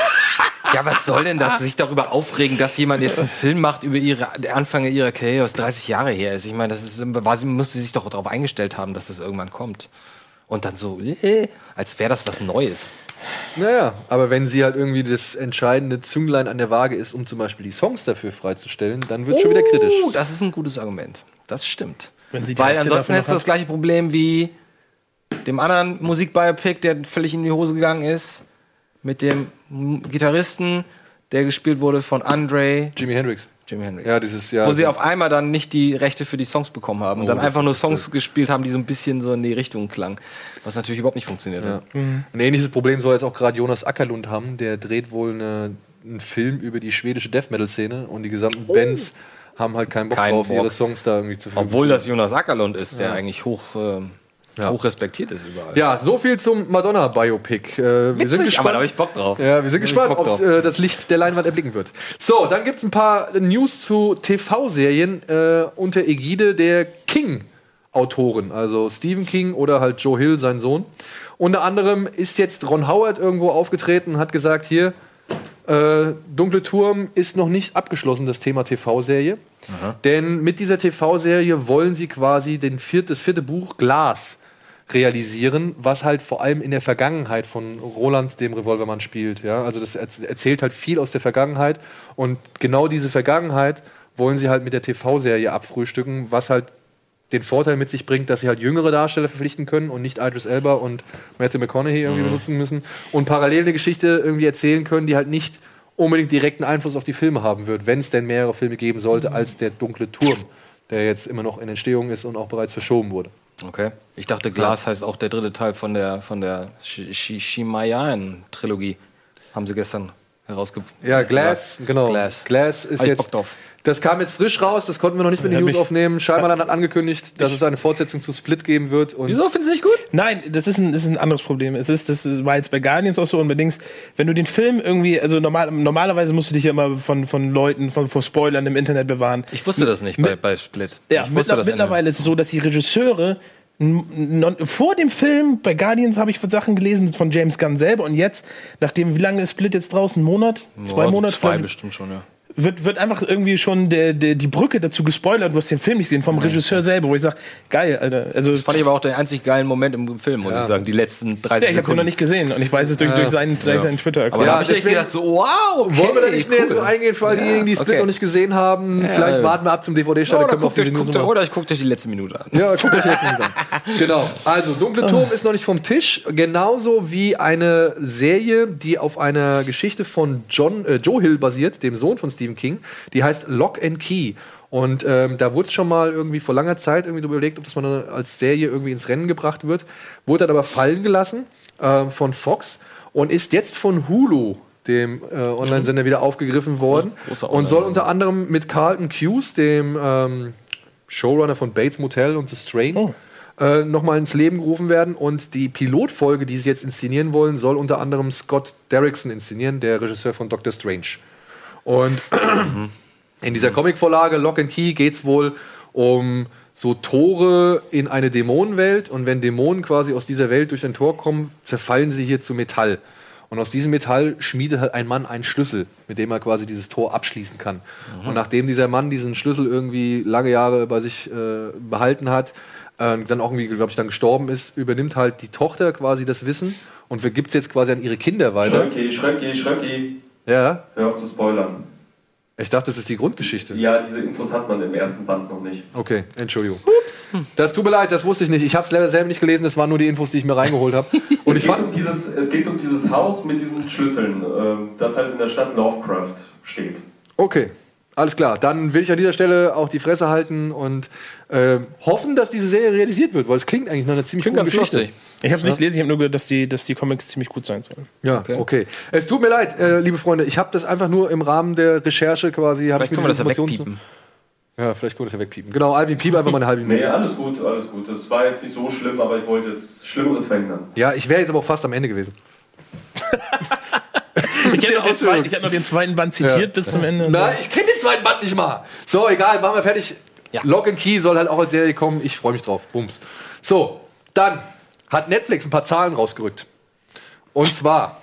Ja, was soll denn das? Sich darüber aufregen, dass jemand jetzt einen Film macht über ihre der Anfang ihrer Karriere, was dreißig Jahre her ist. Ich meine, das ist, war, sie musste sich doch darauf eingestellt haben, dass das irgendwann kommt. Und dann so, äh, als wäre das was Neues. Naja, aber wenn sie halt irgendwie das entscheidende Zünglein an der Waage ist, um zum Beispiel die Songs dafür freizustellen, dann wird es oh, schon wieder kritisch. Das ist ein gutes Argument. Das stimmt. Wenn sie Weil ansonsten hättest du das gleiche Problem wie dem anderen Musikbiopic, der völlig in die Hose gegangen ist. Mit dem Gitarristen, der gespielt wurde von Andre. Jimi Hendrix. Jimi Hendrix. Ja, dieses Jahr. Wo sie auf einmal dann nicht die Rechte für die Songs bekommen haben. Und Oh, dann einfach nur Songs das- gespielt haben, die so ein bisschen so in die Richtung klangen. Was natürlich überhaupt nicht funktioniert Ja. hat. Ein ähnliches Problem soll jetzt auch gerade Jonas Ackerlund haben. Der dreht wohl eine, einen Film über die schwedische Death-Metal-Szene und die gesamten Bands haben halt keinen Bock Keinen drauf, Bock. ihre Songs da irgendwie zu veröffentlichen. Obwohl das Jonas Ackerlund ist, der Ja. eigentlich hoch, äh, Ja. hoch respektiert ist überall. Ja, so viel zum Madonna-Biopic. Äh, wir sind Witzig, aber gespannt. da habe ich Bock drauf. Ja, wir sind Da gespannt, hab ich ob Bock es drauf. äh, das Licht der Leinwand erblicken wird. So, dann gibt es ein paar News zu T V-Serien äh, unter Ägide der King-Autoren, also Stephen King oder halt Joe Hill, sein Sohn. Unter anderem ist jetzt Ron Howard irgendwo aufgetreten und hat gesagt, hier, äh, Dunkle Turm ist noch nicht abgeschlossen, das Thema T V-Serie. Denn mit dieser T V-Serie wollen sie quasi den viert, das vierte Buch Glas realisieren, was halt vor allem in der Vergangenheit von Roland, dem Revolvermann, spielt. Ja? Also das erz- erzählt halt viel aus der Vergangenheit und genau diese Vergangenheit wollen sie halt mit der T V-Serie abfrühstücken, was halt den Vorteil mit sich bringt, dass sie halt jüngere Darsteller verpflichten können und nicht Idris Elba und Matthew McConaughey irgendwie benutzen müssen und parallel eine Geschichte irgendwie erzählen können, die halt nicht unbedingt direkten Einfluss auf die Filme haben wird, wenn es denn mehrere Filme geben sollte als der Dunkle Turm, der jetzt immer noch in Entstehung ist und auch bereits verschoben wurde. Okay. Ich dachte, Glas heißt auch der dritte Teil von der, von der Sh- Sh- Shimayan-Trilogie. Haben sie gestern herausgebracht. Ja, Glass, genau. Glass. Glass ist Hab ich jetzt. Bock drauf. Das kam jetzt frisch raus, das konnten wir noch nicht mit den Hab News ich- aufnehmen. Shyamalan hat angekündigt, dass es eine Fortsetzung zu Split geben wird. Und Wieso findest du nicht gut? Nein, das ist ein, das ist ein anderes Problem. Es ist, das ist- war jetzt bei Guardians auch so und bei Dings, wenn du den Film irgendwie, also normal, normalerweise musst du dich ja immer von, von Leuten, von, vor Spoilern im Internet bewahren. Ich wusste das nicht bei, bei Split. Ja, ich wusste mittler- das mittlerweile ist es so, dass die Regisseure n- non- vor dem Film, bei Guardians habe ich Sachen gelesen von James Gunn selber und jetzt, nachdem, wie lange ist Split jetzt draußen? Ein Monat? Zwei Ja, Monate? Zwei Vielleicht- bestimmt schon, ja. wird, wird einfach irgendwie schon der, der, die Brücke dazu gespoilert. Du hast den Film nicht gesehen, vom Regisseur selber, wo ich sage, geil, Alter. Also, Das fand ich aber auch der einzig geilen Moment im Film, muss ich sagen. Die letzten dreißig ja, ich habe den Sekunden. noch nicht gesehen und ich weiß es durch, durch seinen, durch seinen Twitter-Account. Aber Ja, da habe ich echt deswegen- gedacht, so, wow, okay, wollen wir da nicht cool. näher so eingehen, für all diejenigen, die Split okay. noch nicht gesehen haben? Vielleicht ja. warten wir ab zum D V D-Start, dann Oder können wir auf guckt, euch, diese News guckt, nochmal- oder ich guckt euch die letzte Minute an. Ja, guckt euch jetzt nicht an. Genau. Also, Dunkle Turm ist noch nicht vom Tisch. Genauso wie eine Serie, die auf einer Geschichte von John, äh, Joe Hill basiert, dem Sohn von Stephen King. Die heißt Lock and Key. Und ähm, da wurde schon mal irgendwie vor langer Zeit irgendwie drüber überlegt, ob das mal als Serie irgendwie ins Rennen gebracht wird. Wurde dann aber fallen gelassen äh, von Fox und ist jetzt von Hulu, dem äh, Online-Sender, wieder aufgegriffen worden. Großer Und soll Online-Sender. unter anderem mit Carlton Cuse, dem ähm, Showrunner von Bates Motel und The Strain, Oh. äh, nochmal ins Leben gerufen werden. Und die Pilotfolge, die sie jetzt inszenieren wollen, soll unter anderem Scott Derrickson inszenieren, der Regisseur von Doctor Strange. Und in dieser Comicvorlage Lock and Key geht es wohl um so Tore in eine Dämonenwelt. Und wenn Dämonen quasi aus dieser Welt durch ein Tor kommen, zerfallen sie hier zu Metall. Und aus diesem Metall schmiedet halt ein Mann einen Schlüssel, mit dem er quasi dieses Tor abschließen kann. Und nachdem dieser Mann diesen Schlüssel irgendwie lange Jahre bei sich äh, behalten hat, äh, dann auch irgendwie, glaube ich, dann gestorben ist, übernimmt halt die Tochter quasi das Wissen und vergibt es jetzt quasi an ihre Kinder weiter. Schröcki, Schröcki, Schröcki. Ja, Hör auf zu spoilern. ich dachte, das ist die Grundgeschichte. Ja, diese Infos hat man im ersten Band noch nicht. Okay, Entschuldigung. Ups. Das tut mir leid, das wusste ich nicht. Ich habe es leider selber nicht gelesen, das waren nur die Infos, die ich mir reingeholt habe. Und Es ich geht, um fand, dieses, es geht um dieses Haus mit diesen Schlüsseln, ähm, das halt in der Stadt Lovecraft steht. okay. Alles klar. Dann will ich an dieser Stelle auch die Fresse halten und äh, hoffen, dass diese Serie realisiert wird, weil es klingt eigentlich nach einer ziemlich guten Geschichte. Lustig. Ich habe es nicht gelesen, ich habe nur gehört, dass die, dass die Comics ziemlich gut sein sollen. Ja, okay. okay. Es tut mir leid, äh, liebe Freunde, ich habe das einfach nur im Rahmen der Recherche quasi... Vielleicht können wir das ja wegpiepen. Ja, vielleicht können wir das ja wegpiepen. Genau, Alvin, piep einfach mal eine halbe Minute. Nee, alles gut, alles gut. Das war jetzt nicht so schlimm, aber ich wollte jetzt Schlimmeres verhindern. Ja, ich wäre jetzt aber auch fast am Ende gewesen. Ich hätte, noch zwei, ich hätte noch den zweiten Band zitiert ja. bis zum Ende. Nein, ich kenne den zweiten Band nicht mal. So, egal, machen wir fertig. Ja. Lock and Key soll halt auch als Serie kommen. Ich freue mich drauf. Bums. So, dann hat Netflix ein paar Zahlen rausgerückt. Und zwar...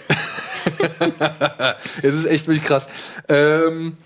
Es ist echt wirklich krass. Ähm,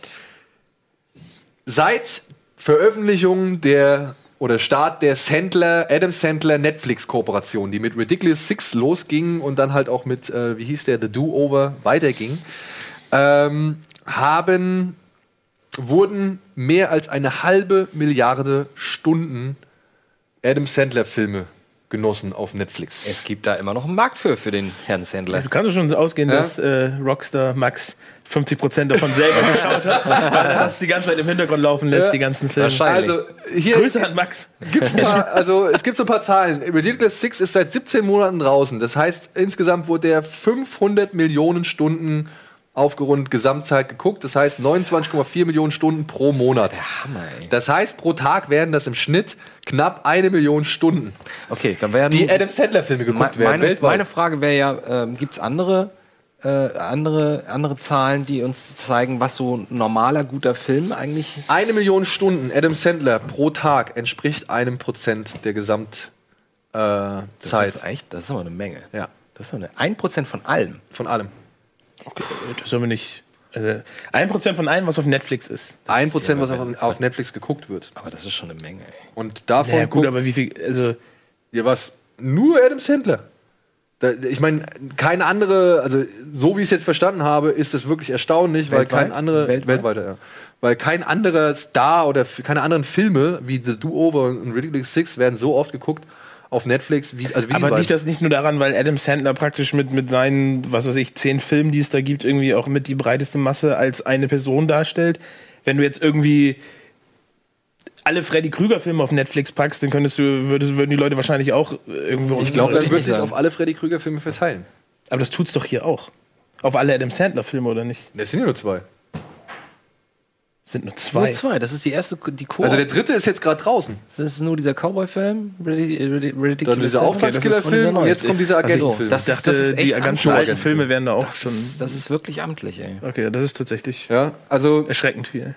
seit Veröffentlichung der... oder Start der Sandler, Adam Sandler Netflix-Kooperation, die mit Ridiculous Six losging und dann halt auch mit, äh, wie hieß der, The Do-Over weiterging, ähm, haben, wurden mehr als eine halbe Milliarde Stunden Adam Sandler-Filme genossen auf Netflix. Es gibt da immer noch einen Markt für, für den Herrn Sandler. Du kannst schon ausgehen, ja? dass äh, Rockstar Max fünfzig Prozent davon selber geschaut hat, weil er das die ganze Zeit im Hintergrund laufen lässt, ja. die ganzen Filme. Also, hier Grüße an Max. Gibt's mal, also, es gibt so ein paar Zahlen. Ridiculous Six ist seit siebzehn Monaten draußen. Das heißt, insgesamt wurde der fünfhundert Millionen Stunden aufgerundet Gesamtzeit geguckt. Das heißt neunundzwanzig Komma vier Millionen Stunden pro Monat. Der Hammer, ey. Das heißt, pro Tag werden das im Schnitt knapp eine Million Stunden. Okay, dann werden die Adam Sandler-Filme geguckt werden. Meine, meine Frage wäre ja, äh, gibt es andere, äh, andere, andere Zahlen, die uns zeigen, was so ein normaler, guter Film eigentlich... Eine Million Stunden Adam Sandler pro Tag entspricht einem Prozent der Gesamtzeit. Äh, das ist echt, das ist aber eine Menge. Ja. Das ist eine, ein Prozent von allem. Von allem. Okay, das soll man nicht. Also ein Prozent von allem, was auf Netflix ist. Ein Prozent, was auf, auf Netflix geguckt wird. Aber das ist schon eine Menge, ey. Und davon. Ja, gut, aber wie viel. Also. Ja, was? Nur Adam Sandler. Da, ich meine, keine andere, also so wie ich es jetzt verstanden habe, ist das wirklich erstaunlich, weltweit? weil kein andere. Weltweit? Weltweiter, ja. Weil kein anderer Star oder f- keine anderen Filme wie The Do-Over und Ridiculous Six werden so oft geguckt auf Netflix, wie, also wie aber liegt das nicht nur daran, weil Adam Sandler praktisch mit, mit seinen, was weiß ich, zehn Filmen, die es da gibt, irgendwie auch mit die breiteste Masse als eine Person darstellt? Wenn du jetzt irgendwie alle Freddy Krüger-Filme auf Netflix packst, dann könntest du, würdest, würden die Leute wahrscheinlich auch irgendwo... Ich glaube, dann wird sich auf alle Freddy Krüger-Filme verteilen. Aber das tut's doch hier auch. Auf alle Adam Sandler-Filme, oder nicht? Das sind ja nur zwei. Sind nur zwei. Nur zwei, das ist die erste, die Koop. Also der dritte ist jetzt gerade draußen. Das ist nur dieser Cowboy-Film, Ridiculous. Dann dieser Auftragskiller-Film und jetzt kommt dieser Agentenfilm. Das, das, das ist echt die ganzen alten Filme werden da auch das schon... Ist, das ist wirklich amtlich, ey. Okay, das ist tatsächlich ja, also erschreckend viel.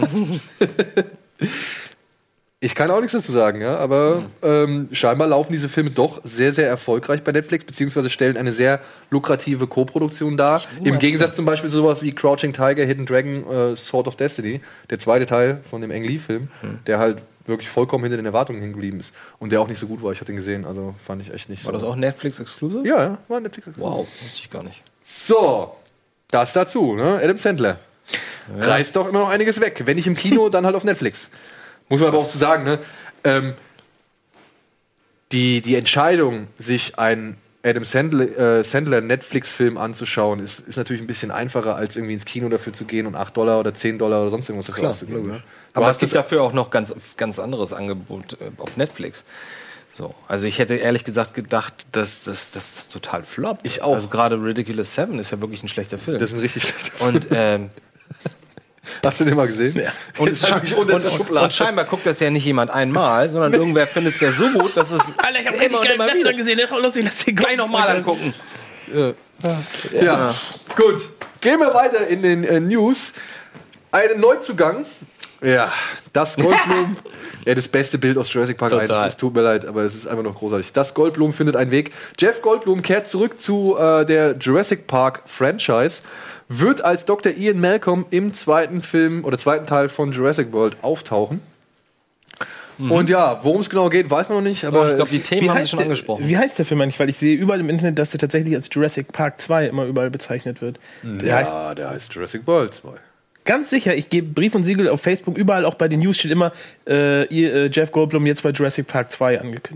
Ich kann auch nichts dazu sagen, ja, aber ähm, scheinbar laufen diese Filme doch sehr, sehr erfolgreich bei Netflix, beziehungsweise stellen eine sehr lukrative Co-Produktion dar. Im Gegensatz zum Beispiel sowas wie Crouching Tiger, Hidden Dragon, äh, Sword of Destiny, der zweite Teil von dem Ang Lee-Film, hm. der halt wirklich vollkommen hinter den Erwartungen hingeblieben ist. Und der auch nicht so gut war, ich hatte ihn gesehen, also fand ich echt nicht war so. War das auch Netflix-Exclusive? Ja, ja, war Netflix-Exclusive. Wow, wusste ich gar nicht. So, das dazu, ne? Adam Sandler. Ja. Reißt doch immer noch einiges weg. Wenn nicht im Kino, dann halt auf Netflix. Muss man aber auch zu sagen, ne? Ähm, die, die Entscheidung, sich einen Adam Sandler, äh, Sandler Netflix-Film anzuschauen, ist, ist natürlich ein bisschen einfacher, als irgendwie ins Kino dafür zu gehen und acht Dollar oder zehn Dollar oder sonst irgendwas dafür Klar, auszugeben. Ne? Aber, aber es gibt dafür auch noch ganz, ganz anderes Angebot äh, auf Netflix. So, also ich hätte ehrlich gesagt gedacht, dass das dass total floppt. Ich auch. Also gerade Ridiculous Seven ist ja wirklich ein schlechter Film. Das ist ein richtig schlechter Film. Und ähm, hast du den mal gesehen? Ja. Und, es und, und, und, und scheinbar guckt das ja nicht jemand einmal, sondern irgendwer findet es ja so gut, dass es Alter, ich hab richtig geil Western gesehen, der ist auch lustig, lass den gleich nochmal angucken. Ja. Ja. Ja. Ja, gut. Gehen wir weiter in den äh, News. Ein Neuzugang. Ja, das Goldblum. Ja, das beste Bild aus Jurassic Park eins. Es tut mir leid, aber es ist einfach noch großartig. Das Goldblum findet einen Weg. Jeff Goldblum kehrt zurück zu äh, der Jurassic Park Franchise. Wird als Doktor Ian Malcolm im zweiten Film oder zweiten Teil von Jurassic World auftauchen. Mhm. Und ja, worum es genau geht, weiß man noch nicht. Aber oh, ich glaube, die Themen haben sie schon der, angesprochen. Wie heißt der Film eigentlich? Weil ich sehe überall im Internet, dass der tatsächlich als Jurassic Park zwei immer überall bezeichnet wird. Der ja, heißt, der heißt Jurassic World zwei. Ganz sicher, ich gebe Brief und Siegel auf Facebook, überall, auch bei den News steht immer, äh, ihr, äh, Jeff Goldblum jetzt bei Jurassic Park zwei angekündigt.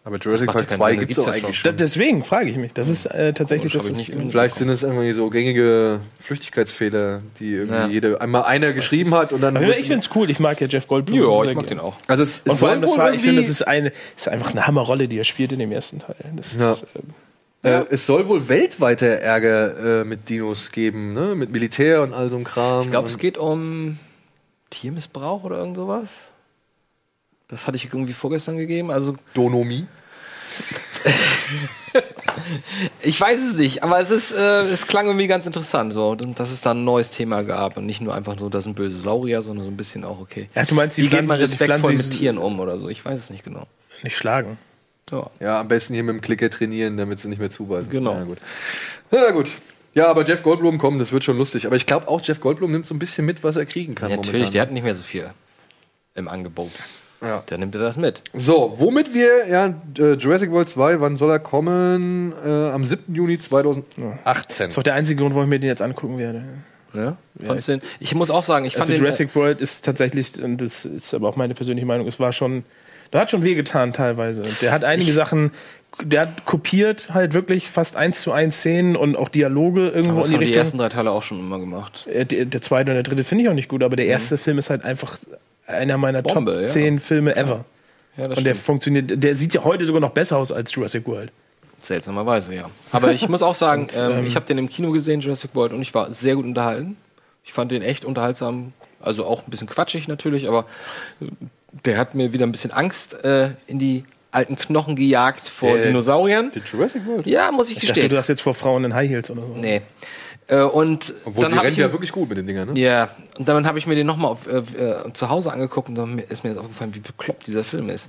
Aber Jurassic Park zwei gibt es doch eigentlich schon. Da, deswegen frage ich mich. Das ist äh, tatsächlich oh, das, das nicht vielleicht sind es irgendwie so gängige Flüchtigkeitsfehler, die irgendwie ja. jede, einmal einer geschrieben hat und dann. Aber ich finde es cool. Ich mag ja Jeff Goldblum. Ja, ich mag den auch. Also es, und vor allem, das war, ich finde, das ist, eine, ist einfach eine Hammerrolle, die er spielt in dem ersten Teil. Das ja. ist, äh, ja. Äh, es soll wohl weltweiter Ärger äh, mit Dinos geben, ne? Mit Militär und all so einem Kram. Ich glaube, es geht um Tiermissbrauch oder irgend sowas. Das hatte ich irgendwie vorgestern gegeben. Also Donomie. Ich weiß es nicht, aber es ist, äh, es klang irgendwie ganz interessant, so, und dass es da ein neues Thema gab und nicht nur einfach so, das sind böse Saurier, sondern so ein bisschen auch okay. Ja, du meinst, die wie geht man Pflanzen- respektvoll die mit Pflanzen- Tieren um oder so? Ich weiß es nicht genau. nicht schlagen. Ja, Ja, am besten hier mit dem Klicker trainieren, damit sie nicht mehr zubeißen. Genau. Ja, gut. Ja, gut. Ja, aber Jeff Goldblum, komm, das wird schon lustig. Aber ich glaube auch, Jeff Goldblum nimmt so ein bisschen mit, was er kriegen kann. ja natürlich, momentan. der hat nicht mehr so viel im Angebot. Ja. Da nimmt er das mit. So, womit wir, ja, äh, Jurassic World zwei, wann soll er kommen? Äh, am siebten Juni zweitausendachtzehn. Das ist doch der einzige Grund, warum ich mir den jetzt angucken werde. Ja? Fandst du den? Ich muss auch sagen, ich fand Also den, Jurassic World ist tatsächlich, und das ist aber auch meine persönliche Meinung, es war schon, der hat schon wehgetan teilweise. Der hat einige Sachen, der hat kopiert halt wirklich fast eins zu eins Szenen und auch Dialoge irgendwo aber das in die haben die Richtung. ersten drei Teile auch schon immer gemacht. Äh, Der, der zweite und der dritte finde ich auch nicht gut, aber der erste Film ist halt einfach einer meiner Bombe, Top ja. zehn Filme ever. Ja, das Und der stimmt. funktioniert, der sieht ja heute sogar noch besser aus als Jurassic World. Seltsamerweise, ja. Aber ich muss auch sagen, Und, ähm, ähm, ich habe den im Kino gesehen, Jurassic World, und ich war sehr gut unterhalten. Ich fand den echt unterhaltsam. Also auch ein bisschen quatschig natürlich, aber äh, der hat mir wieder ein bisschen Angst äh, in die alten Knochen gejagt vor Äh, Dinosauriern. Die Jurassic World? Ja, muss ich, Ich dachte, gestehen. du hast jetzt vor Frauen in High Heels oder so. Nee. Äh, und Obwohl dann sie habe rennt ich ja ihn- wirklich gut mit den Dingern, ne? Ja, und dann habe ich mir den nochmal auf, äh, äh, zu Hause angeguckt und dann ist mir jetzt aufgefallen, wie bekloppt dieser Film ist.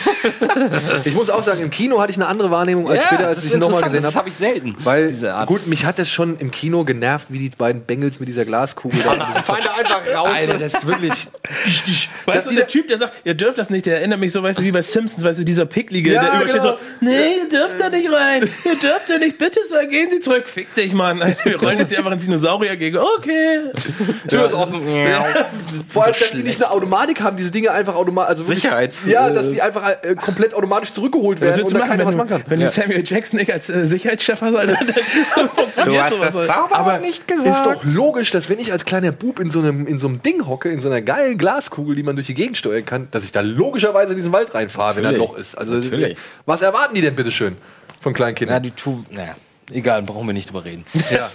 Ich muss auch sagen, im Kino hatte ich eine andere Wahrnehmung als später, als das ich ist ihn nochmal interessant, gesehen das habe. habe ich selten. Weil, diese Art. gut, mich hat das schon im Kino genervt, wie die beiden Bengels mit dieser Glaskugel. da Fallen da einfach raus. Alter, das ist wirklich. Weißt du, der Typ, der sagt, ihr dürft das nicht, der erinnert mich so, weißt du, wie bei Simpsons, weißt du, dieser Picklige, Ja, der übersteht genau. so, nee, ihr dürft da nicht rein, ihr dürft da nicht, bitte so, gehen Sie zurück, fick dich, Mann. Wir rollen jetzt hier einfach ins Dinosaurier gegen, okay. Tür ist offen. Vor allem, dass die nicht eine Automatik haben, diese Dinge einfach automatisch. Also wirklich- Sicherheits- Ja, dass die einfach äh, komplett automatisch zurückgeholt Was werden willst und du da machen, keiner was wenn, machen du, kann. wenn du Samuel Jackson nicht als äh, Sicherheitschef hast, Alter, dann funktioniert sowas. halt. Aber ist doch logisch, dass wenn ich als kleiner Bub in so einem, in so einem Ding hocke, in so einer geilen Glaskugel, die man durch die Gegend steuern kann, dass ich da logischerweise in diesen Wald reinfahre, wenn da ein Natürlich. Loch ist. Also, Natürlich. was erwarten die denn bitte schön von kleinen Ja, Kindern? die tu, naja, egal, brauchen wir nicht drüber reden. Ja.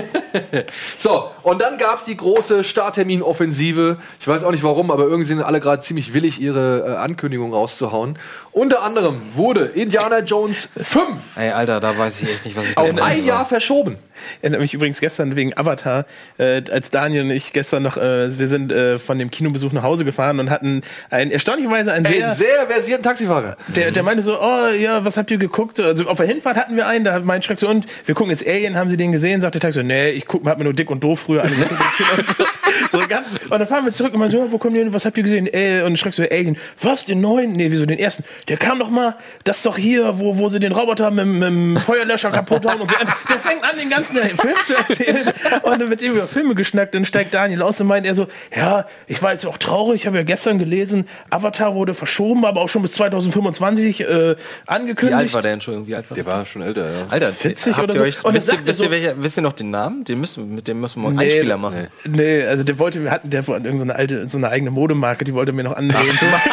So, und dann gab es die große Starttermin-Offensive. Ich weiß auch nicht warum, aber irgendwie sind alle gerade ziemlich willig, ihre äh, Ankündigung rauszuhauen. Unter anderem wurde Indiana Jones fünf Ey, Alter, da weiß ich echt nicht, was ich auf denken ein soll. Jahr verschoben. Erinnert mich übrigens gestern wegen Avatar, äh, als Daniel und ich gestern noch, äh, wir sind äh, von dem Kinobesuch nach Hause gefahren und hatten ein, erstaunlicherweise ein sehr, Ein sehr versierten Taxifahrer. der, der meinte so, oh ja, was habt ihr geguckt? Also auf der Hinfahrt hatten wir einen, da meinte Schreck so, und wir gucken jetzt Alien, haben Sie den gesehen? Sagt der Taxi so, nee, ich guck, hab mir nur Dick und Doof früher angeguckt. und so, so ganz, und dann fahren wir zurück und meinen so, ja, wo kommen die hin? Was habt ihr gesehen? Äh, und Schreck so, Alien, was, den neuen? Nee, wieso den ersten? Der kam doch mal, das ist doch hier, wo, wo sie den Roboter mit, mit dem Feuerlöscher kaputt hauen und so. Der fängt an, den ganzen Film zu erzählen und dann wird ihm über Filme geschnackt, dann steigt Daniel aus und meint er so, ja, ich war jetzt auch traurig, ich habe ja gestern gelesen, Avatar wurde verschoben, aber auch schon bis zweitausendfünfundzwanzig äh, angekündigt. Wie alt war der denn schon? Wie alt war Der war schon älter, ja. Alter, vierzig habt oder ihr so. Euch, Und wisst, das ihr, sagt er wisst, ihr so- welcher, wisst ihr noch den Namen? Den müssen, mit dem müssen wir einen Nee, Einspieler machen. Nee, also der wollte, wir hatten der von irgendeine alte, so eine eigene Modemarke, die wollte mir noch anlegen zu machen.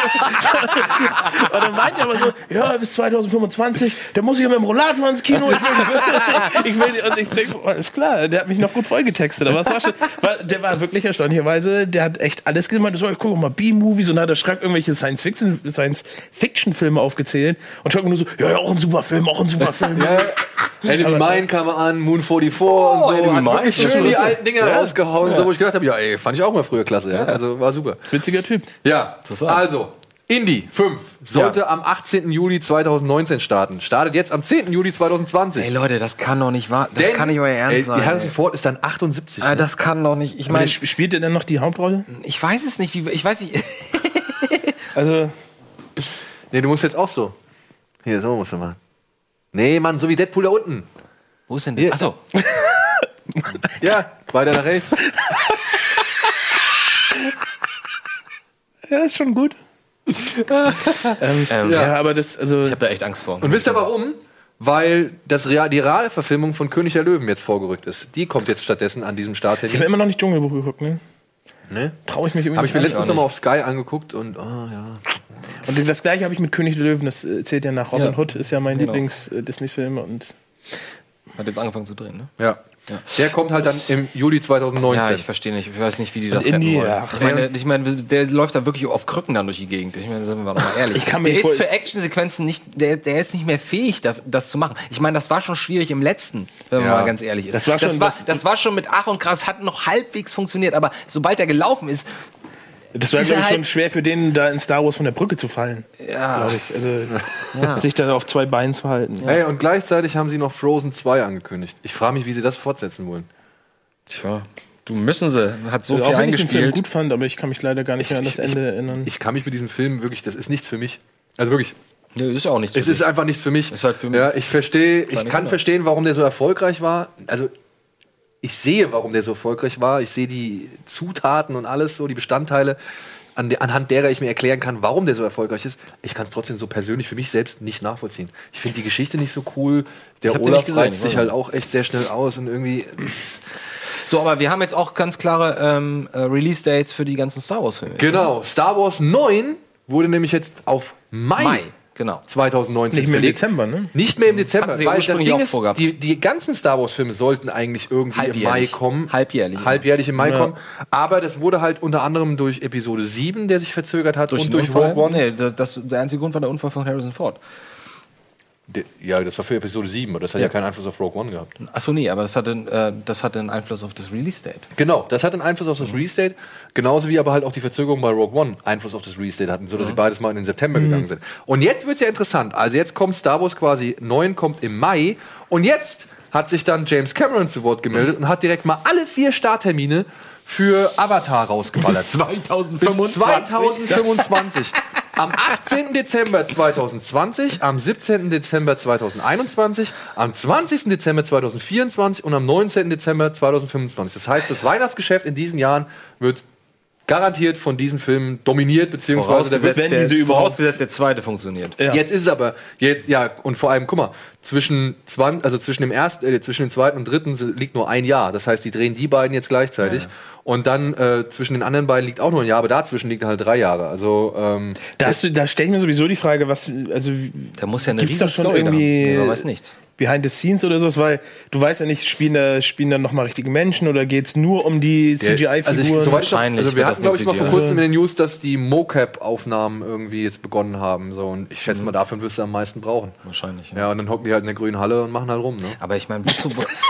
Und dann meinte er aber so, ja, bis zweitausendfünfundzwanzig, der muss hier mit dem Rollator ins Kino. Ich will, ich will, und ich denke, oh, ist klar, der hat mich noch gut vollgetextet. Aber es war schon, war, der war wirklich erstaunlicherweise, der hat echt alles gemacht. So, ich gucke mal B-Movies und hat er Schreck irgendwelche Science-Fiction, Science-Fiction-Filme aufgezählt. Und Schreck nur so, ja, ja, auch ein super Film, auch ein super Film. Ja, Enemy Mine kam an, Moon vierundvierzig und so. Enemy Hat Mine. wirklich schön die alten Dinger Ja. rausgehauen, so, wo ich gedacht habe, ja, ey, fand ich auch mal früher klasse. Ja? Also war super. Witziger Typ. Ja, also, Indy fünf sollte Ja. am achtzehnten Juli zweitausendneunzehn starten. Startet jetzt am zehnten Juli zweitausendzwanzig. Ey Leute, das kann doch nicht wahr. Das Denn, kann nicht euer Ernst ey, sein. Die Harrison ey. Ford ist dann achtundsiebzig. Ah, ne? das kann doch nicht. Ich Aber meine, der spielt er denn noch die Hauptrolle? ich weiß es nicht. Wie, ich weiß nicht. Also, Nee, du musst jetzt auch so. Hier, so musst du machen. Nee, Mann, so wie Deadpool da unten. Wo ist denn Hier. der? Achso. Ja, weiter nach rechts. ja, ist schon gut. ähm, ähm, ja. ja, aber das, also. Ich habe da echt Angst vor. Und wisst ihr warum? Weil das Real, die reale Verfilmung von König der Löwen jetzt vorgerückt ist. Die kommt jetzt stattdessen an diesem Starttermin. Ich habe immer noch nicht Dschungelbuch geguckt, ne? Ne? Traue ich mich irgendwie Habe ich mir letztens nochmal auf Sky angeguckt und, oh ja. Und das gleiche habe ich mit König der Löwen, das zählt ja nach Robin ja. Hood, ist ja mein genau. Lieblings-Disney-Film und. Hat jetzt angefangen zu drehen, ne? Ja. Ja. Der kommt halt dann im Juli zwanzig neunzehn. Ja, ich verstehe nicht. Ich weiß nicht, wie die das retten wollen. Ja. Ich meine, ich meine, der läuft da wirklich auf Krücken dann durch die Gegend. Ich meine, sind wir doch mal ehrlich. Ich kann mir der ist für Actionsequenzen nicht, der, der ist nicht mehr fähig, das, das zu machen. Ich meine, das war schon schwierig im letzten, wenn man ja. mal ganz ehrlich ist. Das war schon, das war, das war schon mit Ach und Krach, hat noch halbwegs funktioniert, aber sobald er gelaufen ist, das war, glaube ich, halt schon schwer für den, da in Star Wars von der Brücke zu fallen. Ja. Ich. Also, ja. sich da auf zwei Beinen zu halten. Ja. Hey, und gleichzeitig haben sie noch Frozen zwei angekündigt. Ich frage mich, wie sie das fortsetzen wollen. Tja, du müssen sie. Hat so also viel auch wenn eingespielt. Ich den Film gut fand, aber ich kann mich leider gar nicht ich, mehr an das ich, Ende erinnern. Ich kann mich mit diesem Film wirklich, das ist nichts für mich. Also wirklich. Nee, ist auch nichts für Es ist einfach nichts für mich. Ist halt für mich. Ja, ich verstehe, ich kann genau. verstehen, warum der so erfolgreich war. Also, ich sehe, warum der so erfolgreich war. Ich sehe die Zutaten und alles so, die Bestandteile, an de, anhand derer ich mir erklären kann, warum der so erfolgreich ist. Ich kann es trotzdem so persönlich für mich selbst nicht nachvollziehen. Ich finde die Geschichte nicht so cool. Der Olaf reizt sich halt auch echt sehr schnell aus und irgendwie. So, aber wir haben jetzt auch ganz klare ähm, Release-Dates für die ganzen Star Wars-Filme. Genau. Star Wars neun wurde nämlich jetzt auf Mai, Mai. Genau. zwanzig neunzehn Nicht mehr im Dezember, ne? Nicht mehr im Dezember, sie weil das Ding ist, vorgehabt. die, die ganzen Star Wars Filme sollten eigentlich irgendwie im Mai kommen. Halbjährlich. Halbjährlich im Mai ja. kommen. Aber das wurde halt unter anderem durch Episode sieben, der sich verzögert hat, durch und durch Rogue One. Nee, das, der einzige Grund war der Unfall von Harrison Ford. De, ja, das war für Episode sieben, aber das hat ja, ja keinen Einfluss auf Rogue One gehabt. Achso, nee, aber das hatte, äh, das hatte einen Einfluss auf das Release-Date. Genau, das hat einen Einfluss auf das mhm. Release-Date, genauso wie aber halt auch die Verzögerung bei Rogue One Einfluss auf das Release-Date hatten, sodass mhm. sie beides mal in den September mhm. gegangen sind. Und jetzt wird's ja interessant, also jetzt kommt Star Wars quasi, neun kommt im Mai, und jetzt hat sich dann James Cameron zu Wort gemeldet und hat direkt mal alle vier Starttermine für Avatar rausgeballert. Bis zweitausendfünfundzwanzig. Bis zweitausendfünfundzwanzig. Am achtzehnten Dezember zweitausendzwanzig, am siebzehnten Dezember zweitausendeinundzwanzig, am zwanzigsten Dezember zweitausendvierundzwanzig und am neunzehnten Dezember zweitausendfünfundzwanzig. Das heißt, das Weihnachtsgeschäft in diesen Jahren wird garantiert von diesen Filmen dominiert, beziehungsweise der, wenn der, diese vorausgesetzt der zweite funktioniert. Ja. Jetzt ist es aber, jetzt, ja, und vor allem, guck mal, zwischen, zwanzig, also zwischen, dem ersten, äh, zwischen dem zweiten und dritten liegt nur ein Jahr. Das heißt, die drehen die beiden jetzt gleichzeitig. Ja, ja. Und dann äh, zwischen den anderen beiden liegt auch nur ein Jahr, aber dazwischen liegt halt drei Jahre. Also, ähm, da, hast du, da stelle ich mir sowieso die Frage, was, also, da muss ja eine gibt's da schon irgendwie, man weiß nichts. Behind the Scenes oder sowas, weil du weißt ja nicht, spielen da, spielen da nochmal richtige Menschen oder geht's nur um die C G I-Figuren? Also, ich, soweit ich wahrscheinlich. Also wir hatten, glaube ich, mal vor kurzem in den News, dass die Mocap-Aufnahmen irgendwie jetzt begonnen haben. So, und ich schätze mhm. mal, davon wirst du am meisten brauchen. Wahrscheinlich. Ja, ja, und dann hocken die halt in der grünen Halle und machen halt rum. Ne? Aber ich meine, wozu...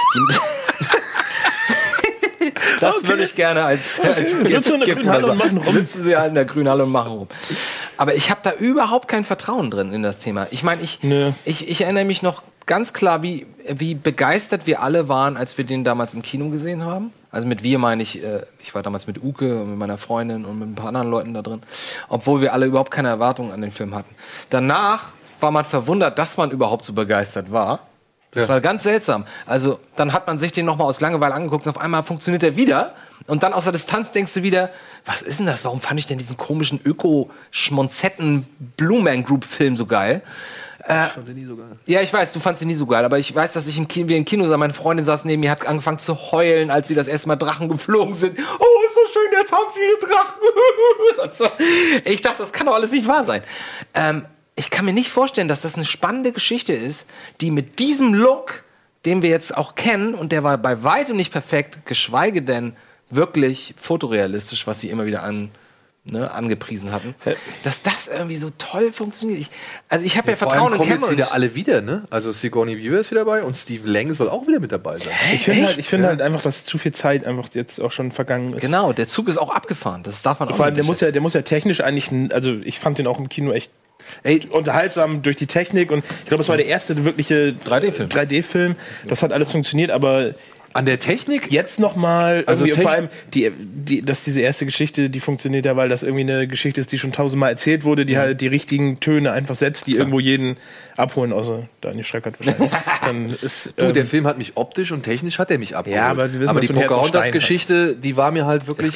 Das okay. würde ich gerne als, als Sitzen in der grünen Halle und machen rum. Sitzen sie halt in der grünen Halle und machen rum. Aber ich habe da überhaupt kein Vertrauen drin in das Thema. Ich meine, ich, nee. ich, ich erinnere mich noch ganz klar, wie, wie begeistert wir alle waren, als wir den damals im Kino gesehen haben. Also mit wir meine ich, ich war damals mit Uke und mit meiner Freundin und mit ein paar anderen Leuten da drin. Obwohl wir alle überhaupt keine Erwartungen an den Film hatten. Danach war man verwundert, dass man überhaupt so begeistert war. Das ja. war ganz seltsam. Also dann hat man sich den nochmal aus Langeweile angeguckt und auf einmal funktioniert er wieder. Und dann aus der Distanz denkst du wieder, was ist denn das? Warum fand ich denn diesen komischen Öko-Schmonzetten-Blue Man Group-Film so geil? Äh, ich fand den nie so geil. Ja, ich weiß, du fandst den nie so geil. Aber ich weiß, dass ich im Kino, wir im Kino saßen, meine Freundin saß neben mir, hat angefangen zu heulen, als sie das erste Mal Drachen geflogen sind. Oh, ist so schön, jetzt haben sie ihre Drachen. So. Ich dachte, das kann doch alles nicht wahr sein. Ähm, Ich kann mir nicht vorstellen, dass das eine spannende Geschichte ist, die mit diesem Look, den wir jetzt auch kennen, und der war bei weitem nicht perfekt, geschweige denn wirklich fotorealistisch, was sie immer wieder an, ne, angepriesen hatten, dass das irgendwie so toll funktioniert. Ich, also ich habe ja, ja Vertrauen in Cameron. Jetzt wieder alle wieder, ne? Also Sigourney Weaver ist wieder dabei und Steve Lang soll auch wieder mit dabei sein. Ich finde halt, ich find ja. halt einfach, dass zu viel Zeit einfach jetzt auch schon vergangen ist. Genau, der Zug ist auch abgefahren. Das darf man auch Vor allem, der muss ja, der muss ja technisch eigentlich, also ich fand den auch im Kino echt Ey, unterhaltsam durch die Technik und ich glaube, es war der erste wirkliche drei D-Film. drei D-Film. Das hat alles funktioniert, aber an der Technik jetzt nochmal, also vor allem, die, die, dass diese erste Geschichte, die funktioniert ja, weil das irgendwie eine Geschichte ist, die schon tausendmal erzählt wurde, die mhm. halt die richtigen Töne einfach setzt, die ja. irgendwo jeden abholen, außer Daniel Schreckert wahrscheinlich. Dann ist, du, ähm, der Film hat mich optisch und technisch hat er mich abgeholt. Ja, aber wir wissen, aber die Pocahontas-Geschichte, die war mir halt wirklich, ist klar.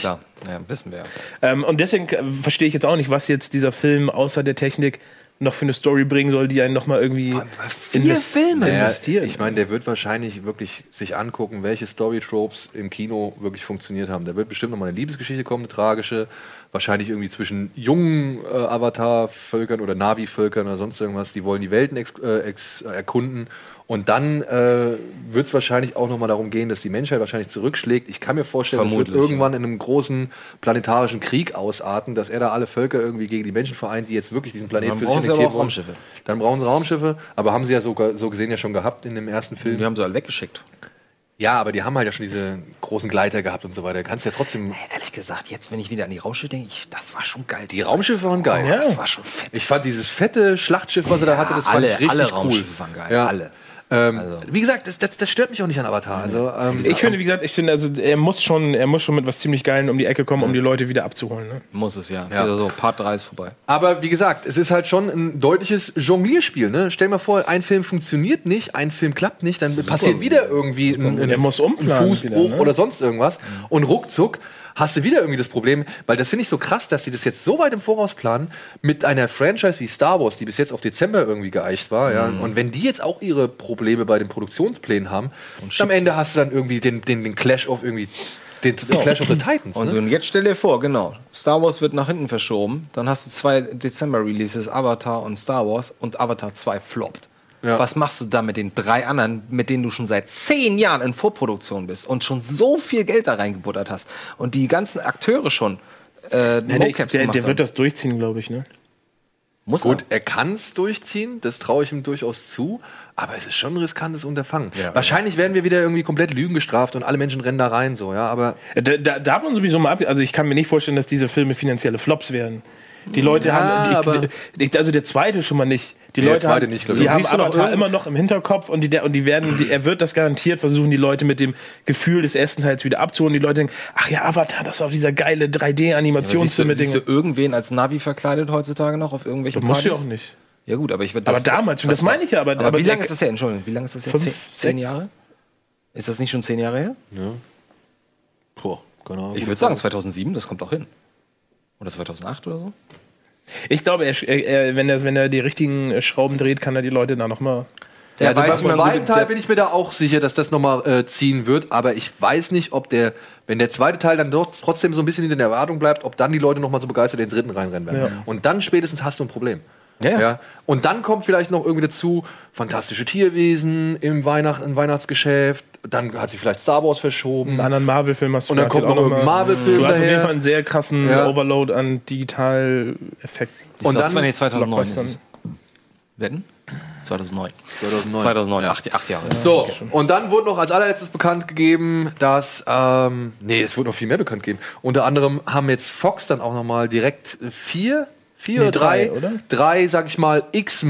Ja, wissen wir. Ähm, und deswegen äh, verstehe ich jetzt auch nicht, was jetzt dieser Film außer der Technik noch für eine Story bringen soll, die einen noch mal irgendwie vier Filme investieren. Ich meine, der wird wahrscheinlich wirklich sich angucken, welche Story-Tropes im Kino wirklich funktioniert haben. Da wird bestimmt noch mal eine Liebesgeschichte kommen, eine tragische, wahrscheinlich irgendwie zwischen jungen äh, Avatar-Völkern oder Navi-Völkern oder sonst irgendwas. Die wollen die Welten ex äh, ex erkunden. Und dann äh, wird es wahrscheinlich auch noch mal darum gehen, dass die Menschheit wahrscheinlich zurückschlägt. Ich kann mir vorstellen, das wird irgendwann in einem großen planetarischen Krieg ausarten, dass er da alle Völker irgendwie gegen die Menschen vereint, die jetzt wirklich diesen Planeten für sich annektieren wollen. Raumschiffe. Dann brauchen sie Raumschiffe, aber haben sie ja sogar so gesehen ja schon gehabt in dem ersten Film. Die haben sie alle weggeschickt. Ja, aber die haben halt ja schon diese großen Gleiter gehabt und so weiter. Kannst ja trotzdem. Hey, ehrlich gesagt, jetzt, wenn ich wieder an die Raumschiffe denke, ich, das war schon geil. Die Raumschiffe waren geil. Ja. Das war schon fett. Ich fand dieses fette Schlachtschiff, was er da hatte, das fand alle, ich richtig alle cool. Raumschiffe waren geil. Ja. Alle. Ähm, also. Wie gesagt, das, das, das stört mich auch nicht an Avatar. Also, ähm, ich finde, wie gesagt, ich finde, also er muss schon, er muss schon mit was ziemlich Geilen um die Ecke kommen, um die Leute wieder abzuholen. Ne? Muss es, ja. ja. Also so, Part drei ist vorbei. Aber wie gesagt, es ist halt schon ein deutliches Jonglierspiel. Ne? Stell dir mal vor, ein Film funktioniert nicht, ein Film klappt nicht, dann Super passiert wieder irgendwie ein, ein, er muss umplanen ein Fußbruch wieder, ne? oder sonst irgendwas. Mhm. Und ruckzuck hast du wieder irgendwie das Problem, weil das finde ich so krass, dass sie das jetzt so weit im Voraus planen, mit einer Franchise wie Star Wars, die bis jetzt auf Dezember irgendwie geeicht war. Mhm. Ja? Und wenn die jetzt auch ihre Probleme bei den Produktionsplänen haben, und am Ende hast du dann irgendwie den, den, den Clash of irgendwie den, so. den Clash of the Titans. Und, so, und jetzt stell dir vor, genau, Star Wars wird nach hinten verschoben, dann hast du zwei Dezember-Releases, Avatar und Star Wars, und Avatar zwei floppt. Ja. Was machst du da mit den drei anderen, mit denen du schon seit zehn Jahren in Vorproduktion bist und schon so viel Geld da reingebuttert hast und die ganzen Akteure schon äh, ja, der, der, der wird das durchziehen, glaube ich, ne? Muss Gut, er, er kann es durchziehen, das traue ich ihm durchaus zu, aber es ist schon ein riskantes Unterfangen. Ja, wahrscheinlich ja. werden wir wieder irgendwie komplett Lügen gestraft und alle Menschen rennen da rein, so, ja, aber... Da, da darf man sowieso mal ab... Also ich kann mir nicht vorstellen, dass diese Filme finanzielle Flops werden. Die Leute ja, haben, die, also der zweite schon mal nicht. Die nee, Leute haben, nicht, die haben Avatar immer noch im Hinterkopf und die, und die werden, die, er wird das garantiert versuchen, die Leute mit dem Gefühl des ersten Teils wieder abzuholen. Die Leute denken, ach ja, Avatar, das ist auch dieser geile drei D-Animationsfilm. Ja, siehst, siehst du irgendwen als Navi verkleidet heutzutage noch auf irgendwelchen Partys? Das musst du auch nicht. Ja gut, aber ich würde das... Aber damals schon, das meine ich ja. Aber, aber, aber wie lange ist das her? Entschuldigung, wie lange ist das jetzt? Zehn, zehn Jahre? Ist das nicht schon zehn Jahre her? Ja. Boah, keine Ahnung. Ich würde sagen zweitausendsieben, das kommt auch hin. Oder zweitausendacht oder so? Ich glaube, er, er, wenn, er, wenn er die richtigen Schrauben dreht, kann er die Leute da noch mal... Ja, also weiß, beim zweiten Teil bin ich mir da auch sicher, dass das noch mal äh, ziehen wird. Aber ich weiß nicht, ob der, wenn der zweite Teil dann doch trotzdem so ein bisschen in der Erwartung bleibt, ob dann die Leute noch mal so begeistert in den dritten reinrennen werden. Ja. Und dann spätestens hast du ein Problem. Ja. Ja. Und dann kommt vielleicht noch irgendwie dazu fantastische Tierwesen im, Weihnacht, im Weihnachtsgeschäft. Dann hat sich vielleicht Star Wars verschoben. Einen anderen Marvel-Film hast du. Und dann kommt noch irgendein Marvel-Film. Du hast daher. auf jeden Fall einen sehr krassen ja. Overload an Digital-Effekten. Und dann, wenn zweitausendneun ist es. Wetten? zweitausendneun. zweitausendneun. zweitausendneun, ja. acht, acht Jahre. Ja, so, und dann wurde noch als allerletztes bekannt gegeben, dass, ähm, nee, es wurde noch viel mehr bekannt gegeben. Unter anderem haben jetzt Fox dann auch noch mal direkt vier Vier nee, oder drei, drei, oder? Drei, sag ich mal,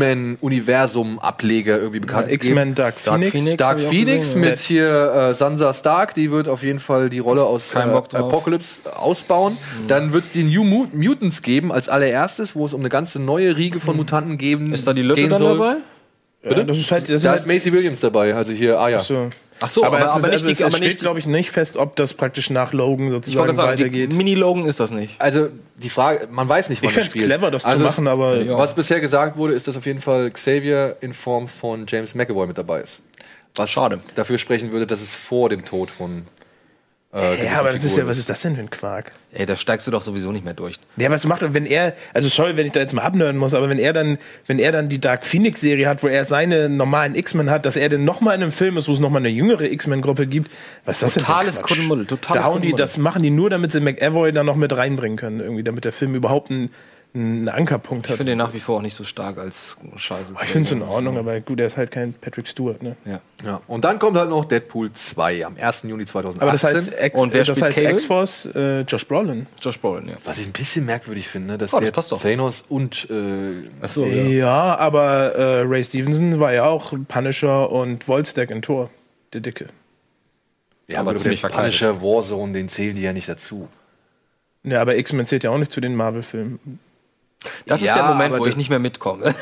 X-Men-Universum-Ableger irgendwie bekannt ja, X-Men Dark Phoenix. Dark Phoenix, Dark Phoenix gesehen, mit hier äh, Sansa Stark, die wird auf jeden Fall die Rolle aus äh, Apocalypse ausbauen. Mhm. Dann wird es die New Mut- Mutants geben als allererstes, wo es um eine ganze neue Riege von Mutanten geben Ist da die Lücke dann soll. dabei? Ja, das ist halt, das da ist halt Macy Williams dabei, also hier, ah ja. Ach so. Ach so, aber, aber, aber nicht, also es, es steht, glaube ich, nicht fest, ob das praktisch nach Logan sozusagen sagen, weitergeht. Mini-Logan ist das nicht. Also die Frage, man weiß nicht, wann ich das spielt. Ich fände es clever, das also zu machen, aber... Was bisher gesagt wurde, ist, dass auf jeden Fall Xavier in Form von James McAvoy mit dabei ist. Was Schade. Dafür sprechen würde, dass es vor dem Tod von... Äh, ja, aber das ist ja, was ist das denn für ein Quark? Ey, da steigst du doch sowieso nicht mehr durch. Ja, was macht er, wenn er, also sorry, wenn ich da jetzt mal abnörden muss, aber wenn er dann, wenn er dann die Dark Phoenix Serie hat, wo er seine normalen X-Men hat, dass er dann nochmal in einem Film ist, wo es nochmal eine jüngere X-Men-Gruppe gibt, was ist das totales denn für ein Kuddelmuddel, totales Da hauen die, das machen die nur, damit sie McAvoy dann noch mit reinbringen können, irgendwie, damit der Film überhaupt einen, einen Ankerpunkt hat. Ich finde ihn nach wie vor auch nicht so stark als Scheiße. Ich finde es in Ordnung, aber gut, er ist halt kein Patrick Stewart, ne? Ja. Ja. Und dann kommt halt noch Deadpool zwei am ersten Juni zweitausendachtzehn. Aber das heißt, Ex- und wer das heißt X-Force, äh, Josh Brolin. Josh Brolin, ja. Was ich ein bisschen merkwürdig finde, dass oh, das der passt doch. Thanos und äh, Achso, ja. ja, aber äh, Ray Stevenson war ja auch Punisher und Volstagg in Thor, der Dicke. Ja, aber, aber ziemlich verkleidet. Punisher, Warzone, den zählen die ja nicht dazu. Ja, aber X-Men zählt ja auch nicht zu den Marvel-Filmen. Das ja, ist der Moment, wo ich nicht mehr mitkomme.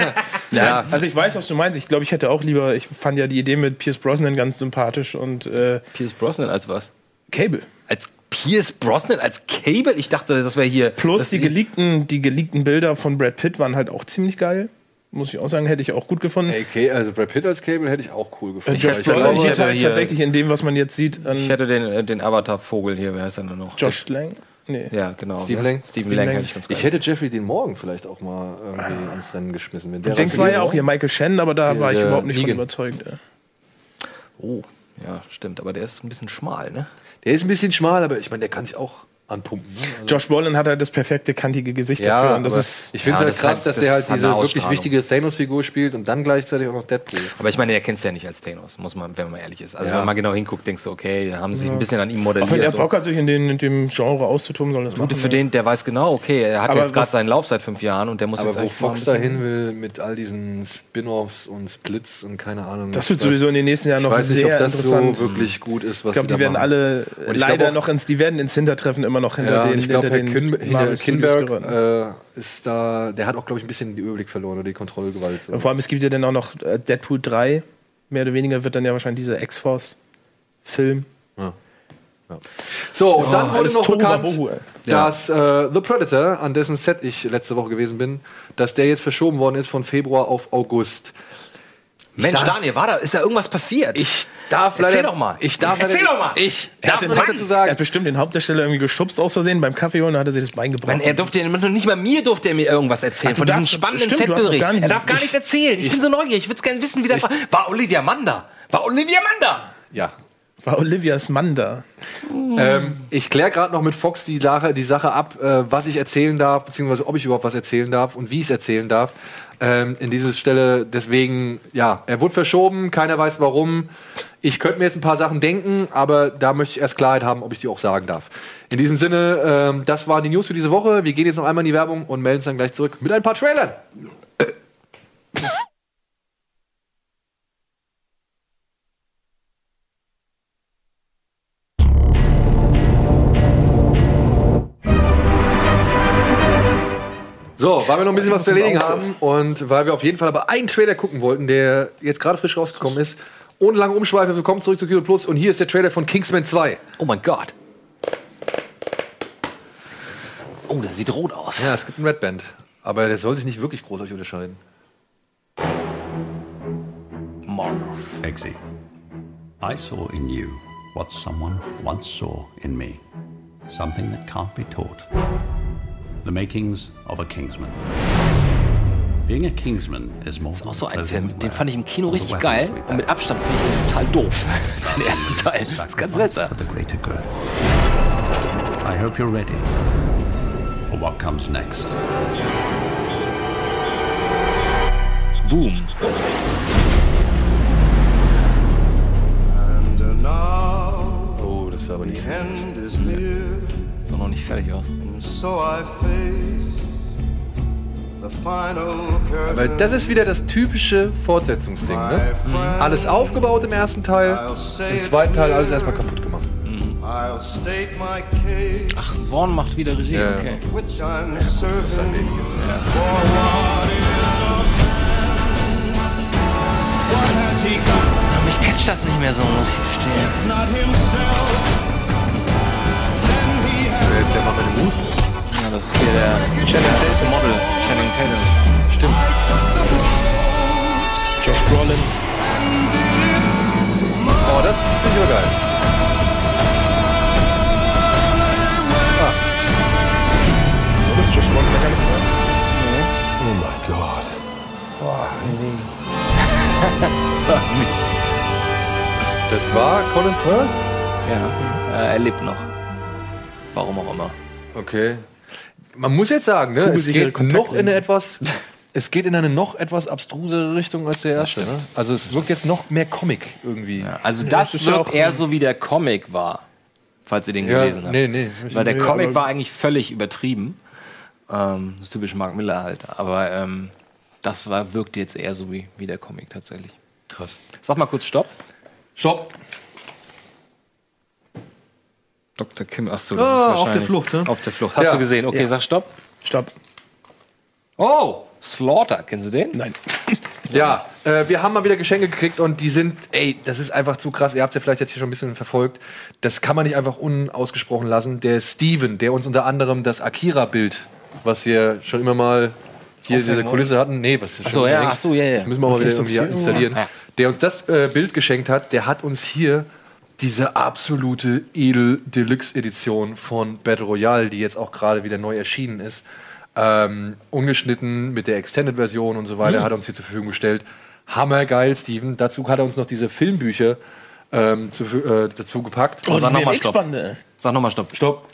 Ja, also ich weiß, was du meinst. Ich glaube, ich hätte auch lieber, ich fand ja die Idee mit Pierce Brosnan ganz sympathisch und äh, Pierce Brosnan als was? Cable. Als Pierce Brosnan als Cable? Ich dachte, das wäre hier... Plus die geleakten, die geleakten Bilder von Brad Pitt waren halt auch ziemlich geil. Muss ich auch sagen, hätte ich auch gut gefunden. Okay, also Brad Pitt als Cable hätte ich auch cool gefunden. Äh, Josh ich, Brolin, ich hätte halt tatsächlich in dem, was man jetzt sieht... Ich hätte den, äh, den Avatar-Vogel hier, wer heißt er denn noch? Josh Lang? Nee. Ja, genau. Stephen Lang? Stephen Lang hätte ich ganz geil. Ich hätte Jeffrey Dean Morgan vielleicht auch mal irgendwie ans Rennen geschmissen. Wenn der Dings war ja auch hier Michael Shannon, aber da Ja, war ich der überhaupt nicht Negan. von überzeugt. Ja. Oh, ja, stimmt. Aber der ist ein bisschen schmal, ne? Der ist ein bisschen schmal, aber ich meine, der kann sich auch anpumpen. Ne? Also Josh Brolin hat halt das perfekte, kantige Gesicht ja, dafür. Und das aber ist, ich finde es ja, halt das krass, hat- dass das der halt hat eine diese wirklich Ausstrahlung. wichtige Thanos-Figur spielt und dann gleichzeitig auch noch Deadpool. Aber ich meine, der kennst du ja nicht als Thanos, muss man, wenn man mal ehrlich ist. Also Ja. wenn man mal genau hinguckt, denkst du, okay, da haben sie sich ein bisschen an ihm auch wenn er modelliert. So. Bock hat, sich in, den, in dem Genre auszutoben, soll das Gute machen. für den, der weiß genau, okay, er hat Aber jetzt gerade was- seinen Lauf seit fünf Jahren und der muss Aber jetzt wo eigentlich mal ein Fox bisschen- dahin will mit all diesen Spin-Offs und Splits und keine Ahnung. Das wird Ich weiß- sowieso in den nächsten Jahren ich noch weiß nicht, sehr ob das interessant. so wirklich gut ist, was Ich glaube, sie die da werden machen. alle Und ich leider glaub auch- noch ins, die werden ins Hintertreffen immer noch hinter Ja, den, und ich glaube, hinter Herr den Kin Hinter Marvel Studios Kinberg geraten. äh, ist da, der hat auch, glaube ich, ein bisschen den Überblick verloren oder die Kontrollgewalt. So. Und vor allem, es gibt ja dann auch noch äh, Deadpool drei, mehr oder weniger wird dann ja wahrscheinlich dieser X-Force-Film. So, und dann Oh, wurde alles noch Tohu bekannt, Wabohu, ey. dass äh, The Predator, an dessen Set ich letzte Woche gewesen bin, dass der jetzt verschoben worden ist von Februar auf August. Mensch, darf- Daniel, war da, ist da irgendwas passiert? Ich darf Erzähl leider, doch mal. Ich darf Erzähl leider, doch mal. Ich Er darf hat, noch den, nichts dazu er hat sagen. bestimmt den Hauptdarsteller irgendwie geschubst aus Versehen beim Kaffee und dann hat er sich das Bein gebrochen. Mann, er durfte ja nicht mal mir durfte er mir irgendwas erzählen Ach, du von diesem darfst- spannenden stimmt, du hast doch Setbericht. gar nicht- Er darf gar ich- nichts erzählen. Ich, bin so neugierig. Ich würde gerne wissen, wie das war. War Olivia Manda? War Olivia Manda? Ja. War Olivias Mann da. Ähm, ich kläre gerade noch mit Fox die Sache, die Sache ab, äh, was ich erzählen darf, beziehungsweise ob ich überhaupt was erzählen darf und wie ich es erzählen darf. Ähm, in dieser Stelle, deswegen, ja, er wurde verschoben, keiner weiß warum. Ich könnte mir jetzt ein paar Sachen denken, aber da möchte ich erst Klarheit haben, ob ich die auch sagen darf. In diesem Sinne, ähm, das waren die News für diese Woche. Wir gehen jetzt noch einmal in die Werbung und melden uns dann gleich zurück mit ein paar Trailern. So, weil wir noch ein bisschen was zu erledigen haben und weil wir auf jeden Fall aber einen Trailer gucken wollten, der jetzt gerade frisch rausgekommen ist. Ohne lange Umschweife, willkommen zurück zu Kino Plus und hier ist der Trailer von Kingsman zwei. Oh mein Gott. Oh, das sieht rot aus. Ja, es gibt einen Red Band, aber der soll sich nicht wirklich großartig unterscheiden. Marv. Eggsy, I saw in you what someone once saw in me. Something that can't be taught. The makings of a Kingsman. Being a Kingsman is more Das ist than auch so ein clothing Film, we den wear fand ich im Kino or the richtig weapons geil we und bear. mit Abstand finde ich den total doof. Den ersten Teil. Das ist ganz Sacrifice seltsam. for the greater good. I hope you're ready for what comes next. Boom. Oh, das ist aber nicht so. Ist auch noch nicht fertig aus. Aber das ist wieder das typische Fortsetzungsding, ne? Alles aufgebaut im ersten Teil, im zweiten Teil alles erstmal kaputt gemacht. Ach, Vaughn macht wieder Regie, Ja. okay. Das ist sein Baby jetzt. Mich catcht das nicht mehr so, muss ich gestehen. Wer ist der Mann mit dem Hut? Ja, das ist hier der Channing Tatum Model. Channing Tatum. Stimmt. Josh Brolin. Oh, das finde ich aber geil. Das ist Josh Brolin, der gar nicht mehr. Oh my God. Das war Colin Firth? Ja, äh, er lebt noch. Warum auch immer. Okay. Man muss jetzt sagen, ne, es Kugelsichere geht noch in Kontaktlinsen. eine etwas, es geht in eine noch etwas abstrusere Richtung als der erste. Ne? Also es wirkt jetzt noch mehr Comic irgendwie. Ja, also das, das ist ja wirkt auch- eher so wie der Comic war, falls ihr den Ja, gelesen habt. nee, nee. Weil der Nee, Comic aber- war eigentlich völlig übertrieben. Ähm, das ist typisch Mark Miller halt. Aber ähm, das war, wirkte jetzt eher so wie, wie der Comic tatsächlich. Krass. Sag mal kurz Stopp. Stopp. Doktor Kim, ach so, das ist Ah, auf wahrscheinlich- der Flucht, ne? Auf der Flucht. Hast Ja. du gesehen? Okay, Ja. sag Stopp. Stopp. Oh, Slaughter, kennst du den? Nein. Ja, äh, wir haben mal wieder Geschenke gekriegt und die sind, ey, das ist einfach zu krass. Ihr habt es ja vielleicht jetzt hier schon ein bisschen verfolgt. Das kann man nicht einfach unausgesprochen lassen. Der Steven, der uns unter anderem das Akira-Bild, was wir schon immer mal hier in dieser Kulisse hatten. Nee, was ist ach so, ja, ach so, ja, ja. Das müssen wir auch mal wieder irgendwie installieren. Ja. Der uns das äh, Bild geschenkt hat, der hat uns hier diese absolute Edel-Deluxe-Edition von Battle Royale, die jetzt auch gerade wieder neu erschienen ist, ähm, ungeschnitten mit der Extended-Version und so weiter, mhm. hat er uns hier zur Verfügung gestellt. Hammergeil, Steven. Dazu hat er uns noch diese Filmbücher ähm, zu, äh, dazu gepackt. Oh, Sag nochmal Stopp. Sag nochmal Stopp. Stopp.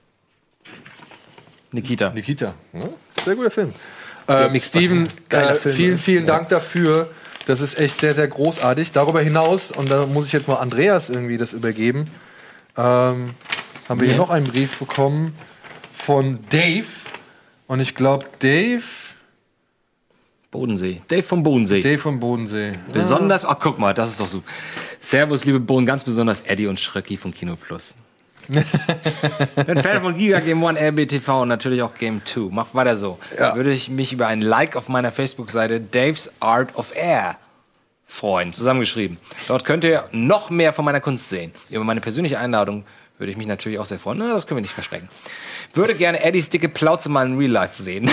Nikita. Nikita. Ja, sehr guter Film. Ähm, Steven, äh, Film, vielen, vielen ja. Dank dafür. Das ist echt sehr, sehr großartig. Darüber hinaus, und da muss ich jetzt mal Andreas irgendwie das übergeben, ähm, haben wir ja. hier noch einen Brief bekommen von Dave. Und ich glaube, Dave... Bodensee. Dave vom Bodensee. Dave vom Bodensee. Besonders, ach guck mal, das ist doch so. Servus, liebe Bohnen, ganz besonders Eddie und Schröcki von Kino Plus. Ich bin Fan von Giga, Game One, R B T V und natürlich auch Game zwei. Macht weiter so. Ja. Würde ich mich über ein Like auf meiner Facebook-Seite Dave's Art of Air freuen. Zusammengeschrieben. Dort könnt ihr noch mehr von meiner Kunst sehen. Über meine persönliche Einladung würde ich mich natürlich auch sehr freuen. Na, das können wir nicht versprechen. Würde gerne Eddies dicke Plauze mal in Real Life sehen.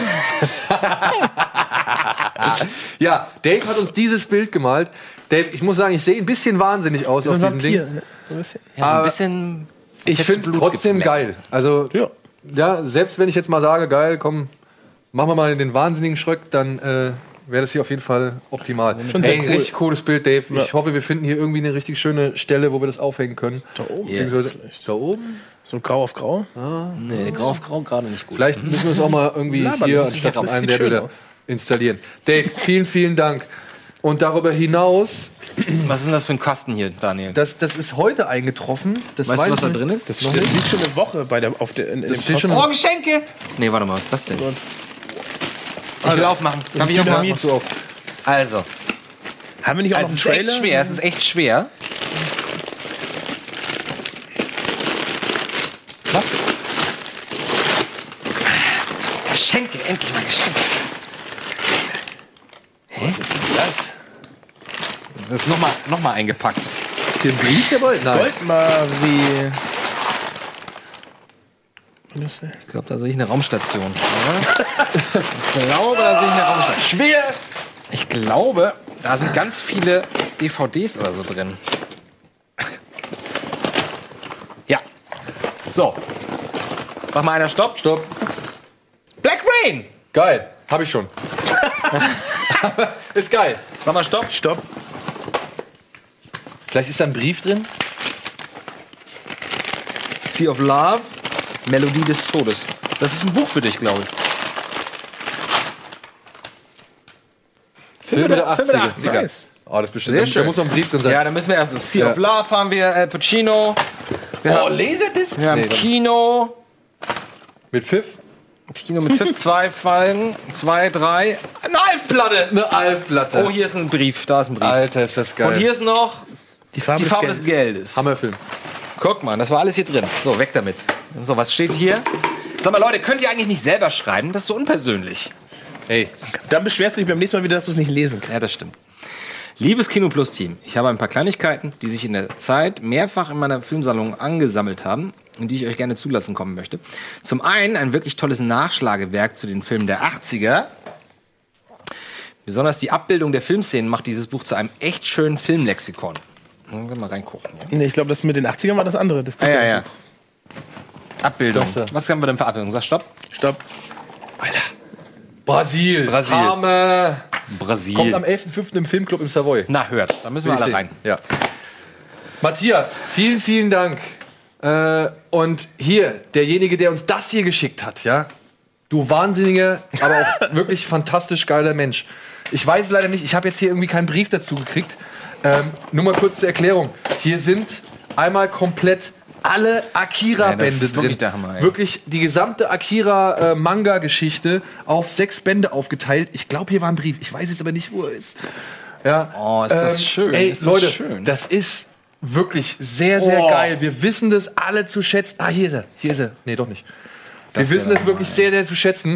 Ja, Dave hat uns dieses Bild gemalt. Dave, ich muss sagen, ich sehe ein bisschen wahnsinnig aus so auf diesem Vampir, Ding. Ne? So ein bisschen. Ja, so ein bisschen... Ich finde es trotzdem geil. Also, ja. ja, selbst wenn ich jetzt mal sage, geil, komm, machen wir mal den wahnsinnigen Schröck, dann äh, wäre das hier auf jeden Fall optimal. Ey, cool. Richtig cooles Bild, Dave. Ja. Ich hoffe, wir finden hier irgendwie eine richtig schöne Stelle, wo wir das aufhängen können. Da oben? Yeah. Da oben? So grau auf grau? Ah, nee, grau auf grau gerade nicht gut. Vielleicht müssen wir es auch mal irgendwie Laber, hier anstatt auf einem der Bilder installieren. Dave, vielen, vielen Dank. Und darüber hinaus... Was ist denn das für ein Kasten hier, Daniel? Das, das ist heute eingetroffen. Das weißt du, was da drin ist? Das, das liegt schon eine Woche bei der, auf der, in, in das steht schon oh, Geschenke! Nee, warte mal, was ist das denn? Ich will aufmachen. Darf ich aufmachen? Auf. Also. Haben wir nicht auch also noch einen Trailer? Es ist echt schwer, es ist echt schwer. Was? Geschenke, endlich mal Geschenke. Was ist denn das? Das ist nochmal noch mal eingepackt. Ist hier ein Brief dabei? Nein. Goldmarie. Ich glaube, da sehe ich eine Raumstation. Ich glaube, da sehe ich eine Raumstation. Schwer! Ich glaube, da sind ganz viele D V Ds oder so drin. Ja. So. Mach mal einer Stopp. Stopp. Black Rain! Geil. Hab ich schon. Ist geil. Sag mal Stopp. Stopp. Vielleicht ist da ein Brief drin? Sea of Love. Melodie des Todes. Das ist ein Buch für dich, glaube ich. Filme der achtziger. achtziger. Nice. Oh, das bestimmt. Sehr schön. Da muss noch ein Brief drin sein. Ja, da müssen wir also Sea ja. of Love haben wir, Al Pacino. Wir oh, Laserdisc? Wir haben nee, Kino. Mit Pfiff? Kino mit Pfiff, zwei Fallen, zwei, drei. Eine Alf-Platte! Eine Alf-Platte. Oh, hier ist ein Brief. Da ist ein Brief. Alter, ist das geil. Und hier ist noch die Farbe, die Farbe des, des Geldes. Hammerfilm. Guck mal, das war alles hier drin. So, weg damit. So, was steht hier? Sag mal, Leute, könnt ihr eigentlich nicht selber schreiben? Das ist so unpersönlich. Hey, dann beschwerst du dich beim nächsten Mal wieder, dass du es nicht lesen kannst. Ja, das stimmt. Liebes Kino Plus Team, ich habe ein paar Kleinigkeiten, die sich in der Zeit mehrfach in meiner Filmsammlung angesammelt haben und die ich euch gerne zulassen kommen möchte. Zum einen ein wirklich tolles Nachschlagewerk zu den Filmen der achtziger. Besonders die Abbildung der Filmszenen macht dieses Buch zu einem echt schönen Filmlexikon. Können wir mal reingucken. Ja? Nee, ich glaube, das mit den achtzigern war das andere. Das ah, ja, ja. Abbildung. Was haben wir denn für Abbildung? Sag Stopp. Stopp. Alter. Brasil. Brasil. Arme. Brasil. Kommt am elften fünften im Filmclub im Savoy. Na, hört. Da müssen wir alle rein. Ja. Matthias, vielen, vielen Dank. Äh, und hier, derjenige, der uns das hier geschickt hat, ja. Du wahnsinniger, aber auch wirklich fantastisch geiler Mensch. Ich weiß leider nicht, ich habe jetzt hier irgendwie keinen Brief dazu gekriegt. Ähm, nur mal kurz zur Erklärung. Hier sind einmal komplett alle Akira-Bände ja, drin. Hammer, wirklich die gesamte Akira-Manga-Geschichte auf sechs Bände aufgeteilt. Ich glaube, hier war ein Brief. Ich weiß jetzt aber nicht, wo er ist. Ja, oh, ist das ähm, schön. Ey, ist das Leute, schön. Das ist wirklich sehr, sehr oh. geil. Wir wissen das alle zu schätzen. Ah, hier ist er. Hier ist er. Nee, doch nicht. Wir das wissen das wirklich sehr, sehr zu schätzen.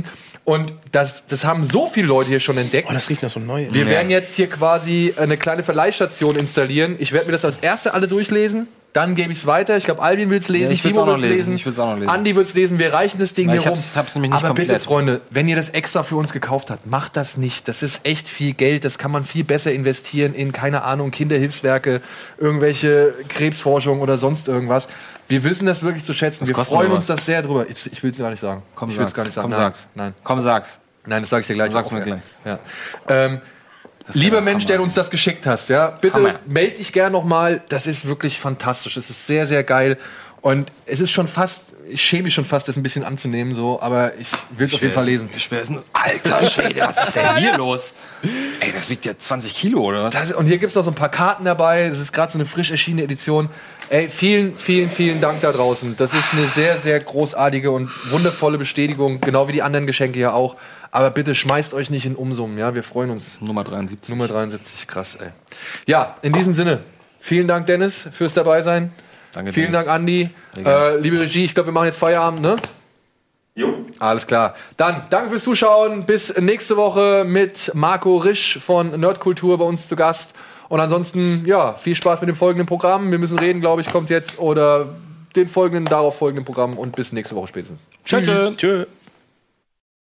Und das, das haben so viele Leute hier schon entdeckt. Oh, das riecht noch so neu. Wir ja. werden jetzt hier quasi eine kleine Verleihstation installieren. Ich werde mir das als erste alle durchlesen. Dann gebe ich es weiter. Ich glaube, Albin will es lesen, ja, ich Timo will es lesen, lesen. Ich will's auch noch lesen. Andi will es lesen. Wir reichen das Ding Weil hier ich rum. hab's, hab's nämlich nicht Aber komplett. bitte, Freunde, wenn ihr das extra für uns gekauft habt, macht das nicht. Das ist echt viel Geld. Das kann man viel besser investieren in, keine Ahnung, Kinderhilfswerke, irgendwelche Krebsforschung oder sonst irgendwas. Wir wissen das wirklich zu schätzen. Das Wir kostet freuen aber uns das sehr drüber. Ich, ich will es gar nicht sagen. Komm, ich will es gar nicht sagen. Komm, Nein. sag's. Nein. Komm, sag's. Nein, das sage ich dir gleich. Sag's mir gleich. Ja. Ähm, lieber ja Mensch, Hammer. der du uns das geschickt hast, ja, bitte Hammer. melde dich gerne noch mal. Das ist wirklich fantastisch. Es ist sehr, sehr geil. Und es ist schon fast, ich schäme mich schon fast, das ein bisschen anzunehmen, so, aber ich will es auf jeden Fall lesen. Ich schwör, es ist ein alter Schwede. Was ist denn hier los? Ey, das wiegt ja zwanzig Kilo, oder was? Das, und hier gibt es noch so ein paar Karten dabei. Das ist gerade so eine frisch erschienene Edition. Ey, vielen, vielen, vielen Dank da draußen. Das ist eine sehr, sehr großartige und wundervolle Bestätigung, genau wie die anderen Geschenke ja auch. Aber bitte schmeißt euch nicht in Umsummen, ja, wir freuen uns. Nummer dreiundsiebzig. Nummer dreiundsiebzig, krass, ey. Ja, in diesem Sinne, vielen Dank, Dennis, fürs Dabeisein. Danke, Vielen Dennis. Dank, Andi. Äh, liebe Regie, ich glaube, wir machen jetzt Feierabend, ne? Jo. Alles klar. Dann danke fürs Zuschauen. Bis nächste Woche mit Marco Risch von Nerdkultur bei uns zu Gast. Und ansonsten, ja, viel Spaß mit dem folgenden Programm. Wir müssen reden, glaube ich, kommt jetzt. Oder den folgenden, darauf folgenden Programm. Und bis nächste Woche spätestens. Tschüss. Tschüss.